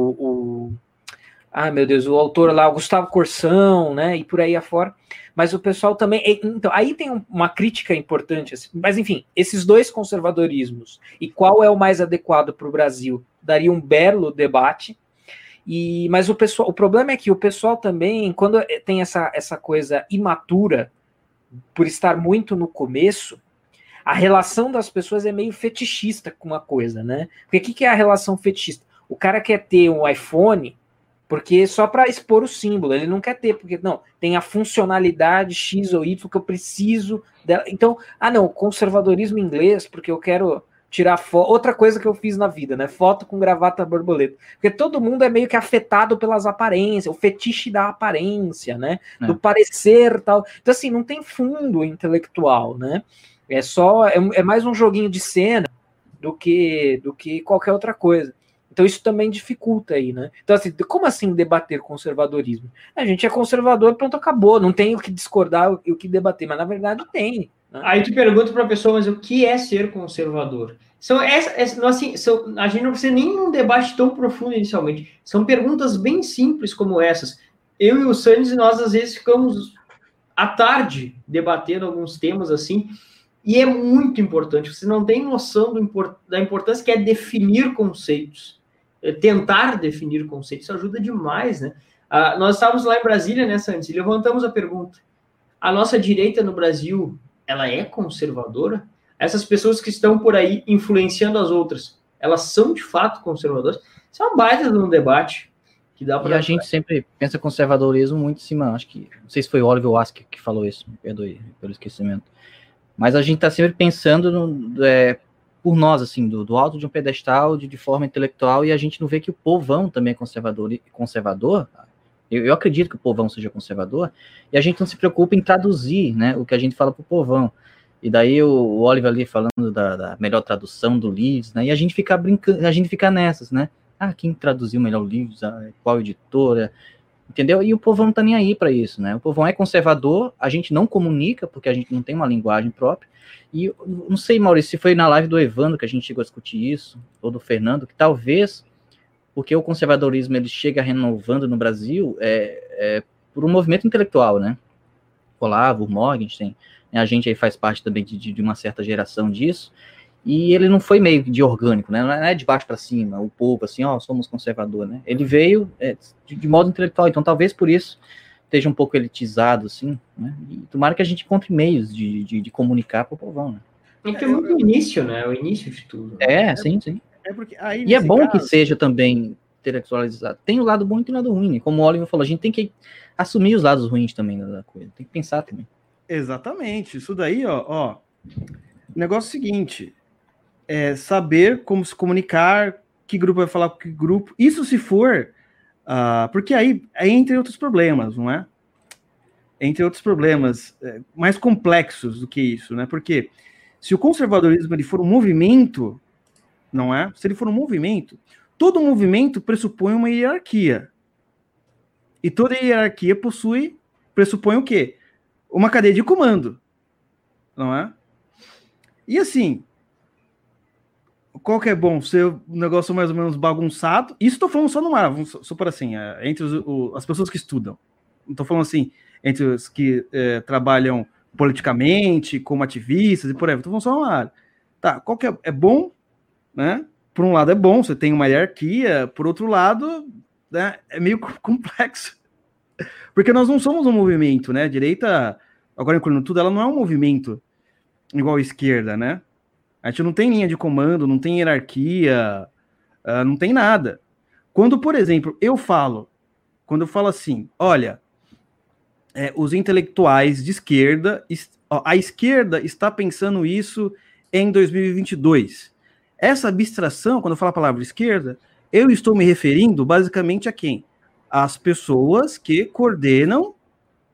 o ah, meu Deus, o autor lá, o Gustavo Corsão, né, e por aí afora, mas o pessoal também, então, aí tem uma crítica importante, assim, mas enfim, esses dois conservadorismos, e qual é o mais adequado para o Brasil, daria um belo debate. E, mas o pessoal, o problema é que o pessoal também, quando tem essa, essa coisa imatura, por estar muito no começo, a relação das pessoas é meio fetichista com uma coisa, né? Porque o que, que é a relação fetichista? O cara quer ter um iPhone porque só para expor o símbolo, ele não quer ter, porque não, tem a funcionalidade X ou Y que eu preciso dela. Então, ah não, conservadorismo inglês, porque eu quero tirar foto. Outra coisa que eu fiz na vida, né? Foto com gravata borboleta. Porque todo mundo é meio que afetado pelas aparências, o fetiche da aparência, né? É. Do parecer tal. Então, assim, não tem fundo intelectual, né? É só. É, é mais um joguinho de cena do que, do que qualquer outra coisa. Então, isso também dificulta aí, né? Então, assim, como assim debater conservadorismo? A gente é conservador, pronto, acabou. Não tem o que discordar, o que debater, mas na verdade tem.
Aí tu pergunta para a pessoa, mas o que é ser conservador? São essa, essa, assim, são, a gente não precisa nem um debate tão profundo inicialmente. São perguntas bem simples como essas. Eu e o Sandes, nós às vezes ficamos à tarde debatendo alguns temas assim, e é muito importante. Você não tem noção do, da importância que é definir conceitos. É tentar definir conceitos, isso ajuda demais, né? Ah, nós estávamos lá em Brasília, né, Sandes, e levantamos a pergunta. A nossa direita no Brasil, ela é conservadora? Essas pessoas que estão por aí influenciando as outras, elas são de fato conservadoras? Isso é uma baita de um debate que dá para...
E a gente sempre pensa conservadorismo muito em cima, acho que, não sei se foi o Oliver Wask que falou isso, me perdoe pelo esquecimento, mas a gente está sempre pensando no, é, por nós, assim, do, do alto de um pedestal, de, de forma intelectual, e a gente não vê que o povão também é conservador, conservador. Eu, eu acredito que o povão seja conservador, e a gente não se preocupa em traduzir, né, o que a gente fala para o povão. E daí o, o Oliver ali falando da, da melhor tradução do Leaves, né, e a gente fica brincando, a gente fica nessas, né, ah, quem traduziu melhor o Leaves, qual editora, entendeu? E o povão não tá nem aí para isso, né, o povão é conservador, a gente não comunica, porque a gente não tem uma linguagem própria, e eu não sei, Maurício, se foi na live do Evandro que a gente chegou a discutir isso, ou do Fernando, que talvez... porque o conservadorismo ele chega renovando no Brasil é, é, por um movimento intelectual, né? Olavo, Morgenstern, né? A gente aí faz parte também de, de uma certa geração disso, e ele não foi meio de orgânico, né? Não é de baixo para cima, o povo assim, ó, somos conservador, né? Ele veio é, de, de modo intelectual, então talvez por isso esteja um pouco elitizado, assim, né? E tomara que a gente encontre meios de, de, de comunicar para o povão, né?
É que é muito o início, né? O início de tudo.
É, sim, sim.
É porque aí,
e é bom
caso...
que seja também intelectualizado. Tem o lado bom e tem o lado ruim. Como o Oliver falou, a gente tem que assumir os lados ruins também da coisa. Tem que pensar também.
Exatamente. Isso daí, ó, ó. O negócio é o seguinte: é saber como se comunicar, que grupo vai falar com que grupo. Isso se for. Uh, porque aí, aí, entre outros problemas, não é? Entre outros problemas é, mais complexos do que isso, né? Porque se o conservadorismo ele for um movimento, não é? Se ele for um movimento, todo movimento pressupõe uma hierarquia. E toda hierarquia possui, pressupõe o quê? Uma cadeia de comando, não é? E assim, qual que é bom? Ser um negócio mais ou menos bagunçado. Isso estou falando só no ar, só por assim, é, entre os, o, as pessoas que estudam. Não estou falando assim, entre os que é, trabalham politicamente, como ativistas e por aí. Estou falando só no ar. Tá, qual que é, é bom, né? Por um lado é bom, você tem uma hierarquia, por outro lado, né, é meio complexo. Porque nós não somos um movimento, né? A direita, agora incluindo tudo, ela não é um movimento igual a esquerda, né? A gente não tem linha de comando, não tem hierarquia, uh, não tem nada. Quando, por exemplo, eu falo, quando eu falo assim, olha, é, os intelectuais de esquerda, ó, a esquerda está pensando isso em dois mil e vinte e dois. Essa abstração, quando eu falo a palavra esquerda, eu estou me referindo basicamente a quem? As pessoas que coordenam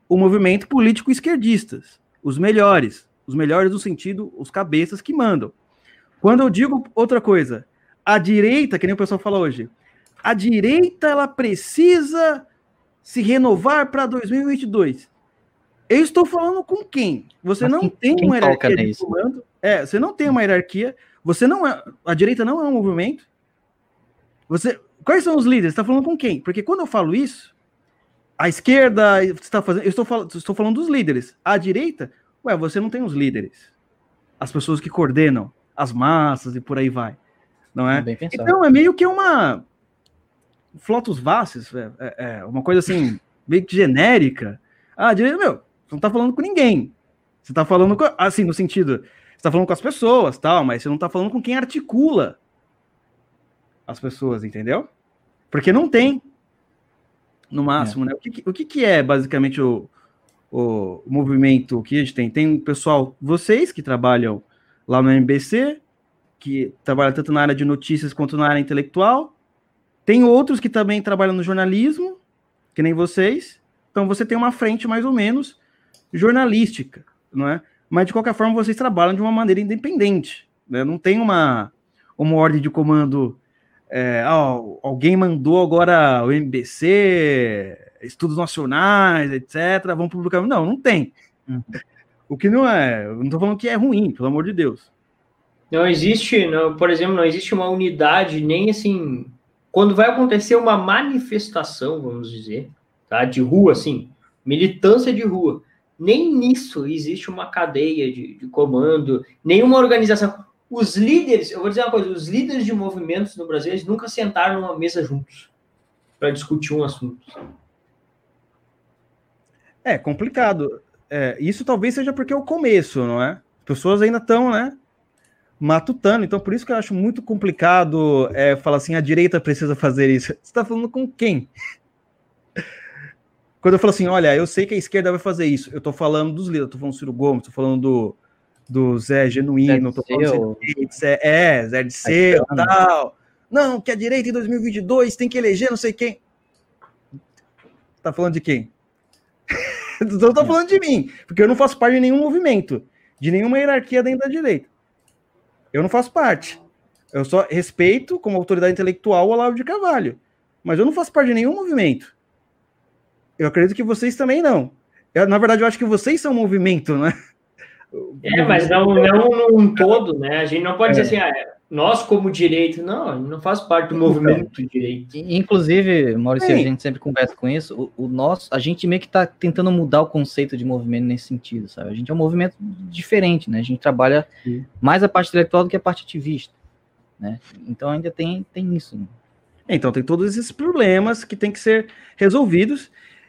o movimento político esquerdistas, os melhores, os melhores no sentido, os cabeças que mandam. Quando eu digo outra coisa, a direita, que nem o pessoal fala hoje, a direita ela precisa se renovar para dois mil e vinte e dois. Eu estou falando com quem? Você Mas não quem, tem quem uma hierarquia de comando. É, você não tem uma hierarquia. Você não é. A direita não é um movimento. Você. Quais são os líderes? Você está falando com quem? Porque quando eu falo isso, a esquerda está fazendo. Eu estou falando, estou falando dos líderes. A direita, ué, você não tem os líderes. As pessoas que coordenam as massas e por aí vai. Não é? é então é meio que uma. Flotus Vassis, é, é uma coisa assim, meio que genérica. Ah, direita, meu, você não tá falando com ninguém. Você tá falando com, assim, no sentido, você tá falando com as pessoas, tal, mas você não tá falando com quem articula as pessoas, entendeu? Porque não tem, no máximo, é. né? O que, o que que é, basicamente, o, o movimento que a gente tem? Tem um pessoal, vocês que trabalham lá no M B C, que trabalham tanto na área de notícias quanto na área intelectual. Tem outros que também trabalham no jornalismo, que nem vocês. Então, você tem uma frente mais ou menos jornalística, não é? Mas, de qualquer forma, vocês trabalham de uma maneira independente, né? Não tem uma, uma ordem de comando. É, ó, alguém mandou agora o M B C, estudos nacionais, etcétera. Vamos publicar. Não, não tem. Uhum. O que não é... Eu não estou falando que é ruim, pelo amor de Deus.
Não existe, não, por exemplo, não existe uma unidade, nem assim... Quando vai acontecer uma manifestação, vamos dizer, tá, de rua, assim, militância de rua, nem nisso existe uma cadeia de, de comando, nenhuma organização. Os líderes, eu vou dizer uma coisa, os líderes de movimentos no Brasil, eles nunca sentaram numa mesa juntos para discutir um assunto.
É complicado. É, isso talvez seja porque é o começo, não é? As pessoas ainda estão, né? matutando, então por isso que eu acho muito complicado é, falar assim, a direita precisa fazer isso. Você está falando com quem? Quando eu falo assim, olha, eu sei que a esquerda vai fazer isso, eu estou falando dos líderes, eu estou falando do Ciro Gomes, estou falando do, do Zé Genuíno, estou falando do Zé, é, Zé de Seu, tal. Não, que a direita em dois mil e vinte e dois tem que eleger não sei quem. Tá falando de quem? Não estou falando de mim, porque eu não faço parte de nenhum movimento, de nenhuma hierarquia dentro da direita. Eu não faço parte. Eu só respeito, como autoridade intelectual, o Olavo de Carvalho. Mas eu não faço parte de nenhum movimento. Eu acredito que vocês também não. Eu, na verdade, eu acho que vocês são um movimento, né?
É, mas não, não num todo, né? A gente não pode é. dizer assim, ah, nós como direito, não, não faz parte do movimento de direito.
Inclusive, Maurício, Sim. a gente sempre conversa com isso, o, o nosso, a gente meio que está tentando mudar o conceito de movimento nesse sentido, sabe? A gente é um movimento diferente, né? A gente trabalha Sim. mais a parte intelectual do que a parte ativista, né? Então ainda tem, tem isso. Né?
Então tem todos esses problemas que tem que ser resolvidos.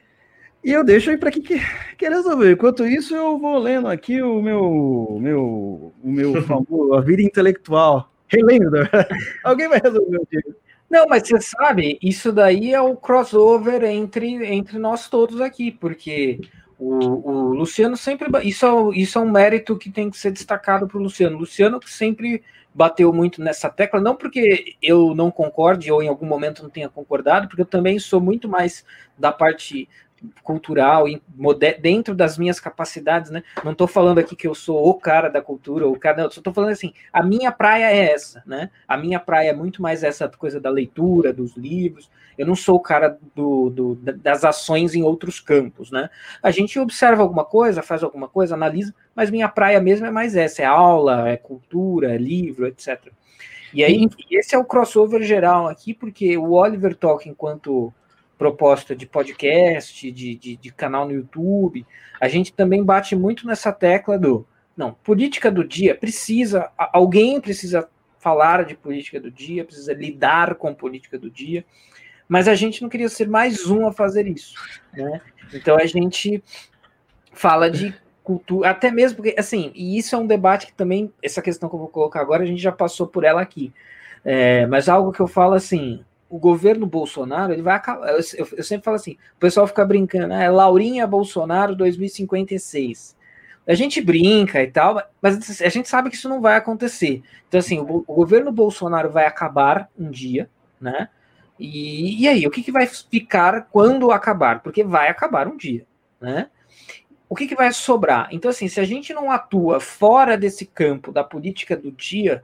E eu deixo aí para quem quer resolver. Enquanto isso, eu vou lendo aqui o meu, meu, o meu famoso, a vida intelectual. Relendo. Alguém vai resolver o dia.
Não, mas você sabe, isso daí é o crossover entre, entre nós todos aqui, porque o, o Luciano sempre... Isso é, isso é um mérito que tem que ser destacado para o Luciano. O Luciano que sempre bateu muito nessa tecla, não porque eu não concorde ou em algum momento não tenha concordado, porque eu também sou muito mais da parte... cultural, dentro das minhas capacidades, né? Não estou falando aqui que eu sou o cara da cultura, o cara, não, só estou falando assim, a minha praia é essa, né? A minha praia é muito mais essa coisa da leitura, dos livros. Eu não sou o cara do, do, das ações em outros campos, né? A gente observa alguma coisa, faz alguma coisa, analisa, mas minha praia mesmo é mais essa, é aula, é cultura, é livro, etcétera. E aí, esse é o crossover geral aqui, porque o Oliver Talk, enquanto proposta de podcast, de, de, de canal no YouTube, a gente também bate muito nessa tecla do, não, política do dia, precisa, alguém precisa falar de política do dia, precisa lidar com política do dia, mas a gente não queria ser mais um a fazer isso, né? Então a gente fala de cultura, até mesmo porque, assim, e isso é um debate que também, essa questão que eu vou colocar agora, a gente já passou por ela aqui, é, mas algo que eu falo assim, o governo Bolsonaro, ele vai acabar, eu, eu, eu sempre falo assim, o pessoal fica brincando, é Laurinha Bolsonaro dois mil e cinquenta e seis. A gente brinca e tal, mas a gente sabe que isso não vai acontecer. Então, assim, o, o governo Bolsonaro vai acabar um dia, né? E, e aí, o que, que vai ficar quando acabar? Porque vai acabar um dia, né? o que, que vai sobrar? Então, assim, se a gente não atua fora desse campo da política do dia,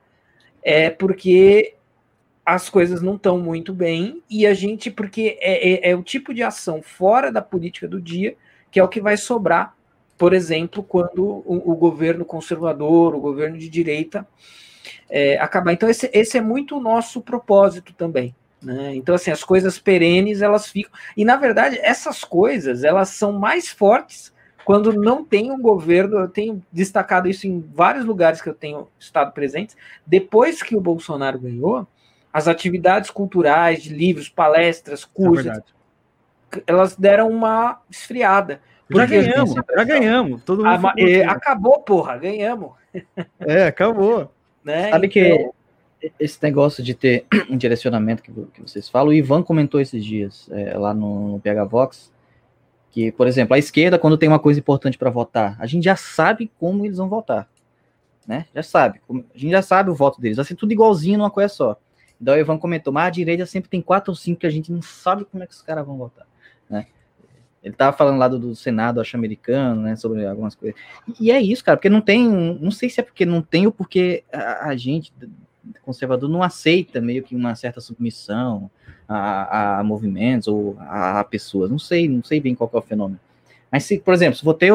é porque as coisas não estão muito bem, e a gente, porque é, é, é o tipo de ação fora da política do dia que é o que vai sobrar, por exemplo, quando o, o governo conservador, o governo de direita é, acabar. Então, esse, esse é muito o nosso propósito também. Né? Então, assim, as coisas perenes, elas ficam... E, na verdade, essas coisas, elas são mais fortes quando não tem um governo. Eu tenho destacado isso em vários lugares que eu tenho estado presente. Depois que o Bolsonaro ganhou, as atividades culturais, de livros, palestras, cursos, é elas deram uma esfriada.
Já ganhamos, já ganhamos. Todo mundo
a, é, acabou, porra, ganhamos.
É, acabou.
Né? Sabe então... que esse negócio de ter um direcionamento que, que vocês falam, o Ivan comentou esses dias é, lá no, no P H Vox, que, por exemplo, a esquerda, quando tem uma coisa importante para votar, a gente já sabe como eles vão votar. Né? Já sabe. A gente já sabe o voto deles. Vai ser tudo igualzinho numa coisa só. Então o Ivan comentou, mas a direita sempre tem quatro ou cinco que a gente não sabe como é que os caras vão votar. Né? Ele tava falando lá do, do Senado, acho americano, né, sobre algumas coisas. E, e é isso, cara, porque não tem, não sei se é porque não tem ou porque a, a gente, conservador, não aceita meio que uma certa submissão a, a movimentos ou a, a pessoas. Não sei, não sei bem qual que é o fenômeno. Mas se, por exemplo, se votei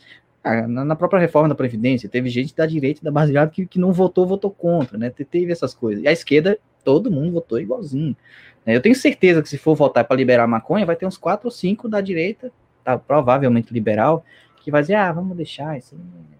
na, na própria reforma da Previdência, teve gente da direita e da base que, que não votou, votou contra, né? Teve essas coisas. E a esquerda, todo mundo votou igualzinho. Eu tenho certeza que se for votar para liberar a maconha, vai ter uns quatro ou cinco da direita, tá, provavelmente liberal, que vai dizer, ah, vamos deixar isso.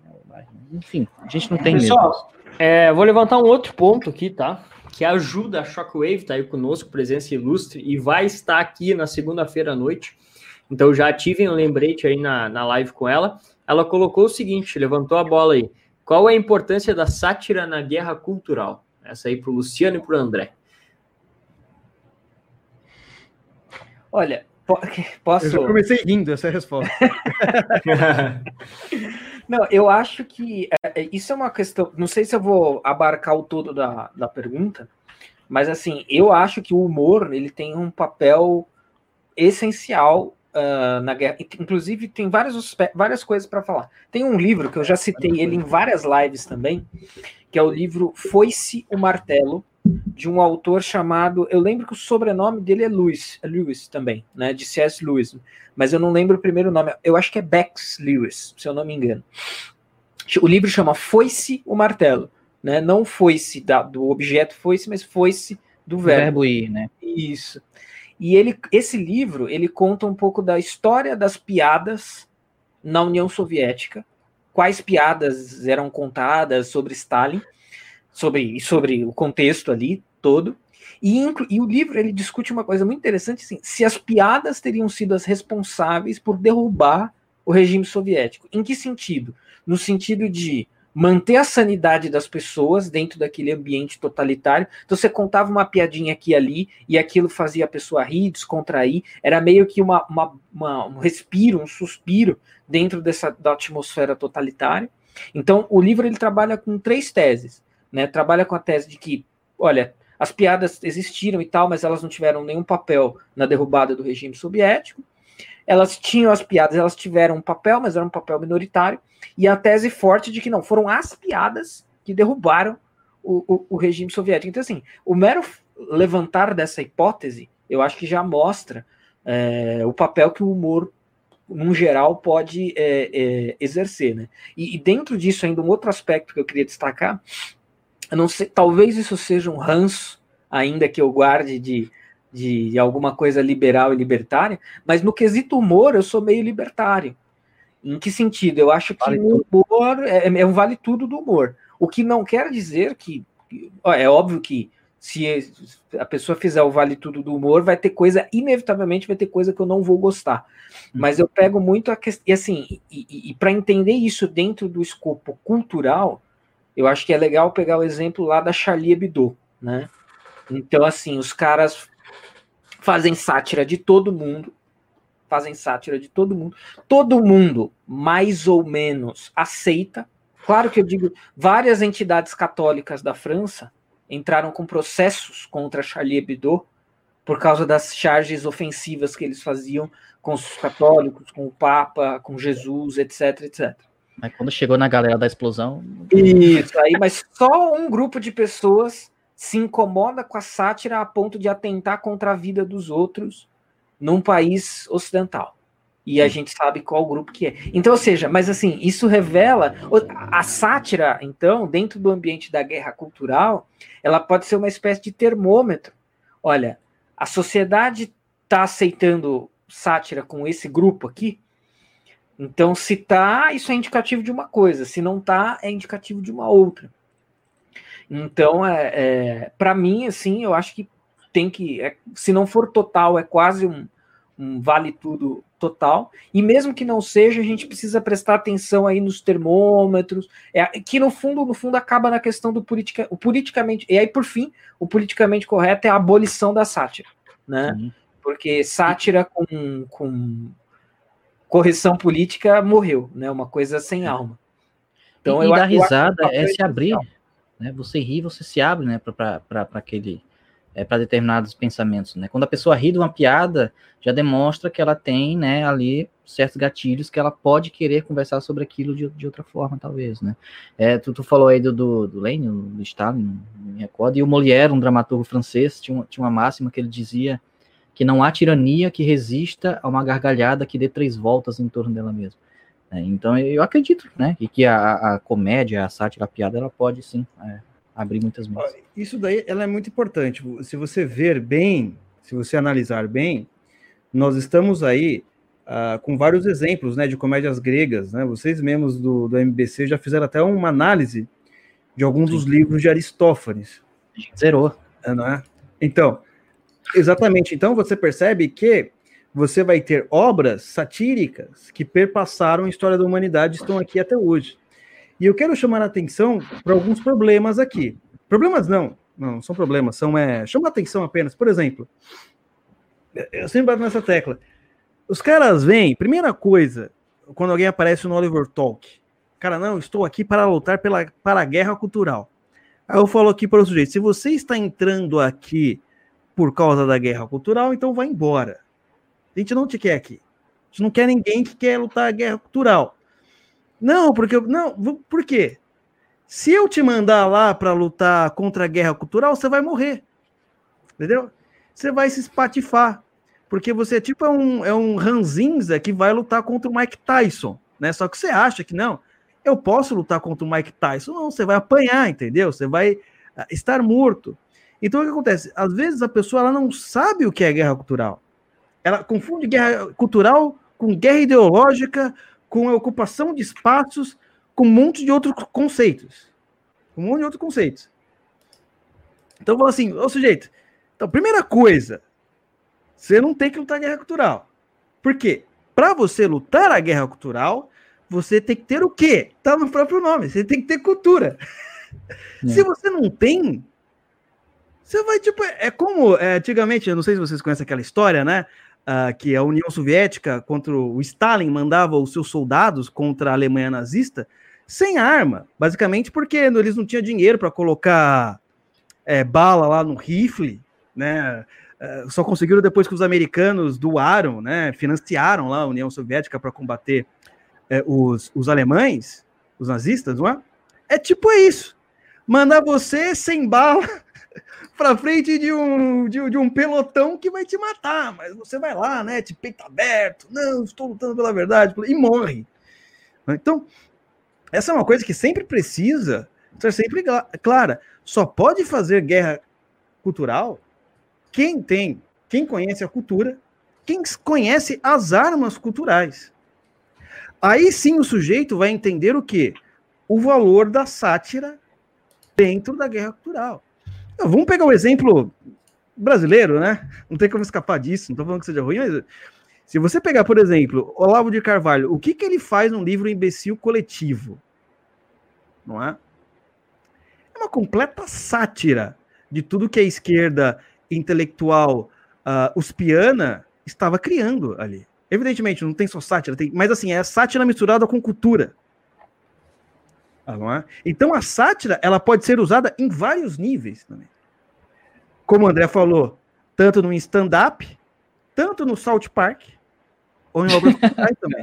Enfim, a gente não tem
Pessoal, é, vou levantar um outro ponto aqui, tá? Que ajuda a Shockwave, tá aí conosco, presença ilustre, e vai estar aqui na segunda-feira à noite. Então já ativem o lembrete aí na, na live com ela. Ela colocou o seguinte, levantou a bola aí. Qual é a importância da sátira na guerra cultural? Essa aí pro Luciano e pro André.
Olha, posso...
Eu já comecei rindo essa resposta.
Não, eu acho que é, isso é uma questão... Não sei se eu vou abarcar o todo da, da pergunta, mas, assim, eu acho que o humor, ele tem um papel essencial uh, na guerra. Inclusive, tem várias, várias coisas para falar. Tem um livro que eu já citei ele em várias lives também, que é o livro Foi-se o Martelo, de um autor chamado, eu lembro que o sobrenome dele é Lewis, é Lewis também, né, de C S Lewis, mas eu não lembro o primeiro nome, eu acho que é Bex Lewis, se eu não me engano. O livro chama Foi-se o Martelo, né, não foi-se do objeto foi-se, mas foi-se do verbo.
verbo ir, né?
Isso. E ele, esse livro, ele conta um pouco da história das piadas na União Soviética, quais piadas eram contadas sobre Stalin, sobre, sobre o contexto ali todo, e, inclu, e o livro ele discute uma coisa muito interessante, assim, se as piadas teriam sido as responsáveis por derrubar o regime soviético. Em que sentido? No sentido de manter a sanidade das pessoas dentro daquele ambiente totalitário. Então você contava uma piadinha aqui e ali, e aquilo fazia a pessoa rir, descontrair, era meio que uma, uma, uma, um respiro, um suspiro dentro dessa da atmosfera totalitária. Então o livro ele trabalha com três teses. Né, trabalha com a tese de que, olha, as piadas existiram e tal, mas elas não tiveram nenhum papel na derrubada do regime soviético. Elas tinham as piadas, elas tiveram um papel, mas era um papel minoritário. E a tese forte de que não, foram as piadas que derrubaram o, o, o regime soviético. Então, assim, o mero levantar dessa hipótese, eu acho que já mostra é, o papel que o humor, num geral, pode é, é, exercer. Né? E, e dentro disso, ainda um outro aspecto que eu queria destacar, eu não sei, talvez isso seja um ranço, ainda que eu guarde de, de, de alguma coisa liberal e libertária, mas no quesito humor eu sou meio libertário. Em que sentido? Eu acho que vale o humor é, é um vale tudo do humor. O que não quer dizer que... Ó, é óbvio que se a pessoa fizer o vale tudo do humor, vai ter coisa, inevitavelmente vai ter coisa que eu não vou gostar. Mas eu pego muito a questão... E assim, e, e, e para entender isso dentro do escopo cultural, eu acho que é legal pegar o exemplo lá da Charlie Hebdo, né? Então, assim, os caras fazem sátira de todo mundo, fazem sátira de todo mundo, todo mundo, mais ou menos, aceita. Claro que eu digo, várias entidades católicas da França entraram com processos contra a Charlie Hebdo, por causa das charges ofensivas que eles faziam com os católicos, com o Papa, com Jesus, etc, etcétera.
Mas quando chegou na galera da explosão...
Isso aí, mas só um grupo de pessoas se incomoda com a sátira a ponto de atentar contra a vida dos outros num país ocidental. E a gente sabe qual grupo que é. Então, ou seja, mas assim, isso revela... A sátira, então, dentro do ambiente da guerra cultural, ela pode ser uma espécie de termômetro. Olha, a sociedade está aceitando sátira com esse grupo aqui, então se tá, isso é indicativo de uma coisa, se não tá, é indicativo de uma outra. Então, é, é, para mim, assim, eu acho que tem que, é, se não for total, é quase um, um vale tudo total, e mesmo que não seja, a gente precisa prestar atenção aí nos termômetros, é, que no fundo, no fundo acaba na questão do politica, o politicamente, e aí por fim, o politicamente correto é a abolição da sátira, né? Sim. Porque sátira com, com correção política morreu, né? Uma coisa sem alma.
Então, e eu, dar risada eu é se abrir, né? Você ri, você se abre, né? Para aquele, é, para determinados pensamentos, né? Quando a pessoa ri de uma piada, já demonstra que ela tem, né? Ali certos gatilhos que ela pode querer conversar sobre aquilo de, de outra forma, talvez, né? É, tu, tu falou aí do, do, do Lenin, do Stalin, não me recordo, e o Molière, um dramaturgo francês, tinha, tinha uma máxima que ele dizia que não há tirania que resista a uma gargalhada que dê três voltas em torno dela mesma. É, então, eu acredito, né, que, que a, a comédia, a sátira, a piada, ela pode, sim, é, abrir muitas mãos.
Isso daí, ela é muito importante. Se você ver bem, se você analisar bem, nós estamos aí uh, com vários exemplos, né, de comédias gregas, né, vocês mesmos do, do M B C já fizeram até uma análise de alguns sim. dos livros de Aristófanes.
A gente zerou.
É, não é? Então... Exatamente. Então, você percebe que você vai ter obras satíricas que perpassaram a história da humanidade e estão aqui até hoje. E eu quero chamar a atenção para alguns problemas aqui. Problemas não, não são problemas, são é, chama a atenção apenas. Por exemplo, eu sempre bato nessa tecla. Os caras vêm, primeira coisa, quando alguém aparece no Oliver Talk, cara, não, estou aqui para lutar pela, para a guerra cultural. Aí eu falo aqui para o sujeito, se você está entrando aqui por causa da guerra cultural, então vai embora. A gente não te quer aqui. A gente não quer ninguém que quer lutar a guerra cultural. Não, porque eu, não, por quê? Se eu te mandar lá para lutar contra a guerra cultural, você vai morrer. Entendeu? Você vai se espatifar. Porque você é tipo é um, é um ranzinza que vai lutar contra o Mike Tyson, né? Só que você acha que não, eu posso lutar contra o Mike Tyson. Não, você vai apanhar, entendeu? Você vai estar morto. Então, o que acontece? Às vezes a pessoa ela não sabe o que é guerra cultural. Ela confunde guerra cultural com guerra ideológica, com a ocupação de espaços, com um monte de outros conceitos. Um monte de outros conceitos. Então, fala assim, ô sujeito, então, primeira coisa, você não tem que lutar a guerra cultural. Por quê? Para você lutar a guerra cultural, você tem que ter o quê? Tá no próprio nome, você tem que ter cultura. É. Se você não tem... Você vai, tipo, é como, é, antigamente, eu não sei se vocês conhecem aquela história, né, uh, que a União Soviética, contra o Stalin, mandava os seus soldados contra a Alemanha nazista sem arma, basicamente porque eles não tinham dinheiro para colocar é, bala lá no rifle, né, uh, só conseguiram depois que os americanos doaram, né, financiaram lá a União Soviética para combater é, os, os alemães, os nazistas, não é? É tipo isso, mandar você sem bala para frente de um, de, de um pelotão que vai te matar, mas você vai lá, né, de peito aberto, não, estou lutando pela verdade, e morre. Então, essa é uma coisa que sempre precisa ser sempre clara. Só pode fazer guerra cultural quem tem, quem conhece a cultura, quem conhece as armas culturais. Aí sim o sujeito vai entender o quê? O valor da sátira dentro da guerra cultural. Vamos pegar o exemplo brasileiro, né? Não tem como escapar disso, não estou falando que seja ruim, mas se você pegar, por exemplo, Olavo de Carvalho, o que, que ele faz num livro Imbecil Coletivo? Não é? É uma completa sátira de tudo que a esquerda intelectual uh, uspiana estava criando ali. Evidentemente, não tem só sátira, tem, mas assim, é sátira misturada com cultura. Não é? Então a sátira ela pode ser usada em vários níveis também. Como o André falou, tanto no stand-up, tanto no South Park, ou em obras culturais também.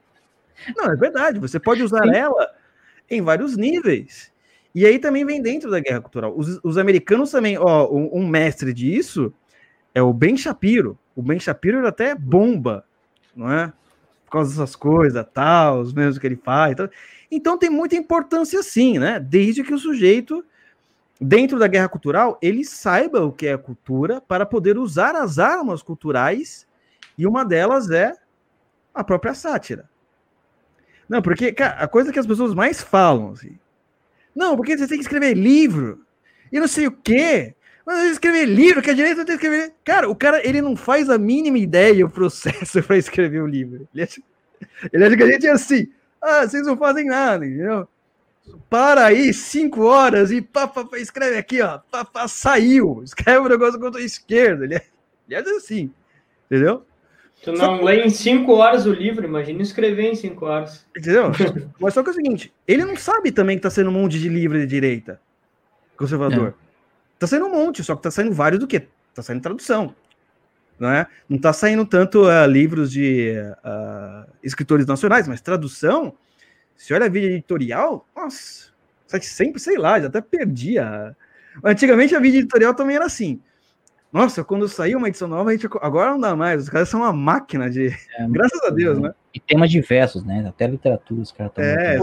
Não, é verdade, você pode usar Sim. ela em vários níveis. E aí também vem dentro da guerra cultural. Os, os americanos também, ó, um, um mestre disso é o Ben Shapiro. O Ben Shapiro ele até bomba, não é? Por causa dessas coisas, tal, os mesmos que ele faz. Tal. Então tem muita importância sim, né? Desde que o sujeito, dentro da guerra cultural, ele saiba o que é cultura para poder usar as armas culturais, e uma delas é a própria sátira. Não, porque, cara, a coisa que as pessoas mais falam, assim, não, porque você tem que escrever livro, e não sei o quê, mas você escrever livro, que a direita tem que escrever... Cara, o cara, ele não faz a mínima ideia o processo para escrever o livro. Ele acha, ele acha que a gente é assim, ah, vocês não fazem nada, entendeu? Para aí, cinco horas, e pá, pá, pá, escreve aqui, ó, pá, pá, saiu, escreve um negócio contra a esquerda, ele é, ele é assim, entendeu?
Tu não só... lê em cinco horas o livro, imagina escrever em cinco horas.
Entendeu? Mas só que é o seguinte, ele não sabe também que tá sendo um monte de livro de direita, conservador. É. Tá saindo um monte, só que tá saindo vários do quê? Tá saindo tradução, não é? Não tá saindo tanto uh, livros de uh, escritores nacionais, mas tradução, se olha a vídeo editorial, nossa, sempre, sei lá, já até perdi a... Antigamente a vídeo editorial também era assim. Nossa, quando saiu uma edição nova, a gente... agora não dá mais. Os caras são uma máquina de... É, graças a Deus, né?
E temas diversos, né? Até literatura, os caras estão...
É,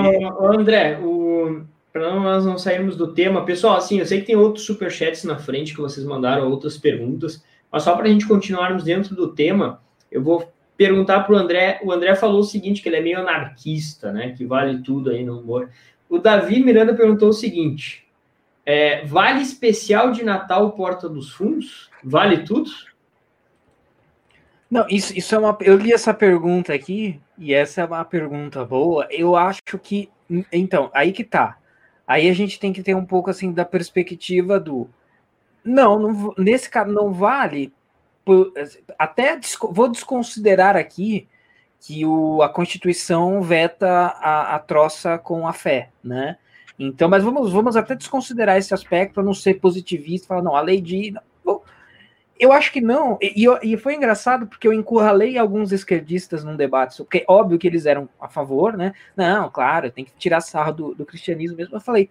o André, o... para nós não sairmos do tema, pessoal, assim, eu sei que tem outros superchats na frente que vocês mandaram, outras perguntas, mas só para a gente continuarmos dentro do tema, eu vou perguntar para o André. O André falou o seguinte, que ele é meio anarquista, né? Que vale tudo aí no humor. O Davi Miranda perguntou o seguinte... É, vale especial de Natal Porta dos Fundos? Vale tudo?
Não, isso, isso é uma... Eu li essa pergunta aqui, e essa é uma pergunta boa. Eu acho que... Então, aí que tá. Aí a gente tem que ter um pouco, assim, da perspectiva do... Não, não nesse caso não vale... Por, até vou desconsiderar aqui que o, a Constituição veta a, a troça com a fé, né? Então, mas vamos, vamos até desconsiderar esse aspecto para não ser positivista, falar, não, a lei de... Bom, eu acho que não, e, e foi engraçado porque eu encurralei alguns esquerdistas num debate, porque é óbvio que eles eram a favor, né? Não, claro, tem que tirar sarro do, do cristianismo mesmo. Eu falei...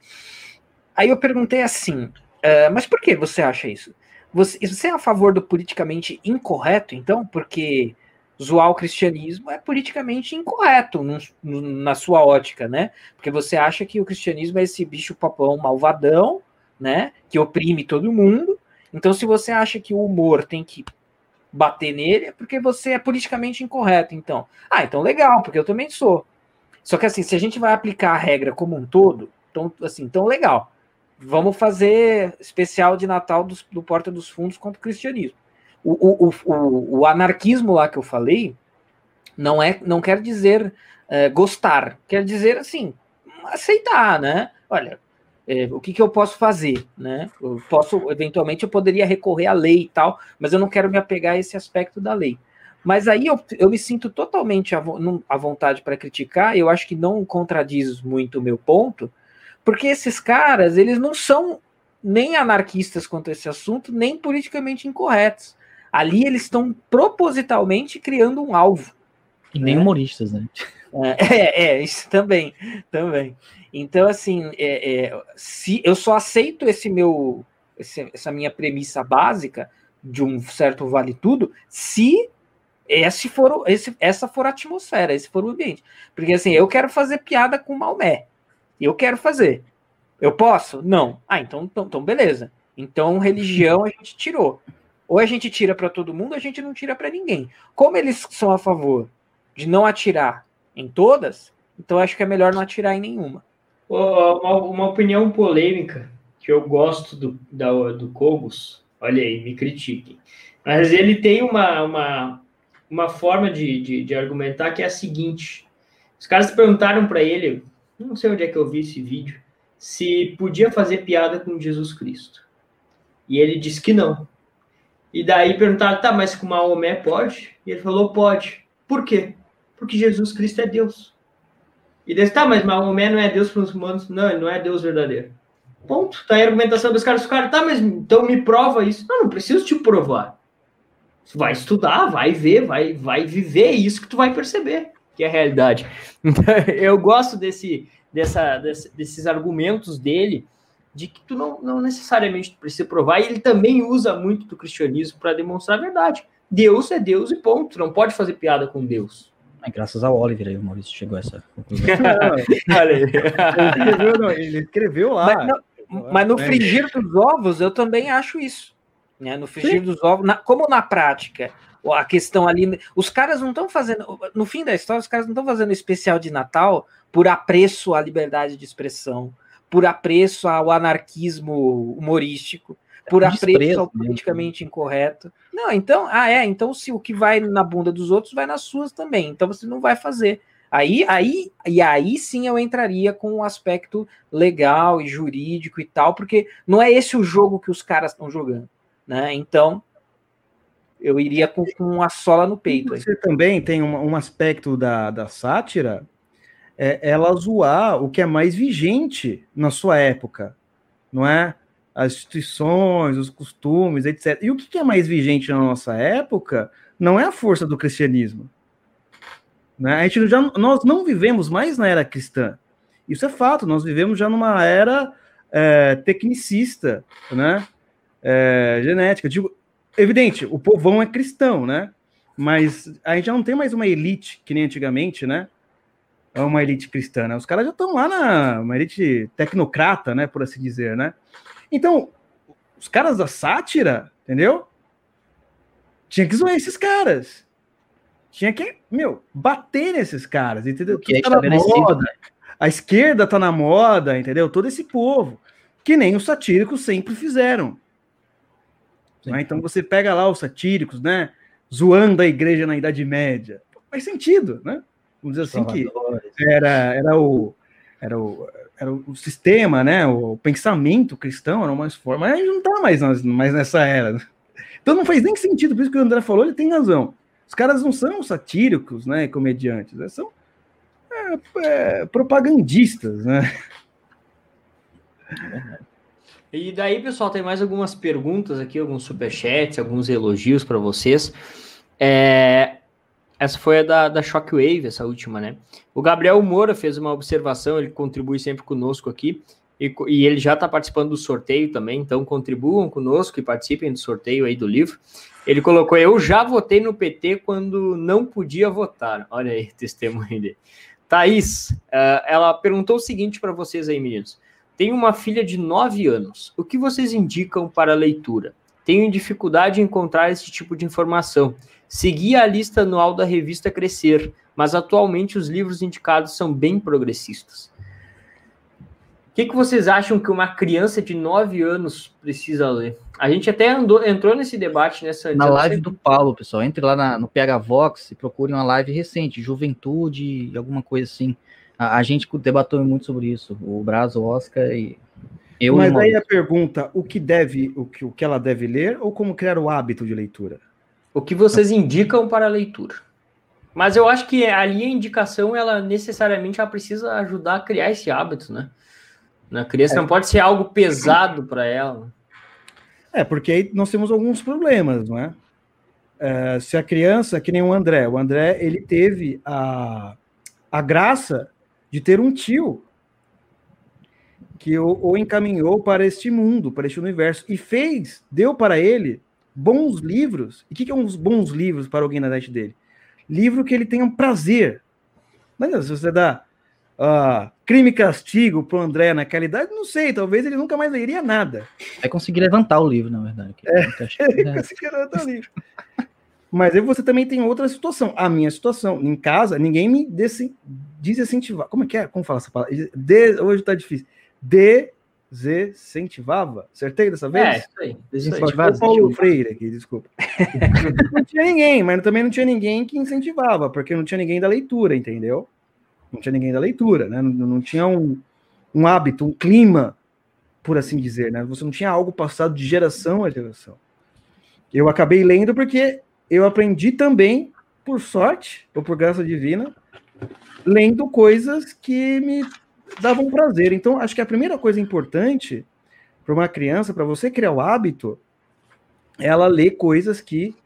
Aí eu perguntei assim, uh, mas por que você acha isso? Você, você é a favor do politicamente incorreto, então? Porque... zoar o cristianismo é politicamente incorreto no, no, na sua ótica, né? Porque você acha que o cristianismo é esse bicho papão malvadão, né? Que oprime todo mundo. Então, se você acha que o humor tem que bater nele, é porque você é politicamente incorreto, então. Ah, então legal, porque eu também sou. Só que assim, se a gente vai aplicar a regra como um todo, então, assim, então legal. Vamos fazer especial de Natal do, do Porta dos Fundos contra o cristianismo. O, o, o, o anarquismo lá que eu falei não, é, não quer dizer é, gostar, quer dizer assim, aceitar, né? Olha, é, o que, que eu posso fazer, né? Eu posso, eventualmente, eu poderia recorrer à lei e tal, mas eu não quero me apegar a esse aspecto da lei. Mas aí eu, eu me sinto totalmente à, à vontade para criticar, eu acho que não contradiz muito o meu ponto, porque esses caras, eles não são nem anarquistas quanto a esse assunto, nem politicamente incorretos. Ali eles estão propositalmente criando um alvo.
E nem né? humoristas, né?
É, é, isso também, também. Então, assim, é, é, se eu só aceito esse meu, esse, essa minha premissa básica de um certo vale tudo, se esse for, esse, essa for a atmosfera, esse for o ambiente. Porque, assim, eu quero fazer piada com Maomé. Eu quero fazer. Eu posso? Não. Ah, então, então, então beleza. Então, religião a gente tirou. Ou a gente tira para todo mundo, ou a gente não tira para ninguém. Como eles são a favor de não atirar em todas, então acho que é melhor não atirar em nenhuma.
Uma, uma opinião polêmica que eu gosto do, da, do Cobos, olha aí, me critiquem, mas ele tem uma, uma, uma forma de, de, de argumentar que é a seguinte: os caras perguntaram para ele, não sei onde é que eu vi esse vídeo, se podia fazer piada com Jesus Cristo. E ele disse que não. E daí perguntaram, tá, mas com Maomé pode? E ele falou, pode. Por quê? Porque Jesus Cristo é Deus. E disse, tá, mas Maomé não é Deus para os humanos? Não, ele não é Deus verdadeiro. Ponto. Tá aí a argumentação dos caras. Os caras, tá, mas então me prova isso. Não, não preciso te provar. Você vai estudar, vai ver, vai, vai viver isso que tu vai perceber, que é a realidade. Então, eu gosto desse, dessa, desse, desses argumentos dele, de que tu não, não necessariamente precisa provar, e ele também usa muito do cristianismo para demonstrar a verdade. Deus é Deus e ponto. Tu não pode fazer piada com Deus.
É, graças ao Oliver aí, o Maurício chegou a essa conclusão.
Não, ele escreveu lá.
Mas, não, mas no frigir dos ovos, eu também acho isso. Né? No frigir Sim. dos ovos, na, como na prática, a questão ali, os caras não estão fazendo, no fim da história, os caras não estão fazendo especial de Natal por apreço à liberdade de expressão, por apreço ao anarquismo humorístico, por apreço ao politicamente incorreto. Não, então, ah, é, então se o que vai na bunda dos outros vai nas suas também, então você não vai fazer. Aí, aí, e aí sim eu entraria com um aspecto legal e jurídico e tal, porque não é esse o jogo que os caras estão jogando, né? Então, eu iria com, com a sola no peito.
Você aí. Também tem um, um aspecto da, da sátira, é ela zoar o que é mais vigente na sua época, não é? As instituições, os costumes, etcétera. E o que é mais vigente na nossa época não é a força do cristianismo. Né? A gente já, nós não vivemos mais na era cristã. Isso é fato, nós vivemos já numa era é, tecnicista, né? É, genética. Digo, evidente, o povão é cristão, né? Mas a gente já não tem mais uma elite que nem antigamente, né? É uma elite cristã, né? Os caras já estão lá na uma elite tecnocrata, né? Por assim dizer, né? Então, os caras da sátira, entendeu? Tinha que zoar esses caras. Tinha que, meu, bater nesses caras, entendeu?
Que
tá na moda. A esquerda tá na moda, entendeu? Todo esse povo. Que nem os satíricos sempre fizeram. Né? Então você pega lá os satíricos, né? Zoando a igreja na Idade Média. Faz sentido, né? Vamos dizer assim que era, era, o, era, o, era o sistema, né? O pensamento cristão era mais forte, mas a gente não tá mais, mais nessa era. Então não faz nem sentido, por isso que o André falou, ele tem razão. Os caras não são satíricos, né? Comediantes, né? São é, é, propagandistas, né?
E daí, pessoal, tem mais algumas perguntas aqui, alguns superchats, alguns elogios para vocês. É... Essa foi a da, da Shockwave, essa última, né? O Gabriel Moura fez uma observação, ele contribui sempre conosco aqui, e, e ele já está participando do sorteio também, então contribuam conosco e participem do sorteio aí do livro. Ele colocou, eu já votei no P T quando não podia votar. Olha aí, testemunho dele. Thaís, uh, ela perguntou o seguinte para vocês aí, meninos. Tenho uma filha de nove anos. O que vocês indicam para a leitura? Tenho dificuldade em encontrar esse tipo de informação. Segui a lista anual da revista Crescer, mas atualmente os livros indicados são bem progressistas. O que, que vocês acham que uma criança de nove anos precisa ler? A gente até andou, entrou nesse debate nessa...
Na live do Paulo, pessoal. Entre lá na, no P H Vox e procurem uma live recente, Juventude, alguma coisa assim. A, a gente debateu muito sobre isso. O Braz, o Oscar e eu.
Mas aí a pergunta, o que, deve, o, que, o que ela deve ler ou como criar o hábito de leitura?
O que vocês indicam para a leitura. Mas eu acho que ali a indicação, ela necessariamente ela precisa ajudar a criar esse hábito, né? A criança é. não pode ser algo pesado para ela.
É, porque aí nós temos alguns problemas, não é? é? Se a criança, que nem o André, o André, ele teve a, a graça de ter um tio que o, o encaminhou para este mundo, para este universo, e fez, deu para ele bons livros. E o que, que é uns bons livros para alguém na idade dele? Livro que ele tenha um prazer. Mas se você dá uh, Crime e Castigo para o André naquela idade, não sei, talvez ele nunca mais leria nada.
Vai conseguir levantar o livro, na verdade.
É, ele conseguir levantar o livro. Mas aí você também tem outra situação. A minha situação, em casa, ninguém me desincentivar. Como é que é? Como fala essa palavra? De, hoje tá difícil. Desincentivava? Acertei dessa vez?
É, isso aí.
Desincentivava. Paulo Freire aqui, desculpa. Não tinha ninguém, mas também não tinha ninguém que incentivava, porque não tinha ninguém da leitura, entendeu? Não tinha ninguém da leitura, né? Não, não tinha um, um hábito, um clima, por assim dizer, né? Você não tinha algo passado de geração a geração. Eu acabei lendo porque eu aprendi também, por sorte, ou por graça divina, lendo coisas que me davam prazer. Então, acho que a primeira coisa importante para uma criança, para você criar o hábito, ela lê coisas que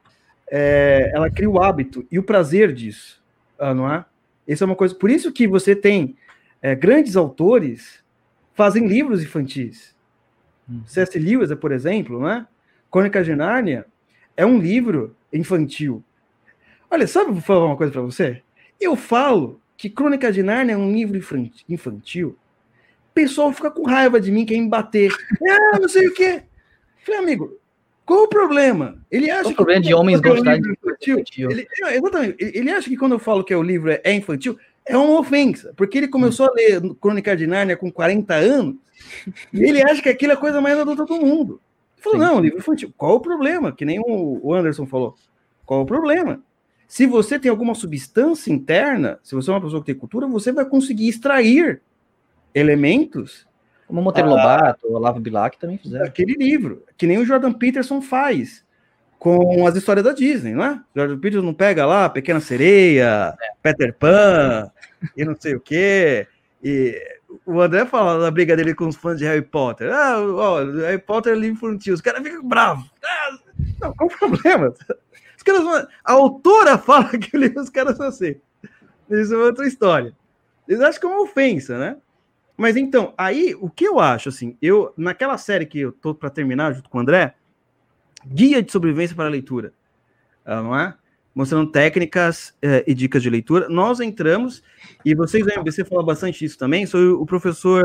é, ela cria o hábito e o prazer disso, não é? Isso é uma coisa. Por isso que você tem é, grandes autores fazem livros infantis. Hum. C S. Lewis, por exemplo, não é? Crônicas de Nárnia é um livro infantil. Olha, sabe, vou falar uma coisa para você? Eu falo que Crônicas de Nárnia é um livro infantil. O pessoal fica com raiva de mim, quer me bater. Ah, não sei o quê. Falei, amigo, qual o problema? Ele acha
qual o problema de homens gostarem de
infantil? infantil? Ele, exatamente. Ele acha que quando eu falo que o livro é infantil, é uma ofensa, porque ele começou hum. a ler Crônicas de Nárnia com quarenta anos, e ele acha que aquilo é a coisa mais adulta do mundo. Ele falou, sim, não, livro infantil. Qual o problema? Que nem o Anderson falou. Qual o problema? Se você tem alguma substância interna, se você é uma pessoa que tem cultura, você vai conseguir extrair elementos.
Como o Monteiro Lobato, o Olavo Bilac também fizeram.
Aquele livro, que nem o Jordan Peterson faz com as histórias da Disney, não é? O Jordan Peterson não pega lá Pequena Sereia, é. Peter Pan, e não sei o quê. E o André fala da briga dele com os fãs de Harry Potter. Ah, ó, Harry Potter é livro infantil. Os caras ficam bravos. Ah, não, qual o problema? Os caras vão... A autora fala que o livro os caras são assim. Isso é outra história. Eles acham que é uma ofensa, né? Mas então, aí, o que eu acho, assim, eu, naquela série que eu tô para terminar junto com o André, Guia de Sobrevivência para a Leitura, não é? Mostrando técnicas eh, e dicas de leitura, nós entramos, e vocês da M B C falam bastante disso também, sou o professor,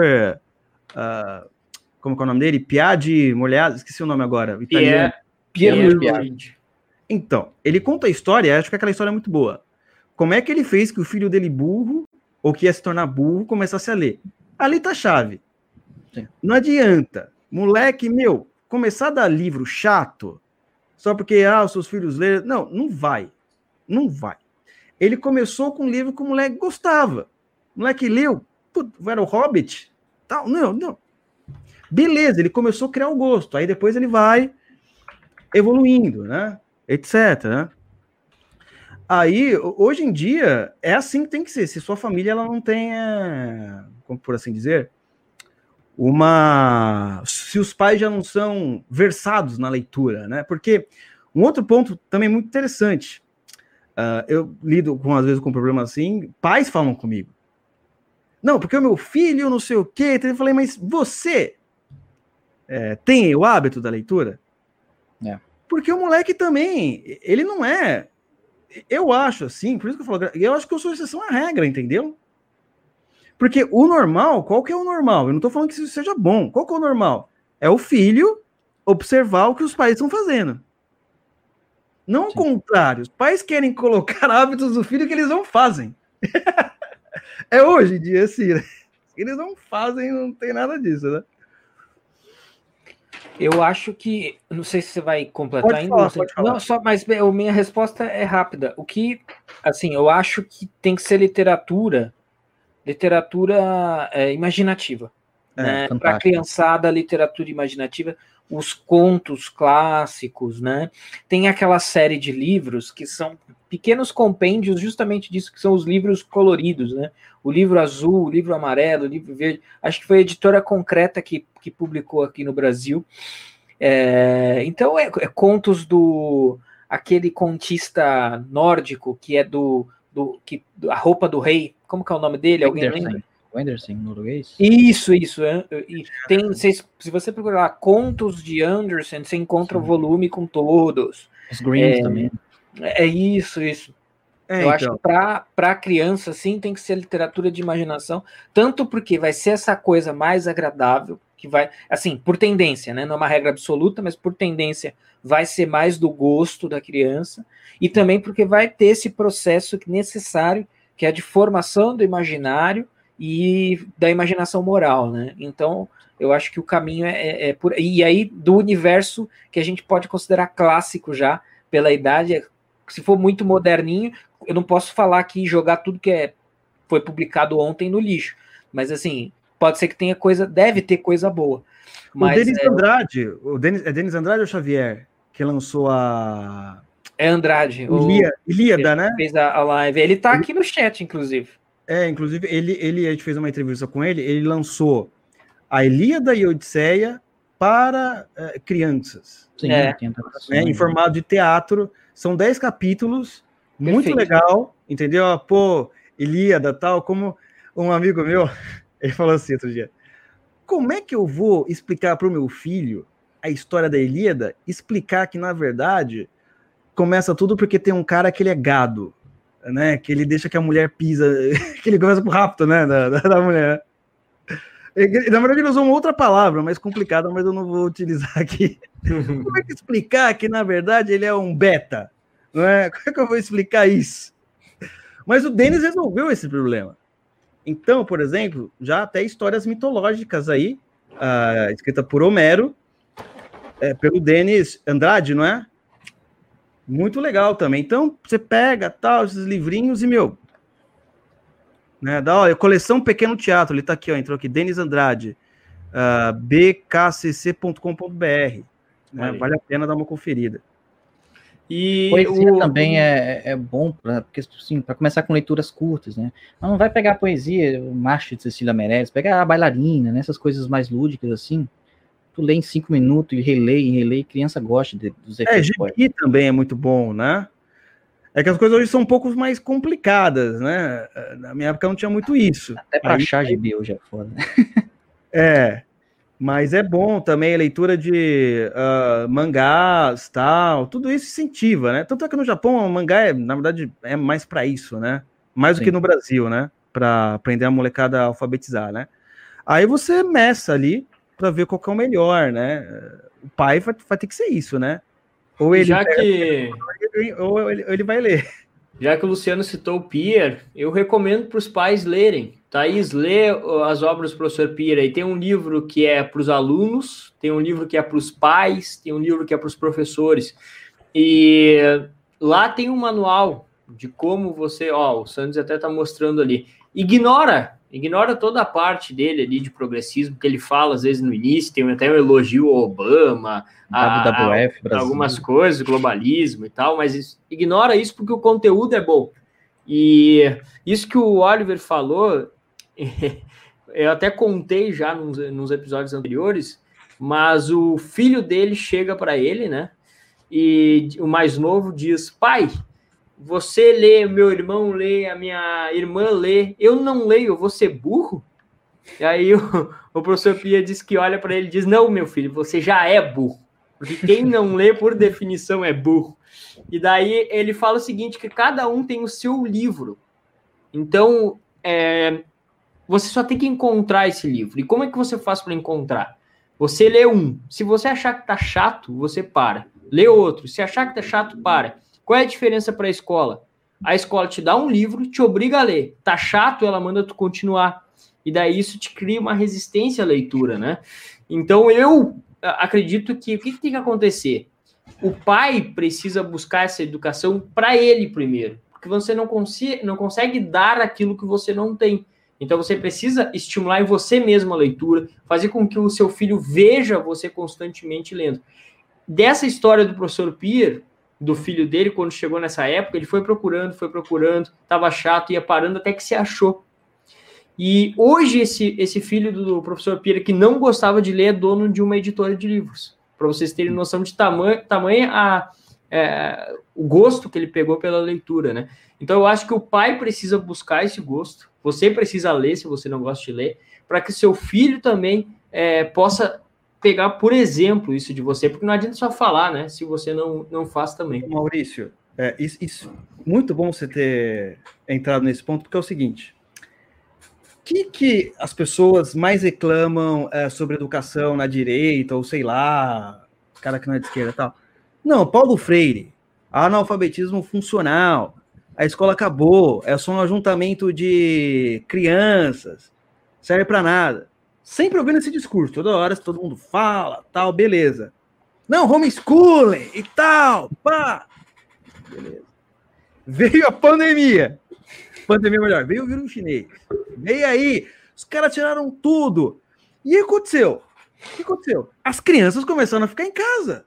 uh, como é o nome dele? Piadi Molhado, esqueci o nome agora.
Pierre, Pierre Piadi.
Então, ele conta a história, acho que aquela história é muito boa. Como é que ele fez que o filho dele burro, ou que ia se tornar burro, começasse a ler? Ali tá a chave. Sim. Não adianta. Moleque, meu, começar a dar livro chato, só porque, ah, os seus filhos leram. Não, não vai. Não vai. Ele começou com um livro que o moleque gostava. O moleque leu, putz, era o Hobbit. Tal. Não, não. Beleza, ele começou a criar o gosto. Aí depois ele vai evoluindo, né? Etc, né? Aí, hoje em dia, é assim que tem que ser. Se sua família ela não tem, é, como por assim dizer, uma... Se os pais já não são versados na leitura, né? Porque um outro ponto também muito interessante, uh, eu lido com, às vezes com problemas assim, pais falam comigo. Não, porque o meu filho não sei o quê. Eu falei, mas você é, tem o hábito da leitura?
É.
Porque o moleque também, ele não é... Eu acho assim, por isso que eu falo, eu acho que eu sou exceção à regra, entendeu? Porque o normal, qual que é o normal? Eu não tô falando que isso seja bom. Qual que é o normal? É o filho observar o que os pais estão fazendo. Não o contrário. Os pais querem colocar hábitos do filho que eles não fazem. É hoje em dia assim, né? Eles não fazem, não tem nada disso, né?
Eu acho que, não sei se você vai completar
pode
ainda.
Falar, pode falar.
Não, só, mas a minha resposta é rápida. O que, assim, eu acho que tem que ser literatura, literatura é, imaginativa, é, né? Para a criançada, literatura imaginativa, os contos clássicos, né? Tem aquela série de livros que são pequenos compêndios justamente disso, que são os livros coloridos, né? O livro azul, o livro amarelo, o livro verde. Acho que foi a editora Concreta que, que publicou aqui no Brasil. É, então, é, é contos do... aquele contista nórdico que é do... do que, a roupa do rei. Como que é o nome dele? Alguém lembra?
Anderson, em norueguês?
Isso, isso. É, e tem, se, se você procurar lá, contos de Anderson, você encontra o volume com todos.
Os Greens
é,
também.
É isso, isso. É, Eu então. acho que para a criança, sim, tem que ser literatura de imaginação, tanto porque vai ser essa coisa mais agradável, que vai, assim, por tendência, né? Não é uma regra absoluta, mas por tendência vai ser mais do gosto da criança, e também porque vai ter esse processo necessário, que é de formação do imaginário e da imaginação moral, né? Então, eu acho que o caminho é, é, é por... E aí, do universo que a gente pode considerar clássico já, pela idade, se for muito moderninho, eu não posso falar aqui e jogar tudo que é, foi publicado ontem no lixo. Mas, assim, pode ser que tenha coisa, deve ter coisa boa. Mas,
o Denis
é,
Andrade, o Denis, é Denis Andrade ou Xavier, que lançou a...
É Andrade.
Ilíada, o, Ilíada, né?
Fez a, a live. Ele tá aqui no chat, inclusive.
É, inclusive, ele, ele, a gente fez uma entrevista com ele, ele lançou a Ilíada e a Odisseia para uh, crianças.
Sim,
é.
Né, em formato de teatro. São dez capítulos, muito
Perfeito.
legal, entendeu? Pô, Ilíada, tal, como um amigo meu, ele falou assim outro dia, como é que eu vou explicar para o meu filho a história da Ilíada, explicar que, na verdade, começa tudo porque tem um cara que ele é gado, né? Que ele deixa que a mulher pisa, que ele começa com o rapto, né? Da, da, da mulher. Ele, na verdade, ele usou uma outra palavra, mais complicada, mas eu não vou utilizar aqui. Como é que explicar que, na verdade, ele é um beta? Não é? Como é que eu vou explicar isso? Mas o Denis resolveu esse problema. Então, por exemplo, já até histórias mitológicas aí, uh, escrita por Homero, é, pelo Denis Andrade, não é? Muito legal também. Então, você pega tal, esses livrinhos e, meu, né, dá, olha, coleção Pequeno Teatro, ele tá aqui, ó, entrou aqui, Denis Andrade, uh, b k c c ponto com ponto b r, né, vale a pena dar uma conferida.
E poesia o... também é, é bom, pra, porque assim, para começar com leituras curtas, né? Mas não vai pegar a poesia, o Macho de Cecília Meirelles, pegar a Bailarina, né, essas coisas mais lúdicas assim, tu lê em cinco minutos e relê, e relê, e criança gosta de, dos efeitos.
É, Gibi também é muito bom, né? É que as coisas hoje são um pouco mais complicadas, né? Na minha época não tinha muito isso.
Até para achar Gibi hoje é foda.
É, mas é bom também a leitura de uh, mangás, tal, tudo isso incentiva, né? Tanto é que no Japão o mangá, é, na verdade, é mais para isso, né? Mais Sim. do que no Brasil, né? Para aprender a molecada a alfabetizar, né? Aí você meça ali para ver qual que é o melhor, né? O pai vai, vai ter que ser isso, né? Ou ele,
já que...
ou ele, ou ele vai ler.
Já que o Luciano citou o Pier, eu recomendo para os pais lerem. Thaís, lê as obras do professor Pier. Aí tem um livro que é para os alunos, tem um livro que é para os pais, tem um livro que é para os professores. E lá tem um manual de como você... Ó, o Santos até está mostrando ali. Ignora, ignora toda a parte dele ali de progressismo que ele fala, às vezes, no início. Tem até um elogio ao Obama, a,
W W F,
a, algumas coisas, globalismo e tal, mas isso, ignora isso porque o conteúdo é bom. E isso que o Oliver falou, eu até contei já nos, nos episódios anteriores, mas o filho dele chega para ele, né? E o mais novo diz, pai, você lê, meu irmão lê, a minha irmã lê, eu não leio, eu vou ser burro? E aí o, o professor Pia diz que olha para ele e diz, não, meu filho, você já é burro. Porque quem não lê, por definição, é burro. E daí ele fala o seguinte, que cada um tem o seu livro. Então, é, você só tem que encontrar esse livro. E como é que você faz para encontrar? Você lê um. Se você achar que tá chato, você para. Lê outro. Se achar que tá chato, para. Qual é a diferença para a escola? A escola te dá um livro, te obriga a ler. Tá chato, ela manda tu continuar. E daí isso te cria uma resistência à leitura, né? Então, eu... acredito que o que, que tem que acontecer? O pai precisa buscar essa educação para ele primeiro, porque você não, consi- não consegue dar aquilo que você não tem. Então você precisa estimular em você mesmo a leitura, fazer com que o seu filho veja você constantemente lendo. Dessa história do professor Pier, do filho dele, quando chegou nessa época, ele foi procurando, foi procurando, estava chato, ia parando até que se achou. E hoje esse, esse filho do professor Pira, que não gostava de ler, é dono de uma editora de livros. Para vocês terem noção de tamanho, tamanho a, é, o gosto que ele pegou pela leitura, né? Então eu acho que o pai precisa buscar esse gosto, você precisa ler, se você não gosta de ler, para que seu filho também é, possa pegar, por exemplo, isso de você, porque não adianta só falar, né? Se você não, não faz também.
Maurício, é, isso, isso, muito bom você ter entrado nesse ponto, porque é o seguinte... O que, que as pessoas mais reclamam é, sobre educação na direita, ou sei lá, cara que não é de esquerda e tal? Não, Paulo Freire, analfabetismo funcional, a escola acabou, é só um ajuntamento de crianças, serve para nada. Sempre ouvindo esse discurso, toda hora todo mundo fala, tal, beleza. Não, homeschooling e tal, pá. Beleza. Veio a pandemia. Pandemia melhor, veio o vírus chinês. Veio aí, os caras tiraram tudo. E aí aconteceu? O que aconteceu? As crianças começaram a ficar em casa.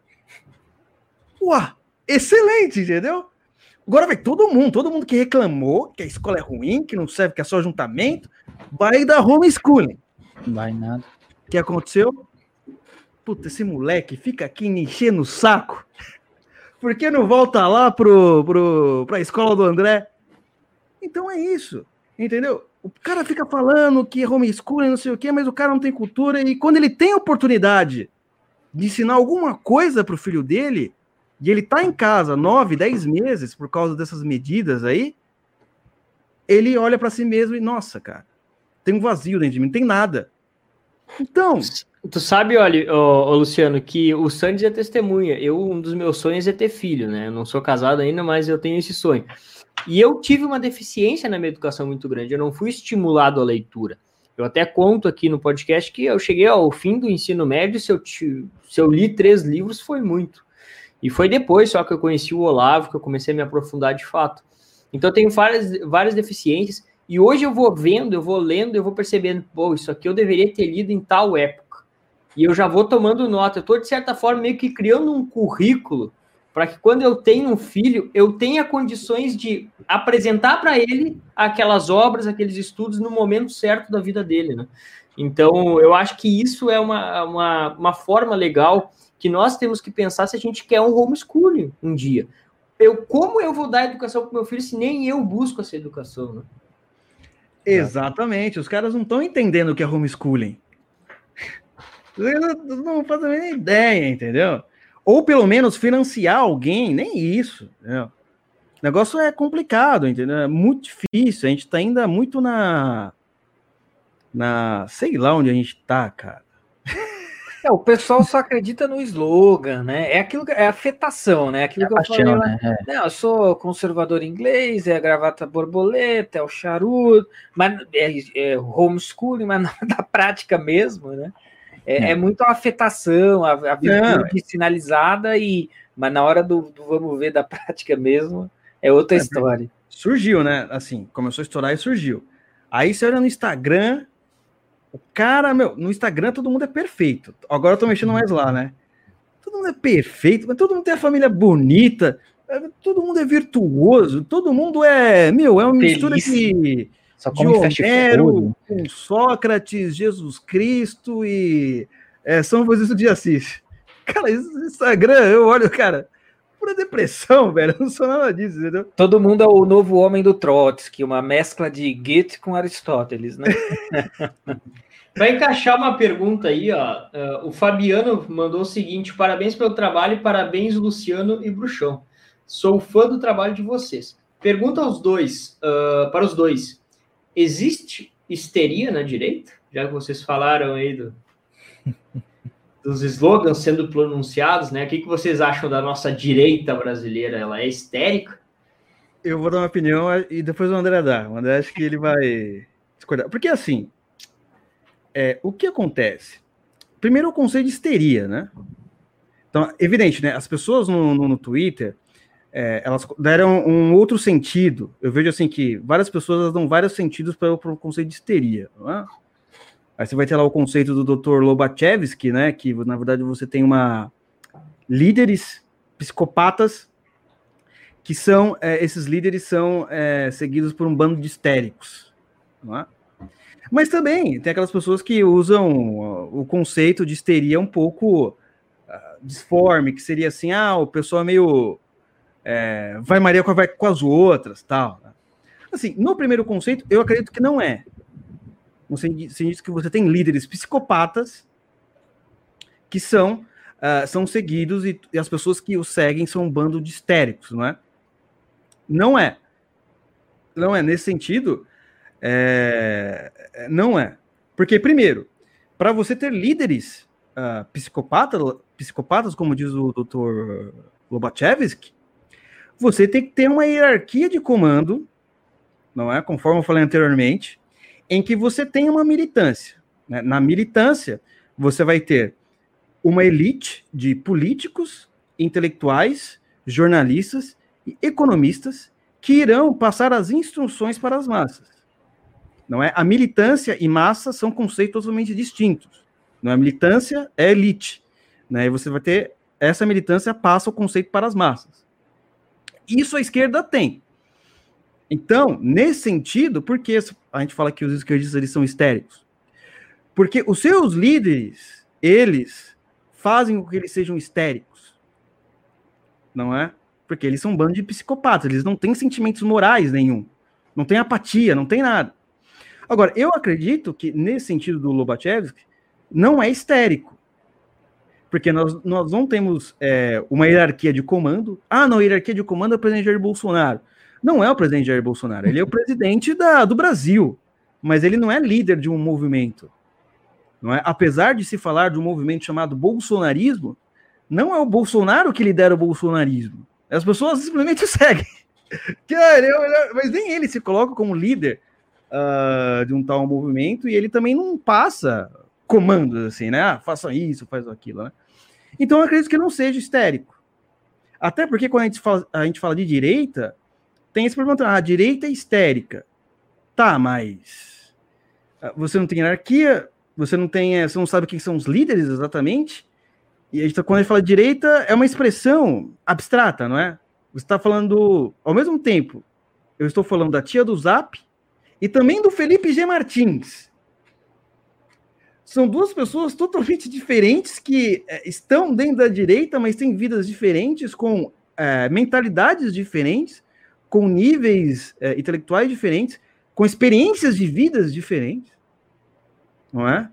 Uau, excelente, entendeu? Agora vai todo mundo, todo mundo que reclamou que a escola é ruim, que não serve, que é só juntamento, vai dar homeschooling.
Não vai nada.
O que aconteceu? puta, esse moleque fica aqui me enchendo o saco. Por que não volta lá pro, pro, pra escola do André? Então é isso, entendeu? O cara fica falando que é homeschooling, não sei o quê, mas o cara não tem cultura, e quando ele tem a oportunidade de ensinar alguma coisa pro filho dele, e ele tá em casa nove, dez meses por causa dessas medidas aí, ele olha para si mesmo e, nossa, cara, tem um vazio dentro de mim, não tem nada. Então...
Tu sabe, olha, ô, ô, Luciano, que o Sandes é testemunha. Eu, um dos meus sonhos é ter filho, né? Eu não sou casado ainda, mas eu tenho esse sonho. E eu tive uma deficiência na minha educação muito grande. Eu não fui estimulado à leitura. Eu até conto aqui no podcast que eu cheguei ao fim do ensino médio, se eu, se eu li três livros, foi muito. E foi depois só que eu conheci o Olavo, que eu comecei a me aprofundar de fato. Então eu tenho várias, várias deficiências, e hoje eu vou vendo, eu vou lendo, eu vou percebendo, pô, isso aqui eu deveria ter lido em tal época. E eu já vou tomando nota. Eu estou, de certa forma, meio que criando um currículo para que quando eu tenho um filho, eu tenha condições de apresentar para ele aquelas obras, aqueles estudos no momento certo da vida dele, né? Então, eu acho que isso é uma, uma, uma forma legal que nós temos que pensar se a gente quer um homeschooling um dia. Eu, como eu vou dar educação para o meu filho se nem eu busco essa educação, né?
Exatamente. Os caras não estão entendendo o que é homeschooling. Não, não fazem nem ideia, entendeu? Ou pelo menos financiar alguém, nem isso. Entendeu? O negócio é complicado, entendeu? É muito difícil. A gente tá ainda muito na. na sei lá onde a gente tá, cara.
É, o pessoal só acredita no slogan, né? É aquilo que é afetação, né? Aquilo
é
que eu
paixão,
falei lá.
Né?
Não, eu sou conservador inglês, é a gravata borboleta, é o charuto, mas é, é homeschooling, mas não da prática mesmo, né? É, é. é muito a afetação, a, a virtude é. sinalizada, e, mas na hora do, do vamos ver da prática mesmo, é outra é, história.
Surgiu, né? Assim, começou a estourar e surgiu. Aí você olha no Instagram, o cara, meu, no Instagram todo mundo é perfeito. Agora eu tô mexendo mais lá, né? Todo mundo é perfeito, mas todo mundo tem a família bonita, todo mundo é virtuoso, todo mundo é, meu, é uma Feliz. mistura de...
Só come
de Homero, com Sócrates, Jesus Cristo e é, São Francisco de Assis. Cara, Instagram, eu olho, cara, pura depressão, velho. Eu não sou nada disso, entendeu?
Todo mundo é o novo homem do Trotsky, uma mescla de Goethe com Aristóteles, né?
Vai encaixar uma pergunta aí, ó. Uh, o Fabiano mandou o seguinte: parabéns pelo trabalho, parabéns, Luciano e Bruxão. Sou fã do trabalho de vocês. Pergunta aos dois, uh, para os dois. Existe histeria na direita? Já que vocês falaram aí do, dos slogans sendo pronunciados, né? O que, que vocês acham da nossa direita brasileira? Ela é histérica?
Eu vou dar uma opinião e depois o André dá. O André acho que ele vai discordar. Porque assim, é, o que acontece? Primeiro o conceito de histeria, né? Então, evidente, né? As pessoas no, no, no Twitter... É, elas deram um outro sentido. Eu vejo assim que várias pessoas dão vários sentidos para o conceito de histeria. Não é? Aí você vai ter lá o conceito do doutor Lobachevsky, né? Que na verdade você tem uma líderes psicopatas que são é, esses líderes são é, seguidos por um bando de histéricos. Não é? Mas também tem aquelas pessoas que usam o conceito de histeria um pouco uh, disforme, que seria assim, ah, o pessoal é meio É, vai Maria com, vai com as outras, tal. Assim, no primeiro conceito, eu acredito que não é. Você diz que você tem líderes psicopatas que são, uh, são seguidos e, e as pessoas que o seguem são um bando de histéricos, não é? Não é. Não é. Nesse sentido, é, não é. Porque, primeiro, para você ter líderes uh, psicopatas, psicopatas, como diz o doutor Lobachevsky, você tem que ter uma hierarquia de comando, não é? Conforme eu falei anteriormente, em que você tem uma militância. Né? Na militância, você vai ter uma elite de políticos, intelectuais, jornalistas e economistas que irão passar as instruções para as massas. Não é? A militância e massa são conceitos totalmente distintos. Não é? A militância é elite. Né? E você vai ter essa militância passa o conceito para as massas. Isso a esquerda tem. Então, nesse sentido, por que a gente fala que os esquerdistas eles são histéricos? Porque os seus líderes, eles fazem com que eles sejam histéricos. Não é? Porque eles são um bando de psicopatas, eles não têm sentimentos morais nenhum. Não tem apatia, não tem nada. Agora, eu acredito que, nesse sentido do Lobachevsky, não é histérico. Porque nós, nós não temos é, uma hierarquia de comando. Ah, não, hierarquia de comando é o presidente Jair Bolsonaro. Não é o presidente Jair Bolsonaro, ele é o presidente da, do Brasil, mas ele não é líder de um movimento. Não é? Apesar de se falar de um movimento chamado bolsonarismo, não é o Bolsonaro que lidera o bolsonarismo. As pessoas simplesmente o seguem. Mas nem ele se coloca como líder uh, de um tal movimento, e ele também não passa comandos assim, né? Ah, faça isso, faz aquilo, né? Então eu acredito que não seja histérico. Até porque quando a gente fala, a gente fala de direita, tem esse problema, ah, a direita é histérica. Tá, mas você não tem hierarquia, você não tem, você não sabe quem são os líderes exatamente. E a gente, quando a gente fala de direita, é uma expressão abstrata, não é? Você está falando, ao mesmo tempo, eu estou falando da tia do Zap e também do Felipe G. Martins. São duas pessoas totalmente diferentes que é, estão dentro da direita, mas têm vidas diferentes, com é, mentalidades diferentes, com níveis é, intelectuais diferentes, com experiências de vidas diferentes, não é?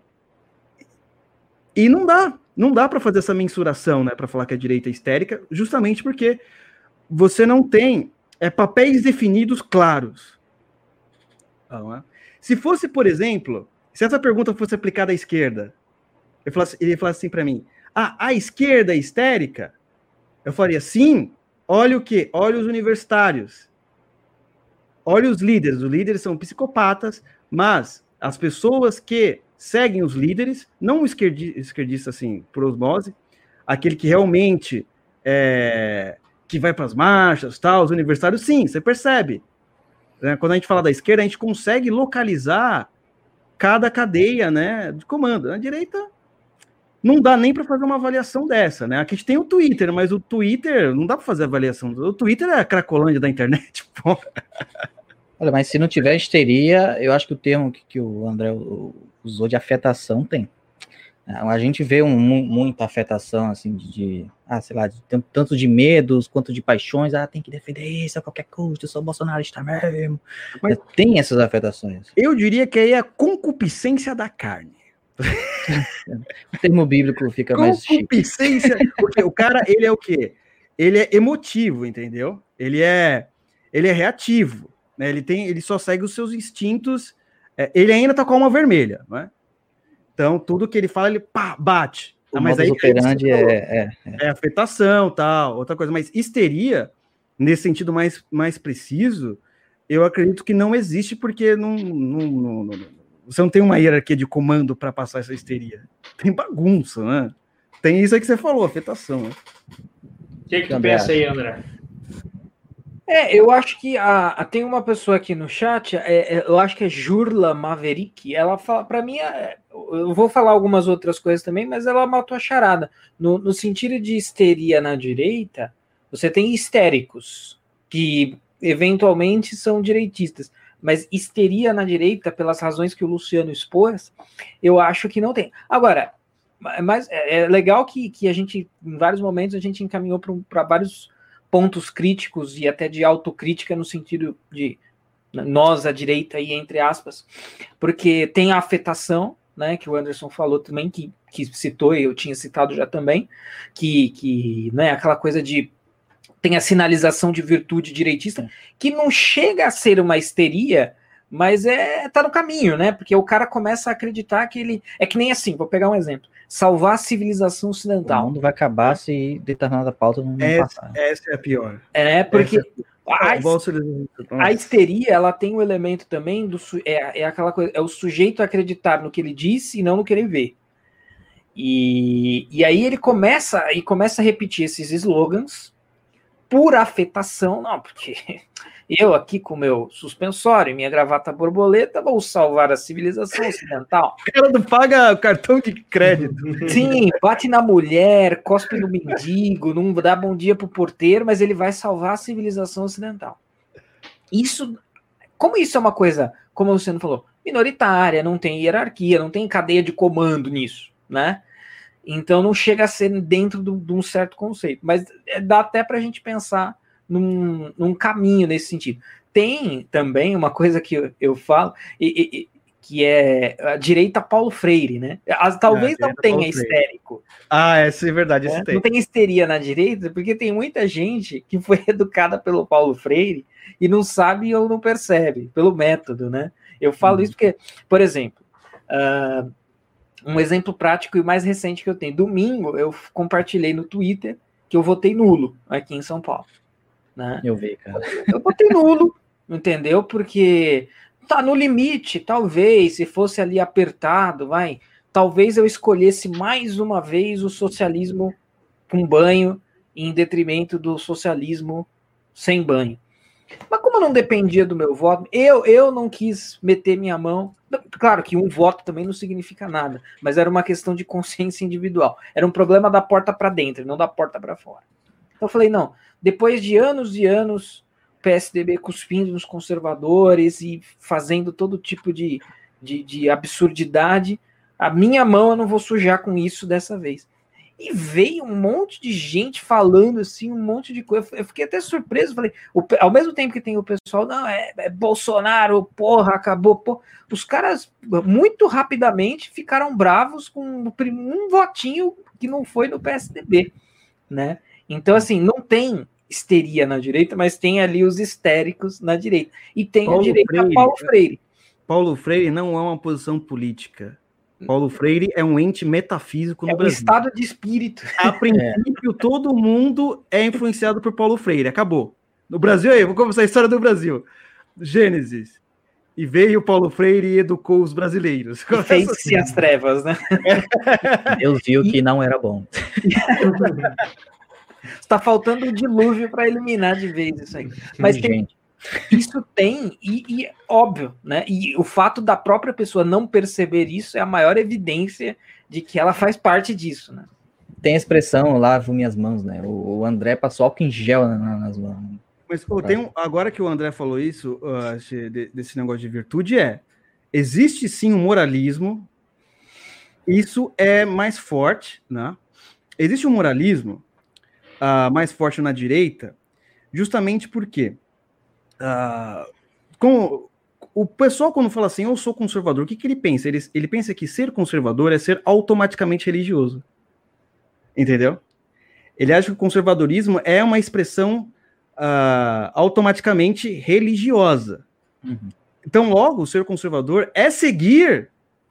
E não dá, não dá para fazer essa mensuração, né, para falar que a direita é histérica, justamente porque você não tem é, papéis definidos claros. Não é? Se fosse, por exemplo, se essa pergunta fosse aplicada à esquerda, eu falasse, ele falasse assim para mim, ah, a esquerda é histérica? Eu faria, sim, olha o quê? Olha os universitários. Olha os líderes. Os líderes são psicopatas, mas as pessoas que seguem os líderes, não o esquerdi, esquerdista assim, por osmose, aquele que realmente é, que vai para as marchas, tal, os universitários, sim, você percebe. Né? Quando a gente fala da esquerda, a gente consegue localizar cada cadeia, né, de comando. Na direita, não dá nem para fazer uma avaliação dessa, né? Aqui a gente tem o Twitter, mas o Twitter, não dá para fazer avaliação. O Twitter é a cracolândia da internet, pô.
Olha, mas se não tiver histeria, eu acho que o termo que, que o André usou de afetação tem. A gente vê um, muita afetação, assim, de, de ah, sei lá, de, tanto de medos quanto de paixões. Ah, tem que defender isso a qualquer custo, eu sou bolsonarista mesmo. Mas tem essas afetações.
Eu diria que aí é a concupiscência da carne.
O termo bíblico fica mais chique.
Concupiscência, porque o cara, ele é o quê? Ele é emotivo, entendeu? Ele é, ele é reativo, né? Ele tem, ele só segue os seus instintos. É, ele ainda tá com a alma vermelha, não é? Então, tudo que ele fala, ele pá, bate.
O
ah, mas
modus
aí
operandi é, é,
é. é afetação, tal, outra coisa. Mas histeria, nesse sentido mais, mais preciso, eu acredito que não existe, porque não, não, não, não, você não tem uma hierarquia de comando para passar essa histeria. Tem bagunça, né? Tem isso aí que você falou, afetação. Né?
O que, que tu pensa aí, André?
É, eu acho que a, a, tem uma pessoa aqui no chat, é, é, eu acho que é Jurla Maverick, ela fala, para mim, é, eu vou falar algumas outras coisas também, mas ela matou a charada. No, no sentido de histeria na direita, você tem histéricos, que eventualmente são direitistas, mas histeria na direita, pelas razões que o Luciano expôs, eu acho que não tem. Agora, mas é legal que, que a gente, em vários momentos, a gente encaminhou para vários pontos críticos e até de autocrítica no sentido de nós, a direita, aí, entre aspas, porque tem a afetação, né, que o Anderson falou também, que, que citou, e eu tinha citado já também, que, que né, aquela coisa de tem a sinalização de virtude direitista, que não chega a ser uma histeria, mas é tá no caminho, né? Porque o cara começa a acreditar que ele... É que nem assim, vou pegar um exemplo. Salvar a civilização ocidental.
O mundo vai acabar se determinada pauta não, não
essa,
passar.
Essa é a pior.
É, porque
é...
a, a histeria, ela tem um elemento também, do é, é aquela coisa, é o sujeito acreditar no que ele disse e não no que ele vê. E, e aí ele começa, e começa a repetir esses slogans por afetação, não, porque eu aqui com meu suspensório e minha gravata borboleta vou salvar a civilização ocidental.
O cara não paga cartão de crédito.
Sim, bate na mulher, cospe no mendigo, não dá bom dia pro porteiro, mas ele vai salvar a civilização ocidental. Isso, como isso é uma coisa, como o Luciano falou, minoritária, não tem hierarquia, não tem cadeia de comando nisso, né? Então não chega a ser dentro do, de um certo conceito, mas dá até para a gente pensar num, num caminho nesse sentido. Tem também uma coisa que eu, eu falo, e, e, que é a direita Paulo Freire, né? As, talvez é, não tenha histérico.
Ah, essa é verdade.
Né?
Tem.
Não tem histeria na direita, porque tem muita gente que foi educada pelo Paulo Freire e não sabe ou não percebe, pelo método, né? Eu falo hum. isso porque, por exemplo, uh, um exemplo prático e mais recente que eu tenho. Domingo, eu compartilhei no Twitter que eu votei nulo aqui em São Paulo. Né?
Eu vi, cara.
Eu votei nulo, entendeu? Porque tá no limite, talvez, se fosse ali apertado, vai, talvez eu escolhesse mais uma vez o socialismo com banho em detrimento do socialismo sem banho. Mas como não dependia do meu voto, eu, eu não quis meter minha mão. Claro que um voto também não significa nada, mas era uma questão de consciência individual. Era um problema da porta para dentro, não da porta para fora. Então eu falei, não, depois de anos e anos, o P S D B cuspindo nos conservadores e fazendo todo tipo de, de, de absurdidade, a minha mão eu não vou sujar com isso dessa vez. E veio um monte de gente falando assim, um monte de coisa. Eu fiquei até surpreso. Falei, o, ao mesmo tempo que tem o pessoal, não, é, é Bolsonaro, porra, acabou. Porra. Os caras, muito rapidamente, ficaram bravos com um votinho que não foi no P S D B, né? Então, assim, não tem histeria na direita, mas tem ali os histéricos na direita. E tem
Paulo
a direita
Freire,
Paulo Freire.
Paulo Freire não é uma posição política. Paulo Freire é um ente metafísico no
é um
Brasil.
Estado de espírito.
A princípio, é. todo mundo é influenciado por Paulo Freire. Acabou. No Brasil, aí, vou começar a história do Brasil. Gênesis. E veio Paulo Freire e educou os brasileiros.
Fez-se as trevas, né?
Deus viu que não era bom.
Está faltando o dilúvio para eliminar de vez isso aí. Mas tem, isso tem, e, e óbvio, né? E o fato da própria pessoa não perceber isso é a maior evidência de que ela faz parte disso, né?
Tem a expressão, lavo minhas mãos, né? O, o André passou álcool em gel nas mãos.
Mas oh, tem um, agora que o André falou isso, uh, desse negócio de virtude, é, existe sim um moralismo, isso é mais forte, né? Existe um moralismo uh, mais forte na direita, justamente porque uh, com, o pessoal quando fala assim, eu sou conservador, o que, que ele pensa? Ele, ele pensa que ser conservador é ser automaticamente religioso, entendeu? Ele acha que o conservadorismo é uma expressão Uh, automaticamente religiosa. Uhum. Então, logo, ser conservador é seguir,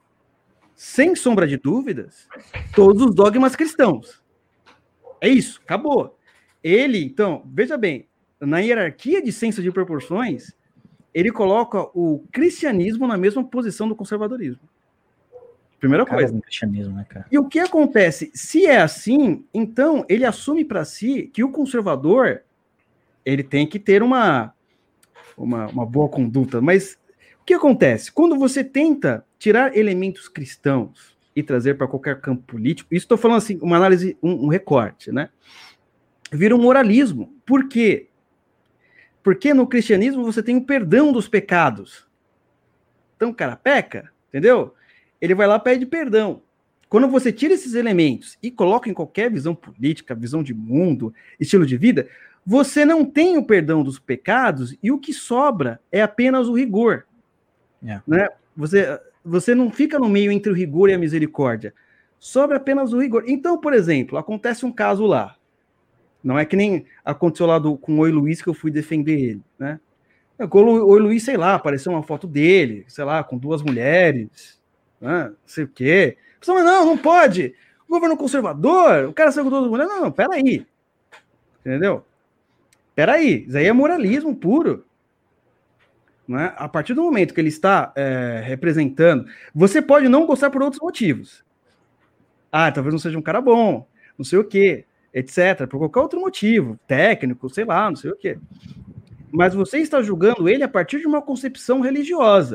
sem sombra de dúvidas, todos os dogmas cristãos. É isso, acabou. Ele, então, veja bem, na hierarquia de senso de proporções, ele coloca o cristianismo na mesma posição do conservadorismo. Primeira
cara
coisa.
Do cristianismo, né, cara?
E o que acontece? Se é assim, então ele assume para si que o conservador ele tem que ter uma, uma, uma boa conduta. Mas o que acontece? Quando você tenta tirar elementos cristãos e trazer para qualquer campo político, isso estou falando assim, uma análise, um, um recorte, né? Vira um moralismo. Por quê? Porque no cristianismo você tem o perdão dos pecados. Então o cara peca, entendeu? Ele vai lá e pede perdão. Quando você tira esses elementos e coloca em qualquer visão política, visão de mundo, estilo de vida, você não tem o perdão dos pecados e o que sobra é apenas o rigor. Yeah. Né? Você, você não fica no meio entre o rigor e a misericórdia. Sobra apenas o rigor. Então, por exemplo, acontece um caso lá. Não é que nem aconteceu lá do, com o Oi Luiz que eu fui defender ele. Né? Com o Oi Luiz, sei lá, apareceu uma foto dele, sei lá, com duas mulheres, né? Não sei o quê. Você fala, não, não pode. O governo conservador, o cara saiu com duas mulheres. Não, não, peraí. Entendeu? Peraí, isso aí é moralismo puro. Não é? A partir do momento que ele está é, representando, você pode não gostar por outros motivos. Ah, talvez não seja um cara bom, não sei o quê, etcétera. Por qualquer outro motivo, técnico, sei lá, não sei o quê. Mas você está julgando ele a partir de uma concepção religiosa.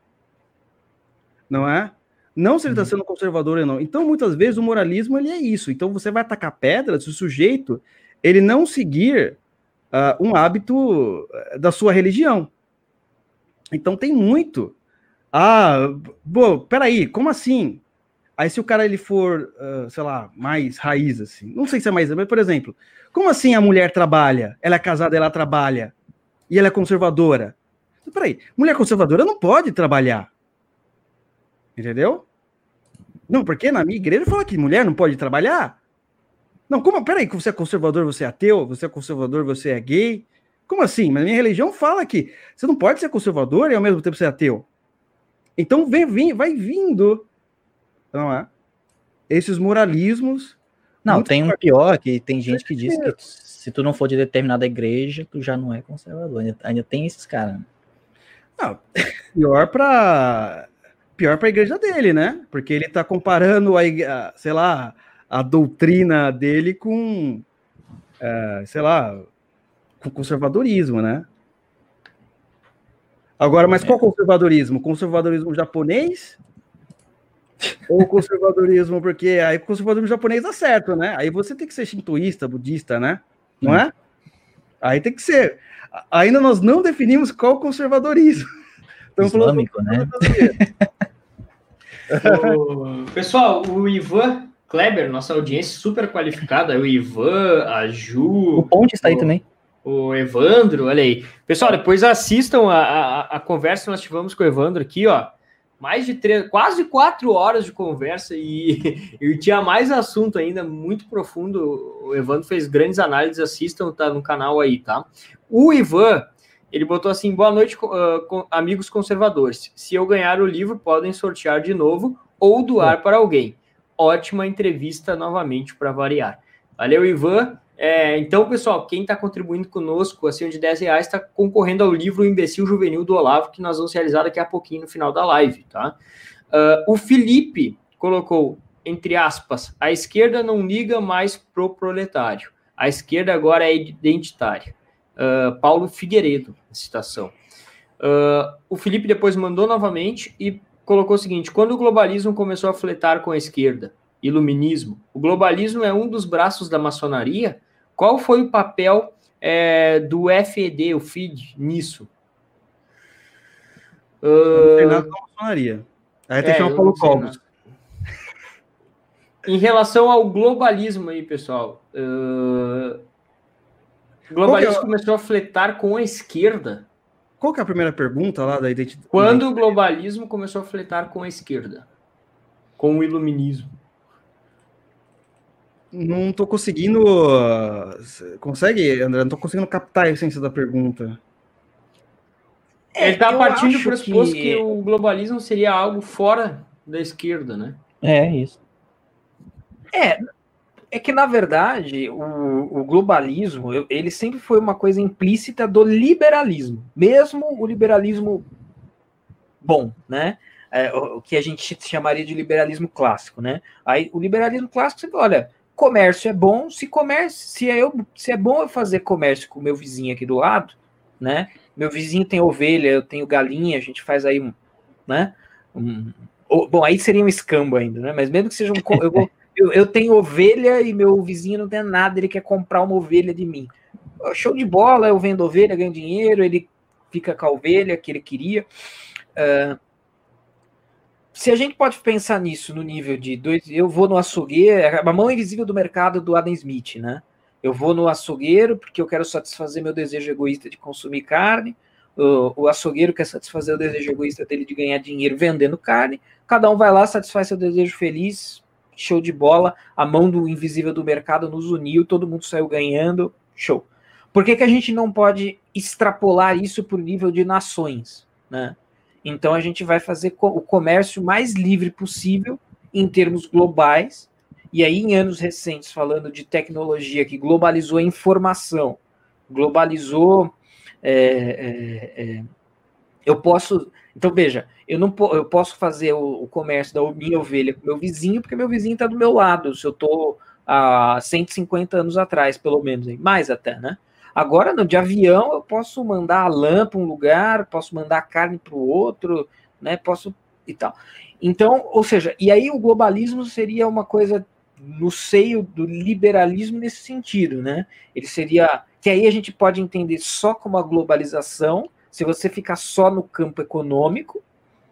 Não é? Não se ele está sendo conservador ou não. Então, muitas vezes, o moralismo ele é isso. Então, você vai atacar pedra se o sujeito ele não seguir Uh, um hábito da sua religião. Então tem muito. Ah, pô, peraí, como assim? Aí se o cara ele for, uh, sei lá, mais raiz, assim, não sei se é mais, mas por exemplo, como assim a mulher trabalha? Ela é casada, ela trabalha, e ela é conservadora. Então, peraí, mulher conservadora não pode trabalhar. Entendeu? Não, porque na minha igreja fala que mulher não pode trabalhar. Não, como, peraí, que você é conservador, você é ateu, você é conservador, você é gay. Como assim? Mas minha religião fala que você não pode ser conservador e ao mesmo tempo ser ateu. Então vem, vem, vai vindo, não é? Esses moralismos.
Não, tem um pior, que tem gente que diz que se tu não for de determinada igreja, tu já não é conservador. Ainda, ainda tem esses caras.
Não, pior para pior para a igreja dele, né? Porque ele tá comparando a, a sei lá, a doutrina dele com, uh, sei lá, com conservadorismo, né? Agora, mas qual conservadorismo? Conservadorismo japonês? Ou conservadorismo, porque aí o conservadorismo japonês dá certo, né? Aí você tem que ser shintoísta, budista, né? Não hum. é? Aí tem que ser. Ainda nós não definimos qual conservadorismo.
Então, islâmico, né?
o... Pessoal, o Ivan Kleber, nossa audiência super qualificada, o Ivan, a Ju...
O Ponte está aí
o...
também.
O Evandro, olha aí. Pessoal, depois assistam a, a, a conversa que nós tivemos com o Evandro aqui, ó. Mais de três, quase quatro horas de conversa e, e tinha mais assunto ainda, muito profundo. O Evandro fez grandes análises, assistam, tá no canal aí, tá? O Ivan, ele botou assim, boa noite, uh, com, amigos conservadores. Se eu ganhar o livro, podem sortear de novo ou doar para alguém. Ótima entrevista novamente para variar. Valeu, Ivan. É, então, pessoal, quem está contribuindo conosco, acima de dez reais, está concorrendo ao livro O Imbecil Juvenil do Olavo, que nós vamos realizar daqui a pouquinho no final da live, tá? Uh, o Felipe colocou, entre aspas, a esquerda não liga mais pro proletário. A esquerda agora é identitária. Uh, Paulo Figueiredo, citação. Uh, o Felipe depois mandou novamente e colocou o seguinte, quando o globalismo começou a fletar com a esquerda, iluminismo. O globalismo é um dos braços da maçonaria? Qual foi o papel é, do F E D, o F I D, nisso?
Uh... Não tem nada com a maçonaria. Aí tem é, que chamar Paulo Cobos.
Em relação ao globalismo aí, pessoal. Uh... O globalismo é? começou a fletar com a esquerda.
Qual que é a primeira pergunta lá da identidade?
Quando o globalismo começou a fletar com a esquerda? Com o iluminismo?
Não estou conseguindo... Consegue, André? Não estou conseguindo captar a essência da pergunta.
É, Ele está partindo do pressuposto que... que o globalismo seria algo fora da esquerda, né?
É, isso.
É, é que, na verdade, o, o globalismo, ele sempre foi uma coisa implícita do liberalismo. Mesmo o liberalismo bom, né? É, o que a gente chamaria de liberalismo clássico, né? Aí, o liberalismo clássico, você fala, olha... Comércio é bom, se comércio, se é, eu, se é bom eu fazer comércio com o meu vizinho aqui do lado, né? Meu vizinho tem ovelha, eu tenho galinha, a gente faz aí um, né? Um, ou, bom, aí seria um escambo ainda, né? Mas mesmo que seja um, eu, eu, eu tenho ovelha e meu vizinho não tem nada, ele quer comprar uma ovelha de mim. Show de bola, eu vendo ovelha, ganho dinheiro, ele fica com a ovelha que ele queria. Uh, Se a gente pode pensar nisso no nível de dois, eu vou no açougueiro, a mão invisível do mercado do Adam Smith, né? Eu vou no açougueiro porque eu quero satisfazer meu desejo egoísta de consumir carne, o, o açougueiro quer satisfazer o desejo egoísta dele de ganhar dinheiro vendendo carne, cada um vai lá, satisfaz seu desejo feliz, show de bola, a mão do invisível do mercado nos uniu, todo mundo saiu ganhando, show. Por que que a gente não pode extrapolar isso para o nível de nações, né? Então, a gente vai fazer o comércio mais livre possível em termos globais. E aí, em anos recentes, falando de tecnologia que globalizou a informação, globalizou... É, é, é, eu posso... Então, veja, eu, não, eu posso fazer o, o comércio da minha ovelha com meu vizinho, porque meu vizinho está do meu lado. Se eu estou há cento e cinquenta anos atrás, pelo menos, mais até, né? Agora, no de avião, eu posso mandar a lã para um lugar, posso mandar a carne para o outro, né? Posso e tal. Então, ou seja, e aí o globalismo seria uma coisa no seio do liberalismo nesse sentido, né? Ele seria que aí a gente pode entender só como a globalização, se você ficar só no campo econômico,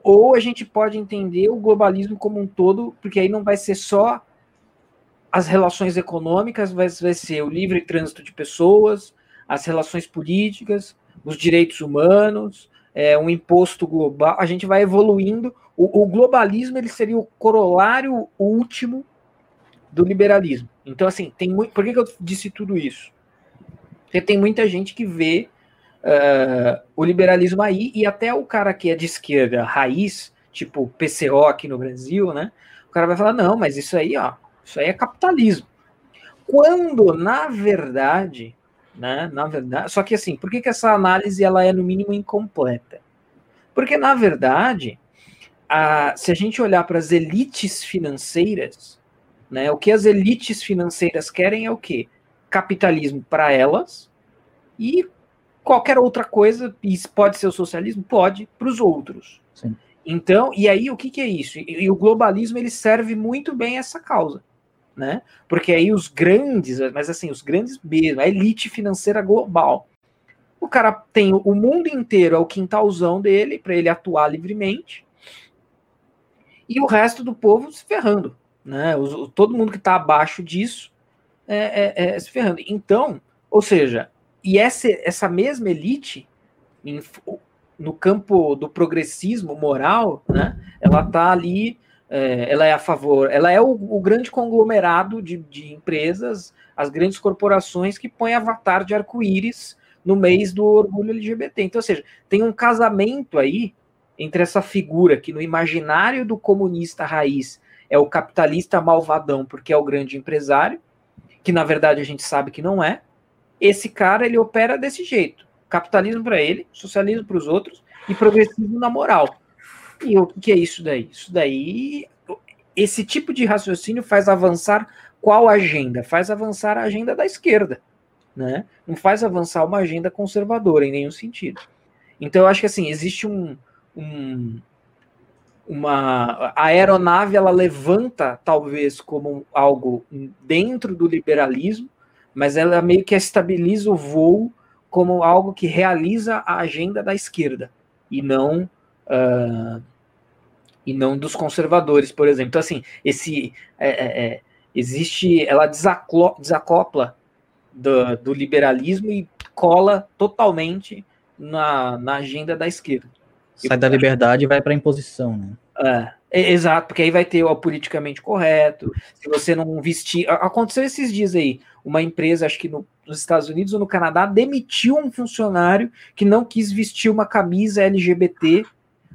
ou a gente pode entender o globalismo como um todo, porque aí não vai ser só as relações econômicas, vai, vai ser o livre trânsito de pessoas, as relações políticas, os direitos humanos, é, um imposto global, a gente vai evoluindo. O, o globalismo ele seria o corolário último do liberalismo. Então, assim, tem muito. Por que, que eu disse tudo isso? Porque tem muita gente que vê uh, o liberalismo aí, e até o cara que é de esquerda raiz, tipo P C O aqui no Brasil, né? O cara vai falar, não, mas isso aí, ó, isso aí é capitalismo. Quando, na verdade, né, na verdade, só que assim, por que, que essa análise ela é no mínimo incompleta? Porque, na verdade, a, se a gente olhar para as elites financeiras, né, o que as elites financeiras querem é o quê? Capitalismo para elas e qualquer outra coisa, e pode ser o socialismo? Pode, para os outros.
Sim.
Então, e aí o que, que é isso? E, e o globalismo ele serve muito bem a essa causa, né? Porque aí os grandes, mas assim, os grandes mesmo, a elite financeira global, o cara tem o mundo inteiro, é o quintalzão dele, para ele atuar livremente, e o resto do povo se ferrando, né? Os, todo mundo que está abaixo disso é, é, é se ferrando. Então, ou seja, e essa, essa mesma elite, em, no campo do progressismo moral, né, ela está ali, é, ela é a favor, ela é o, o grande conglomerado de, de empresas, as grandes corporações que põem avatar de arco-íris no mês do orgulho L G B T. Então, ou seja, tem um casamento aí entre essa figura que no imaginário do comunista raiz é o capitalista malvadão porque é o grande empresário, que na verdade a gente sabe que não é. Esse cara, ele opera desse jeito. Capitalismo para ele, socialismo para os outros e progressismo na moral. E o que é isso daí? Isso daí, esse tipo de raciocínio faz avançar qual agenda? Faz avançar a agenda da esquerda, né? Não faz avançar uma agenda conservadora em nenhum sentido. Então eu acho que assim, existe um, um uma a aeronave, ela levanta talvez como algo dentro do liberalismo, mas ela meio que estabiliza o voo como algo que realiza a agenda da esquerda e não uh, e não dos conservadores, por exemplo. Então assim, esse é, é, existe, ela desaclo, desacopla do, do liberalismo e cola totalmente na, na agenda da esquerda.
Sai da liberdade e vai para a imposição, né?
É, é, exato, porque aí vai ter o politicamente correto. Se você não vestir. Aconteceu esses dias aí, uma empresa, acho que no, nos Estados Unidos ou no Canadá, demitiu um funcionário que não quis vestir uma camisa L G B T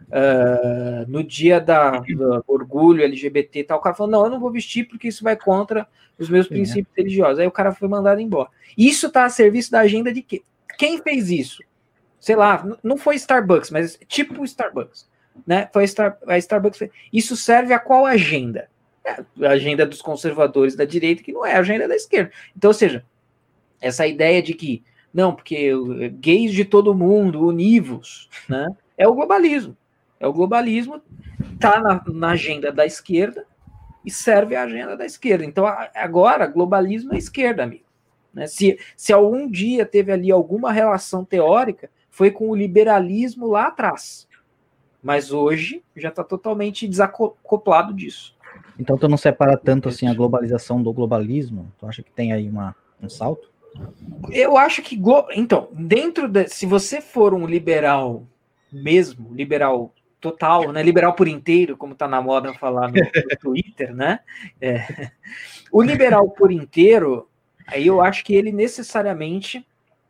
uh, no dia da, do orgulho L G B T e tal. O cara falou: não, eu não vou vestir porque isso vai contra os meus princípios é. religiosos. Aí o cara foi mandado embora. Isso está a serviço da agenda de quê? Quem fez isso? Sei lá, não foi Starbucks, mas tipo Starbucks. Né? Foi a, Star, a Starbucks. Isso serve a qual agenda? É a agenda dos conservadores da direita, que não é a agenda da esquerda. Então, ou seja, essa ideia de que, não, porque gays de todo mundo, univos, né? É o globalismo. É o globalismo, tá na, na agenda da esquerda e serve a agenda da esquerda. Então, agora, globalismo é esquerda, amigo. Né? Se, se algum dia teve ali alguma relação teórica, foi com o liberalismo lá atrás. Mas hoje já está totalmente desacoplado disso.
Então tu não separa tanto assim a globalização do globalismo? Tu acha que tem aí uma, um salto?
Eu acho que... Então, dentro de... Se você for um liberal mesmo, liberal total, né? Liberal por inteiro, como está na moda falar no, no Twitter, né? É. O liberal por inteiro, aí eu acho que ele necessariamente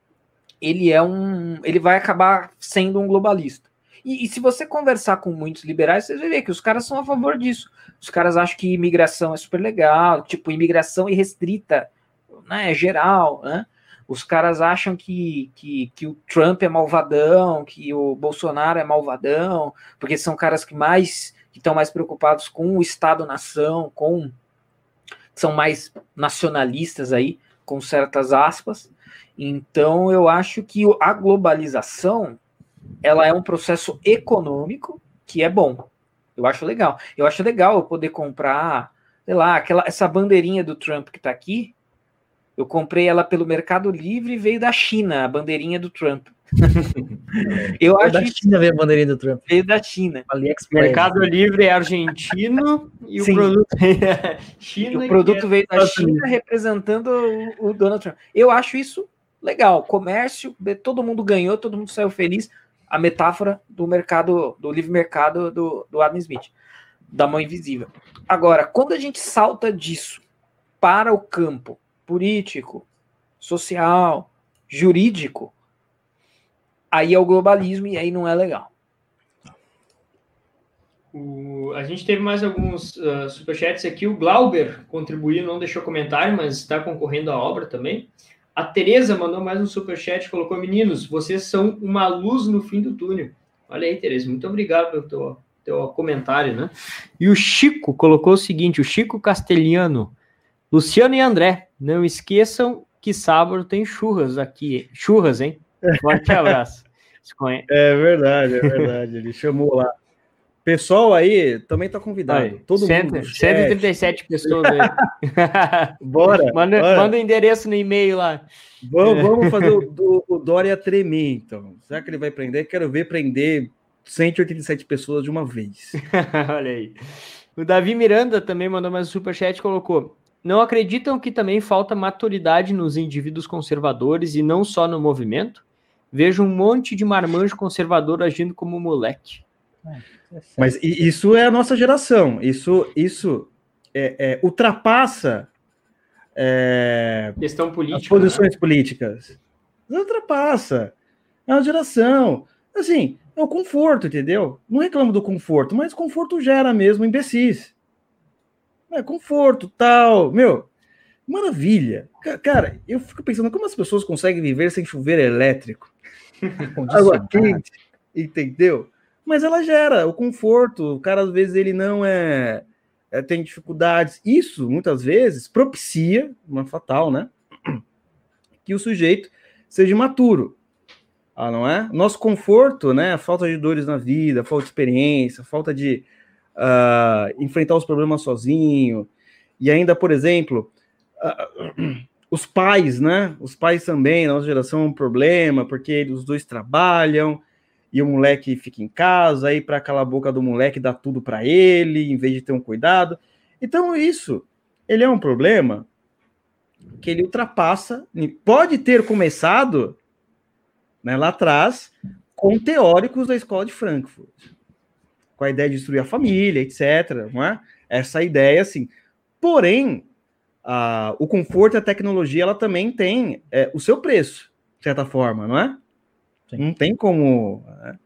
ele é um... Ele vai acabar sendo um globalista. E, e se você conversar com muitos liberais, você vai ver que os caras são a favor disso. Os caras acham que imigração é super legal, tipo, imigração irrestrita, né, é geral, né? Os caras acham que, que, que o Trump é malvadão, que o Bolsonaro é malvadão, porque são caras que mais que estão mais preocupados com o Estado-nação, com são mais nacionalistas aí, com certas aspas. Então, eu acho que a globalização ela é um processo econômico que é bom. Eu acho legal. Eu acho legal eu poder comprar, sei lá, aquela, essa bandeirinha do Trump que tá aqui. Eu comprei ela pelo Mercado Livre e veio da China, a bandeirinha do Trump. Eu
Veio
acho
da
isso
China veio a bandeirinha do Trump.
veio da China.
AliExpress.
Mercado Livre é argentino e
Sim.
o produto é
E
China.
o produto
que é
veio da
Estados
China
Unidos.
representando o, o Donald Trump. Eu acho isso legal. Comércio, todo mundo ganhou, todo mundo saiu feliz. A metáfora do mercado, do livre mercado do, do Adam Smith, da mão invisível. Agora, quando a gente salta disso para o campo político, social, jurídico, aí é o globalismo e aí não é legal.
O, a gente teve mais alguns uh, superchats aqui. O Glauber contribuiu, não deixou comentário, mas está concorrendo à obra também. A Tereza mandou mais um superchat, colocou: meninos, vocês são uma luz no fim do túnel. Olha aí, Tereza, muito obrigado pelo teu, teu comentário, né? E o Chico colocou o seguinte, o Chico Castelhano: Luciano e André, não esqueçam que sábado tem churras aqui. Churras, hein? Forte abraço.
É verdade, é verdade. Ele chamou lá. Pessoal aí também tá convidado.
Aí,
Todo
cento,
mundo.
cento e trinta e sete pessoas aí.
Bora,
manda,
bora.
manda o endereço no e-mail lá.
Vamos, vamos fazer o, do, o Dória tremer, então. Será que ele vai prender? Quero ver prender cento e oitenta e sete pessoas de uma vez.
Olha aí. O Davi Miranda também mandou mais um superchat e colocou: não acreditam que também falta maturidade nos indivíduos conservadores e não só no movimento? Vejo um monte de marmanjo conservador agindo como moleque.
Mas isso é a nossa geração. Isso, isso é, é, ultrapassa é,
questão política,
as posições
né?
políticas. Ultrapassa. É uma geração. Assim, é o conforto, entendeu? Não reclamo do conforto, mas conforto gera mesmo imbecis. É conforto, tal. Meu, maravilha. Cara, eu fico pensando como as pessoas conseguem viver sem chuveiro elétrico. Água quente, entendeu? Mas ela gera o conforto. O cara, às vezes, ele não é, é tem dificuldades. Isso, muitas vezes, propicia, uma fatal, né? Que o sujeito seja imaturo. Ah, não é? Nosso conforto, né? A falta de dores na vida, a falta de experiência, a falta de uh, enfrentar os problemas sozinho. E ainda, por exemplo, uh, os pais, né? Os pais também, na nossa geração, é um problema, porque os dois trabalham e o moleque fica em casa, aí para calar a boca do moleque dá tudo para ele, em vez de ter um cuidado. Então, isso, ele é um problema que ele ultrapassa, pode ter começado, né, lá atrás, com teóricos da escola de Frankfurt, com a ideia de destruir a família, etcétera. Não é? Essa ideia, assim. Porém, a, o conforto e a tecnologia, ela também tem é, o seu preço, de certa forma, não é? Sim. Não tem como,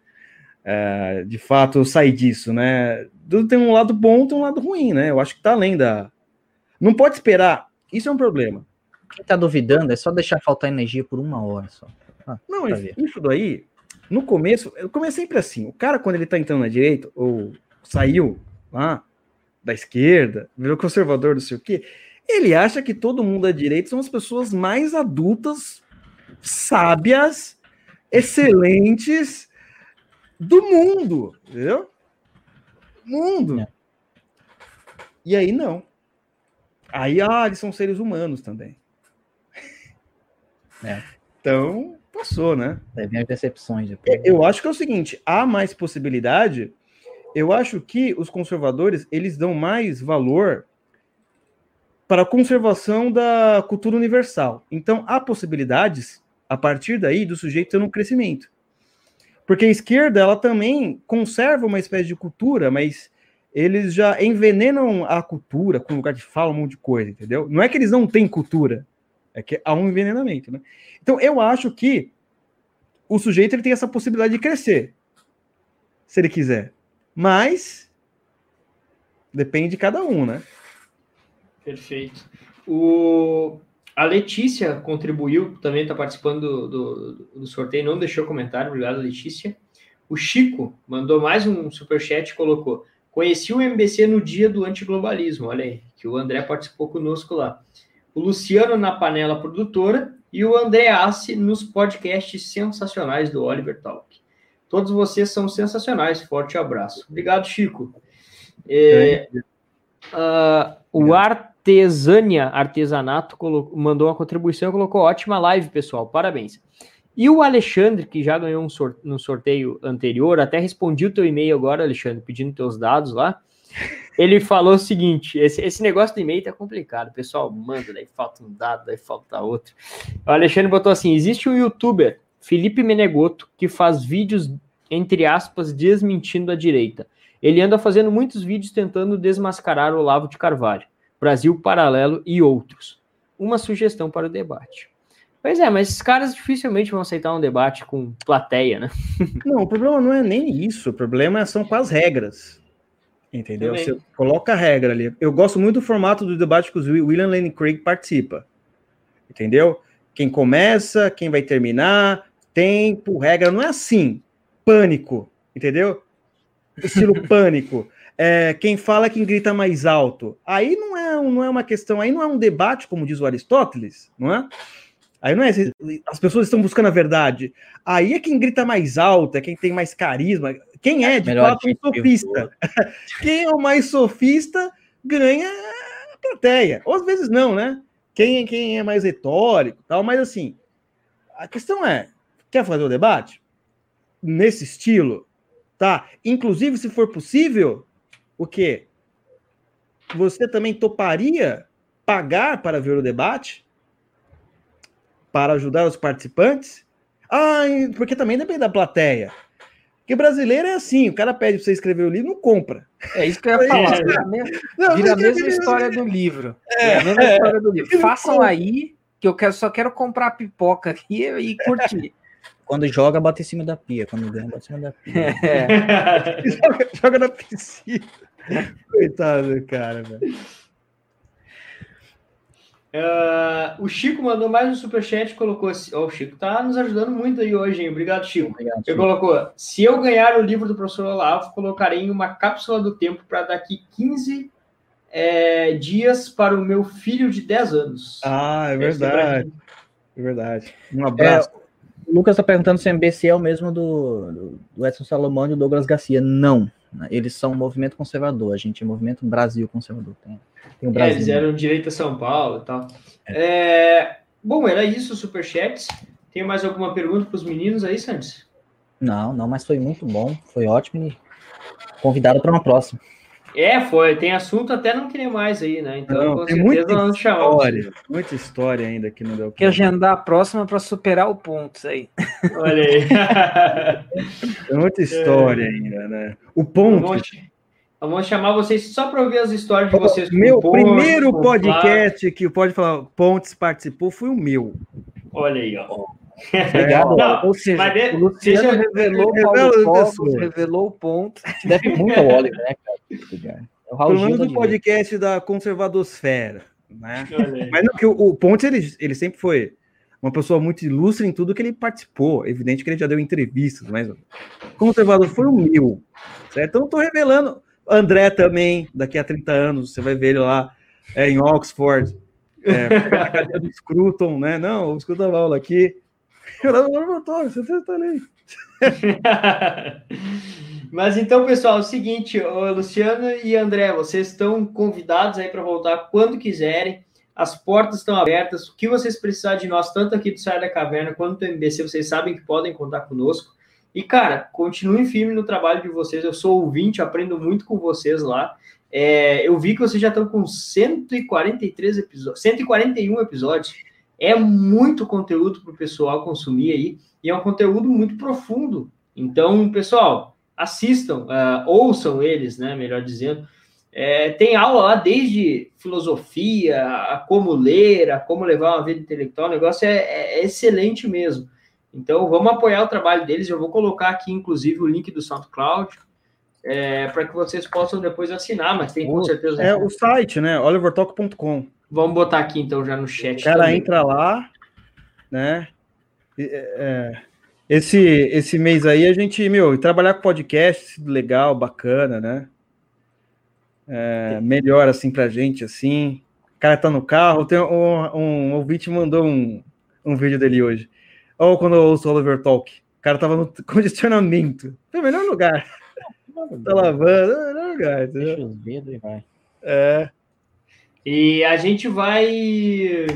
é, de fato, sair disso, né? Tem um lado bom, tem um lado ruim, né? Eu acho que tá além da... Não pode esperar. Isso é um problema.
Quem tá duvidando é só deixar faltar energia por uma hora só. Ah,
não, isso, isso daí, no começo, eu comecei sempre assim, o cara quando ele tá entrando na direita, ou saiu lá da esquerda, virou conservador, não sei o quê, ele acha que todo mundo da direita são as pessoas mais adultas, sábias, excelentes do mundo, entendeu? Mundo. É. E aí não. Aí, ah, eles são seres humanos também. É. Então, passou, né?
Deve as decepções. Depois.
Eu acho que é o seguinte, há mais possibilidade, eu acho que os conservadores, eles dão mais valor para a conservação da cultura universal. Então, há possibilidades, a partir daí, do sujeito ter um crescimento. Porque a esquerda, ela também conserva uma espécie de cultura, mas eles já envenenam a cultura com lugar de fala, um monte de coisa, entendeu? Não é que eles não têm cultura, é que há um envenenamento, né? Então, eu acho que o sujeito ele tem essa possibilidade de crescer, se ele quiser. Mas depende de cada um, né?
Perfeito. O... A Letícia contribuiu, também está participando do, do, do sorteio, não deixou comentário, obrigado, Letícia. O Chico mandou mais um superchat e colocou: conheci o M B C no dia do antiglobalismo, olha aí, que o André participou conosco lá. O Luciano na Panela Produtora e o André Assi nos podcasts sensacionais do Oliver Talk. Todos vocês são sensacionais, forte abraço. Obrigado, Chico. É, uh, o Artesania, Artesanato, colocou, mandou uma contribuição e colocou: ótima live, pessoal, parabéns. E o Alexandre, que já ganhou um sorte, no sorteio anterior, até respondi o teu e-mail agora, Alexandre, pedindo teus dados lá. Ele falou o seguinte, esse, esse negócio do e-mail tá complicado, o pessoal manda, daí falta um dado, daí falta outro. O Alexandre botou assim, existe um youtuber, Felipe Menegoto, que faz vídeos, entre aspas, desmentindo a direita. Ele anda fazendo muitos vídeos tentando desmascarar o Olavo de Carvalho, Brasil Paralelo e outros. Uma sugestão para o debate. Pois é, mas esses caras dificilmente vão aceitar um debate com plateia, né?
Não, o problema não é nem isso, o problema são com as regras, entendeu?
Também.
Você coloca a regra ali. Eu gosto muito do formato do debate que o William Lane Craig participa, entendeu? Quem começa, quem vai terminar, tempo, regra, não é assim, pânico, entendeu? Estilo pânico. É, quem fala é quem grita mais alto. Aí não é, não é uma questão, aí não é um debate, como diz o Aristóteles, não é? Aí não é, as pessoas estão buscando a verdade. Aí é quem grita mais alto, é quem tem mais carisma. Quem é, de
Melhor
fato, um sofista. Quem é o mais sofista ganha a plateia. Ou às vezes não, né? Quem, quem é mais retórico, tal. Mas assim, a questão é, quer fazer o debate? Nesse estilo, tá? Inclusive, se for possível, o quê? Você também toparia pagar para ver o debate? Para ajudar os participantes? Ah, porque também depende da plateia. Porque brasileiro é assim, o cara pede para você escrever o livro, não compra.
É isso que eu ia falar. Vira a mesma, não, vira a mesma história do livro. É, é a mesma é, história do livro. Façam aí, que eu quero, só quero comprar pipoca aqui e curtir.
Quando joga, bate em cima da pia. Quando ganha, bate em cima da pia.
É. joga, joga na piscina. Coitado do cara, velho.
Uh, o Chico mandou mais um superchat e colocou assim, oh, o Chico tá nos ajudando muito aí hoje, hein? Obrigado, Chico.
Obrigado,
Ele colocou, se eu ganhar o livro do professor Olavo, colocarei em uma cápsula do tempo para daqui quinze é, dias para o meu filho de dez anos.
Ah, é verdade. É verdade. Um abraço.
É, o Lucas tá perguntando se o M B C é o mesmo do, do Edson Salomão e do Douglas Garcia. Não. Eles são um movimento conservador. A gente é movimento Brasil conservador. Tem, tem o Brasil.
É, eles eram direito a São Paulo e tal. É. É, bom, era isso, superchats. Tem mais alguma pergunta para os meninos aí, Santos?
Não, não, mas foi muito bom. Foi ótimo e convidado para uma próxima.
É, foi. Tem assunto até não querer mais aí, né? Então,
não,
com
tem
certeza
muita
nós
história, muita história ainda que não deu.
Quer agendar a próxima para superar o ponto aí.
Olha aí.
Tem muita história é. ainda, né? O ponto...
Vamos, vamos chamar vocês só para ouvir as histórias de vocês.
O meu
ponto,
primeiro podcast que pode falar Pontes participou foi o meu.
Olha aí, ó.
Obrigado.
Não,
ou seja,
mas
o Luciano
seja,
revelou o Paulo Cogos, revelou o ponto.
Deve muito ao Oliver, né, cara? É o Raul
Pelo menos do podcast da Conservadosfera, né? Mas não, que o, o Pontes, ele, ele sempre foi uma pessoa muito ilustre em tudo que ele participou. Evidente que ele já deu entrevistas, mas o conservador foi o meu, certo? Então eu tô revelando. André também, daqui a trinta anos, você vai ver ele lá é, em Oxford, é, na cadeia do Scruton, né? Não, o Scruton dava aula aqui. Eu não, não, não, você tá ali.
Mas então, pessoal, é o seguinte, Luciano e André, vocês estão convidados aí para voltar quando quiserem. As portas estão abertas. O que vocês precisarem de nós, tanto aqui do Saia da Caverna quanto do M B C, vocês sabem que podem contar conosco. E, cara, continuem firme no trabalho de vocês. Eu sou ouvinte, aprendo muito com vocês lá. É, eu vi que vocês já estão com cento e quarenta e três episódios, cento e quarenta e um episódios. É muito conteúdo para o pessoal consumir aí. E é um conteúdo muito profundo. Então, pessoal, assistam, uh, ouçam eles, né? Melhor dizendo. É, tem aula lá desde filosofia, a como ler, a como levar uma vida intelectual. O negócio é, é excelente mesmo. Então, vamos apoiar o trabalho deles. Eu vou colocar aqui, inclusive, o link do SoundCloud é, para que vocês possam depois assinar, mas tem com
o,
certeza...
É o site, né? oliver talk ponto com.
Vamos botar aqui, então, já no chat.
O cara
também.
entra lá, né? É, esse, esse mês aí, a gente, meu, trabalhar com podcast, legal, bacana, né? É, melhor, assim, pra gente, assim. O cara tá no carro, tem um, um ouvinte mandou um, um vídeo dele hoje. Ou quando eu ouço o Oliver Talk, o cara tava no condicionamento. Foi o melhor lugar. Tá lavando, é o melhor lugar, entendeu?
Deixa os dedos e vai.
É.
E a gente vai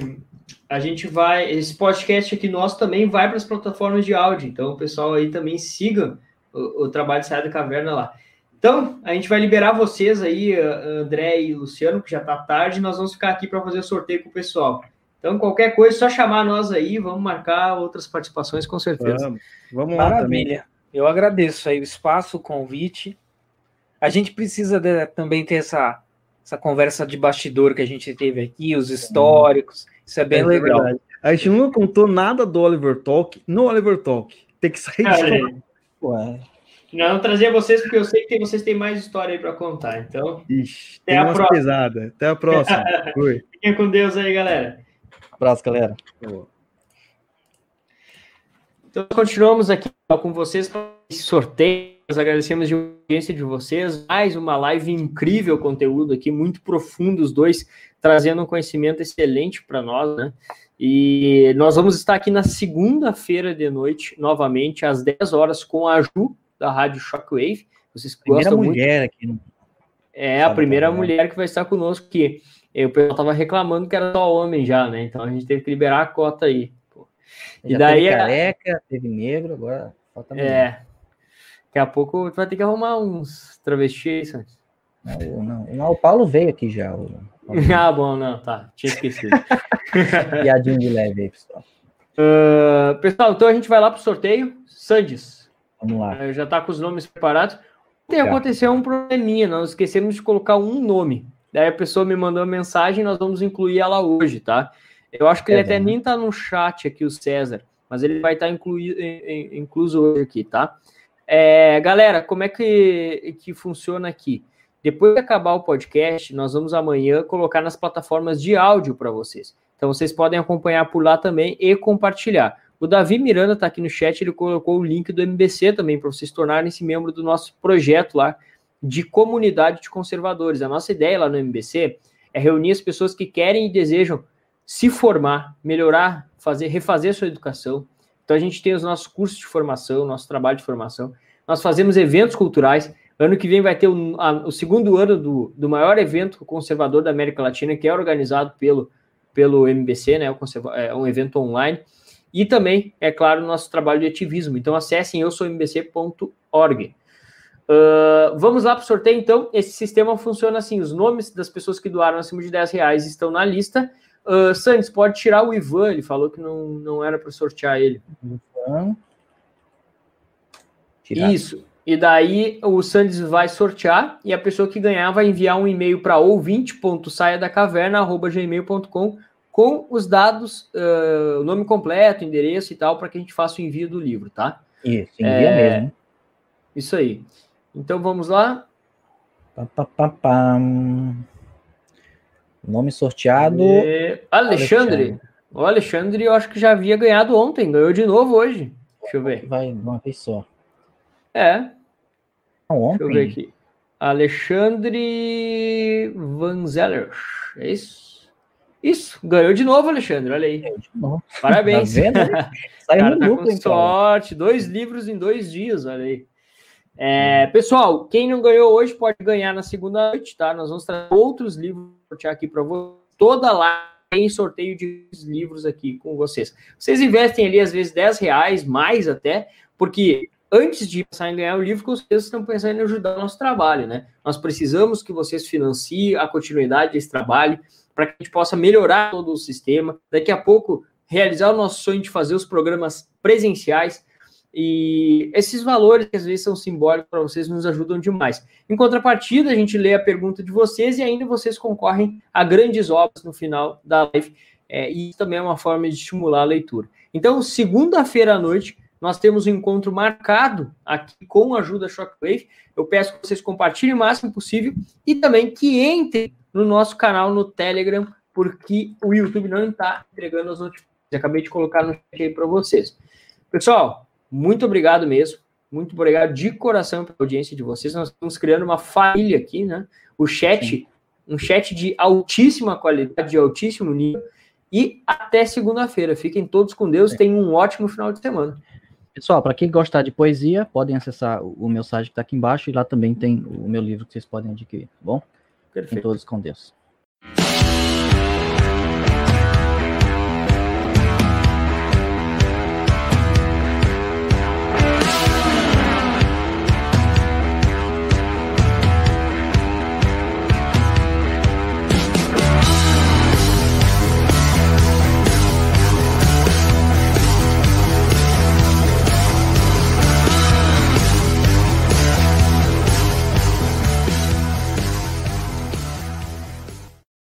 a gente vai, esse podcast aqui nosso também vai para as plataformas de áudio, então o pessoal aí também siga o, o trabalho de Saia da Caverna lá. Então, a gente vai liberar vocês aí, André e Luciano, que já tá tarde, nós vamos ficar aqui para fazer o sorteio com o pessoal. Então, qualquer coisa, só chamar nós aí, vamos marcar outras participações, com certeza.
Vamos, vamos lá.
Maravilha. Também. Eu agradeço aí o espaço, o convite. A gente precisa de, também ter essa, essa conversa de bastidor que a gente teve aqui, os históricos, isso é bem é legal. Verdade.
A gente não contou nada do Oliver Talk no Oliver Talk. Tem que sair de
Ué. Nós vamos trazer vocês, porque eu sei que vocês têm mais história aí para contar. Então,
Ixi, até a próxima. Pesada. Até a próxima.
Fiquem com Deus aí, galera.
Abraço, galera.
Então, continuamos aqui com vocês para esse sorteio. Nós agradecemos a audiência de vocês. Mais uma live incrível, conteúdo aqui, muito profundo, os dois trazendo um conhecimento excelente para nós, né? E nós vamos estar aqui na segunda-feira de noite, novamente, às dez horas, com a Ju, da Rádio Shockwave. Vocês
primeira
gostam
mulher
muito.
Aqui no...
É a primeira também, mulher que vai estar conosco aqui. O pessoal estava reclamando que era só homem já, né? Então a gente teve que liberar a cota aí. Pô.
E daí teve careca, teve negro, agora falta mulher.
É. Daqui a pouco tu vai ter que arrumar uns travestis.
Não, não, não, o Paulo veio aqui já. O...
ah, bom, não, tá. Tinha esquecido.
Piadinha de leve aí, pessoal.
Uh, pessoal, então a gente vai lá pro sorteio. Sandes.
Vamos lá.
Uh, já tá com os nomes preparados. Ontem aconteceu um probleminha, nós esquecemos de colocar um nome. Daí a pessoa me mandou uma mensagem, nós vamos incluir ela hoje, tá? Eu acho que ele até nem tá no chat aqui, o César, mas ele vai estar incluído, incluso hoje aqui, tá? É, galera, como é que, que funciona aqui? Depois de acabar o podcast, nós vamos amanhã colocar nas plataformas de áudio para vocês. Então vocês podem acompanhar por lá também e compartilhar. O Davi Miranda está aqui no chat, ele colocou o link do M B C também, para vocês tornarem-se membro do nosso projeto lá de comunidade de conservadores. A nossa ideia lá no M B C é reunir as pessoas que querem e desejam se formar, melhorar, fazer, refazer a sua educação. Então a gente tem os nossos cursos de formação, nosso trabalho de formação. Nós fazemos eventos culturais. Ano que vem vai ter o, a, o segundo ano do, do maior evento conservador da América Latina, que é organizado pelo, pelo M B C, né? O conserva, é um evento online. E também, é claro, o nosso trabalho de ativismo. Então acessem eu sou m b c ponto org. Uh, vamos lá para o sorteio, então. Esse sistema funciona assim: os nomes das pessoas que doaram acima de dez reais estão na lista. Uh, Santos, pode tirar o Ivan, ele falou que não, não era para sortear ele.
Ivan.
Isso. E daí o Santos vai sortear e a pessoa que ganhar vai enviar um e-mail para ouvinte ponto saia da caverna arroba gmail ponto com com os dados, uh, o nome completo, endereço e tal, para que a gente faça o envio do livro, tá?
Isso, envia
é,
mesmo.
Isso aí. Então vamos lá.
Pá, pá, pá, pá. Nome sorteado.
E... Alexandre. Alexandre. O Alexandre eu acho que já havia ganhado ontem, ganhou de novo hoje. Deixa eu ver.
Vai uma vez só.
É.
Não, ontem.
Deixa eu ver aqui. Alexandre Van Zeller. É isso? Isso, ganhou de novo, Alexandre, olha aí.
De novo.
Parabéns.
Tá vendo? Saiu
cara,
no
tá
lucro,
com sorte, cara. Dois livros em dois dias, olha aí. É, pessoal, quem não ganhou hoje pode ganhar na segunda noite, tá? Nós vamos trazer outros livros para sortear aqui para vocês. Toda lá tem sorteio de livros aqui com vocês. Vocês investem ali, às vezes, dez reais, mais até, porque antes de pensar em ganhar o livro, vocês estão pensando em ajudar o nosso trabalho, né? Nós precisamos que vocês financiem a continuidade desse trabalho para que a gente possa melhorar todo o sistema. Daqui a pouco, realizar o nosso sonho de fazer os programas presenciais. E esses valores, que às vezes são simbólicos para vocês, nos ajudam demais. Em contrapartida, a gente lê a pergunta de vocês e ainda vocês concorrem a grandes obras no final da live. É, e isso também é uma forma de estimular a leitura. Então, segunda-feira à noite, nós temos um encontro marcado aqui com a ajuda Shockwave. Eu peço que vocês compartilhem o máximo possível e também que entrem no nosso canal no Telegram, porque o YouTube não está entregando as notificações. Eu acabei de colocar no chat aí para vocês. Pessoal, muito obrigado mesmo. Muito obrigado de coração pela audiência de vocês. Nós estamos criando uma família aqui, né? O chat, Sim. um chat de altíssima qualidade, de altíssimo nível. E até segunda-feira. Fiquem todos com Deus. Sim. Tenham um ótimo final de semana.
Pessoal, para quem gostar de poesia, podem acessar o meu site que está aqui embaixo e lá também tem o meu livro que vocês podem adquirir, tá bom?
Perfeito.
Fiquem todos com Deus.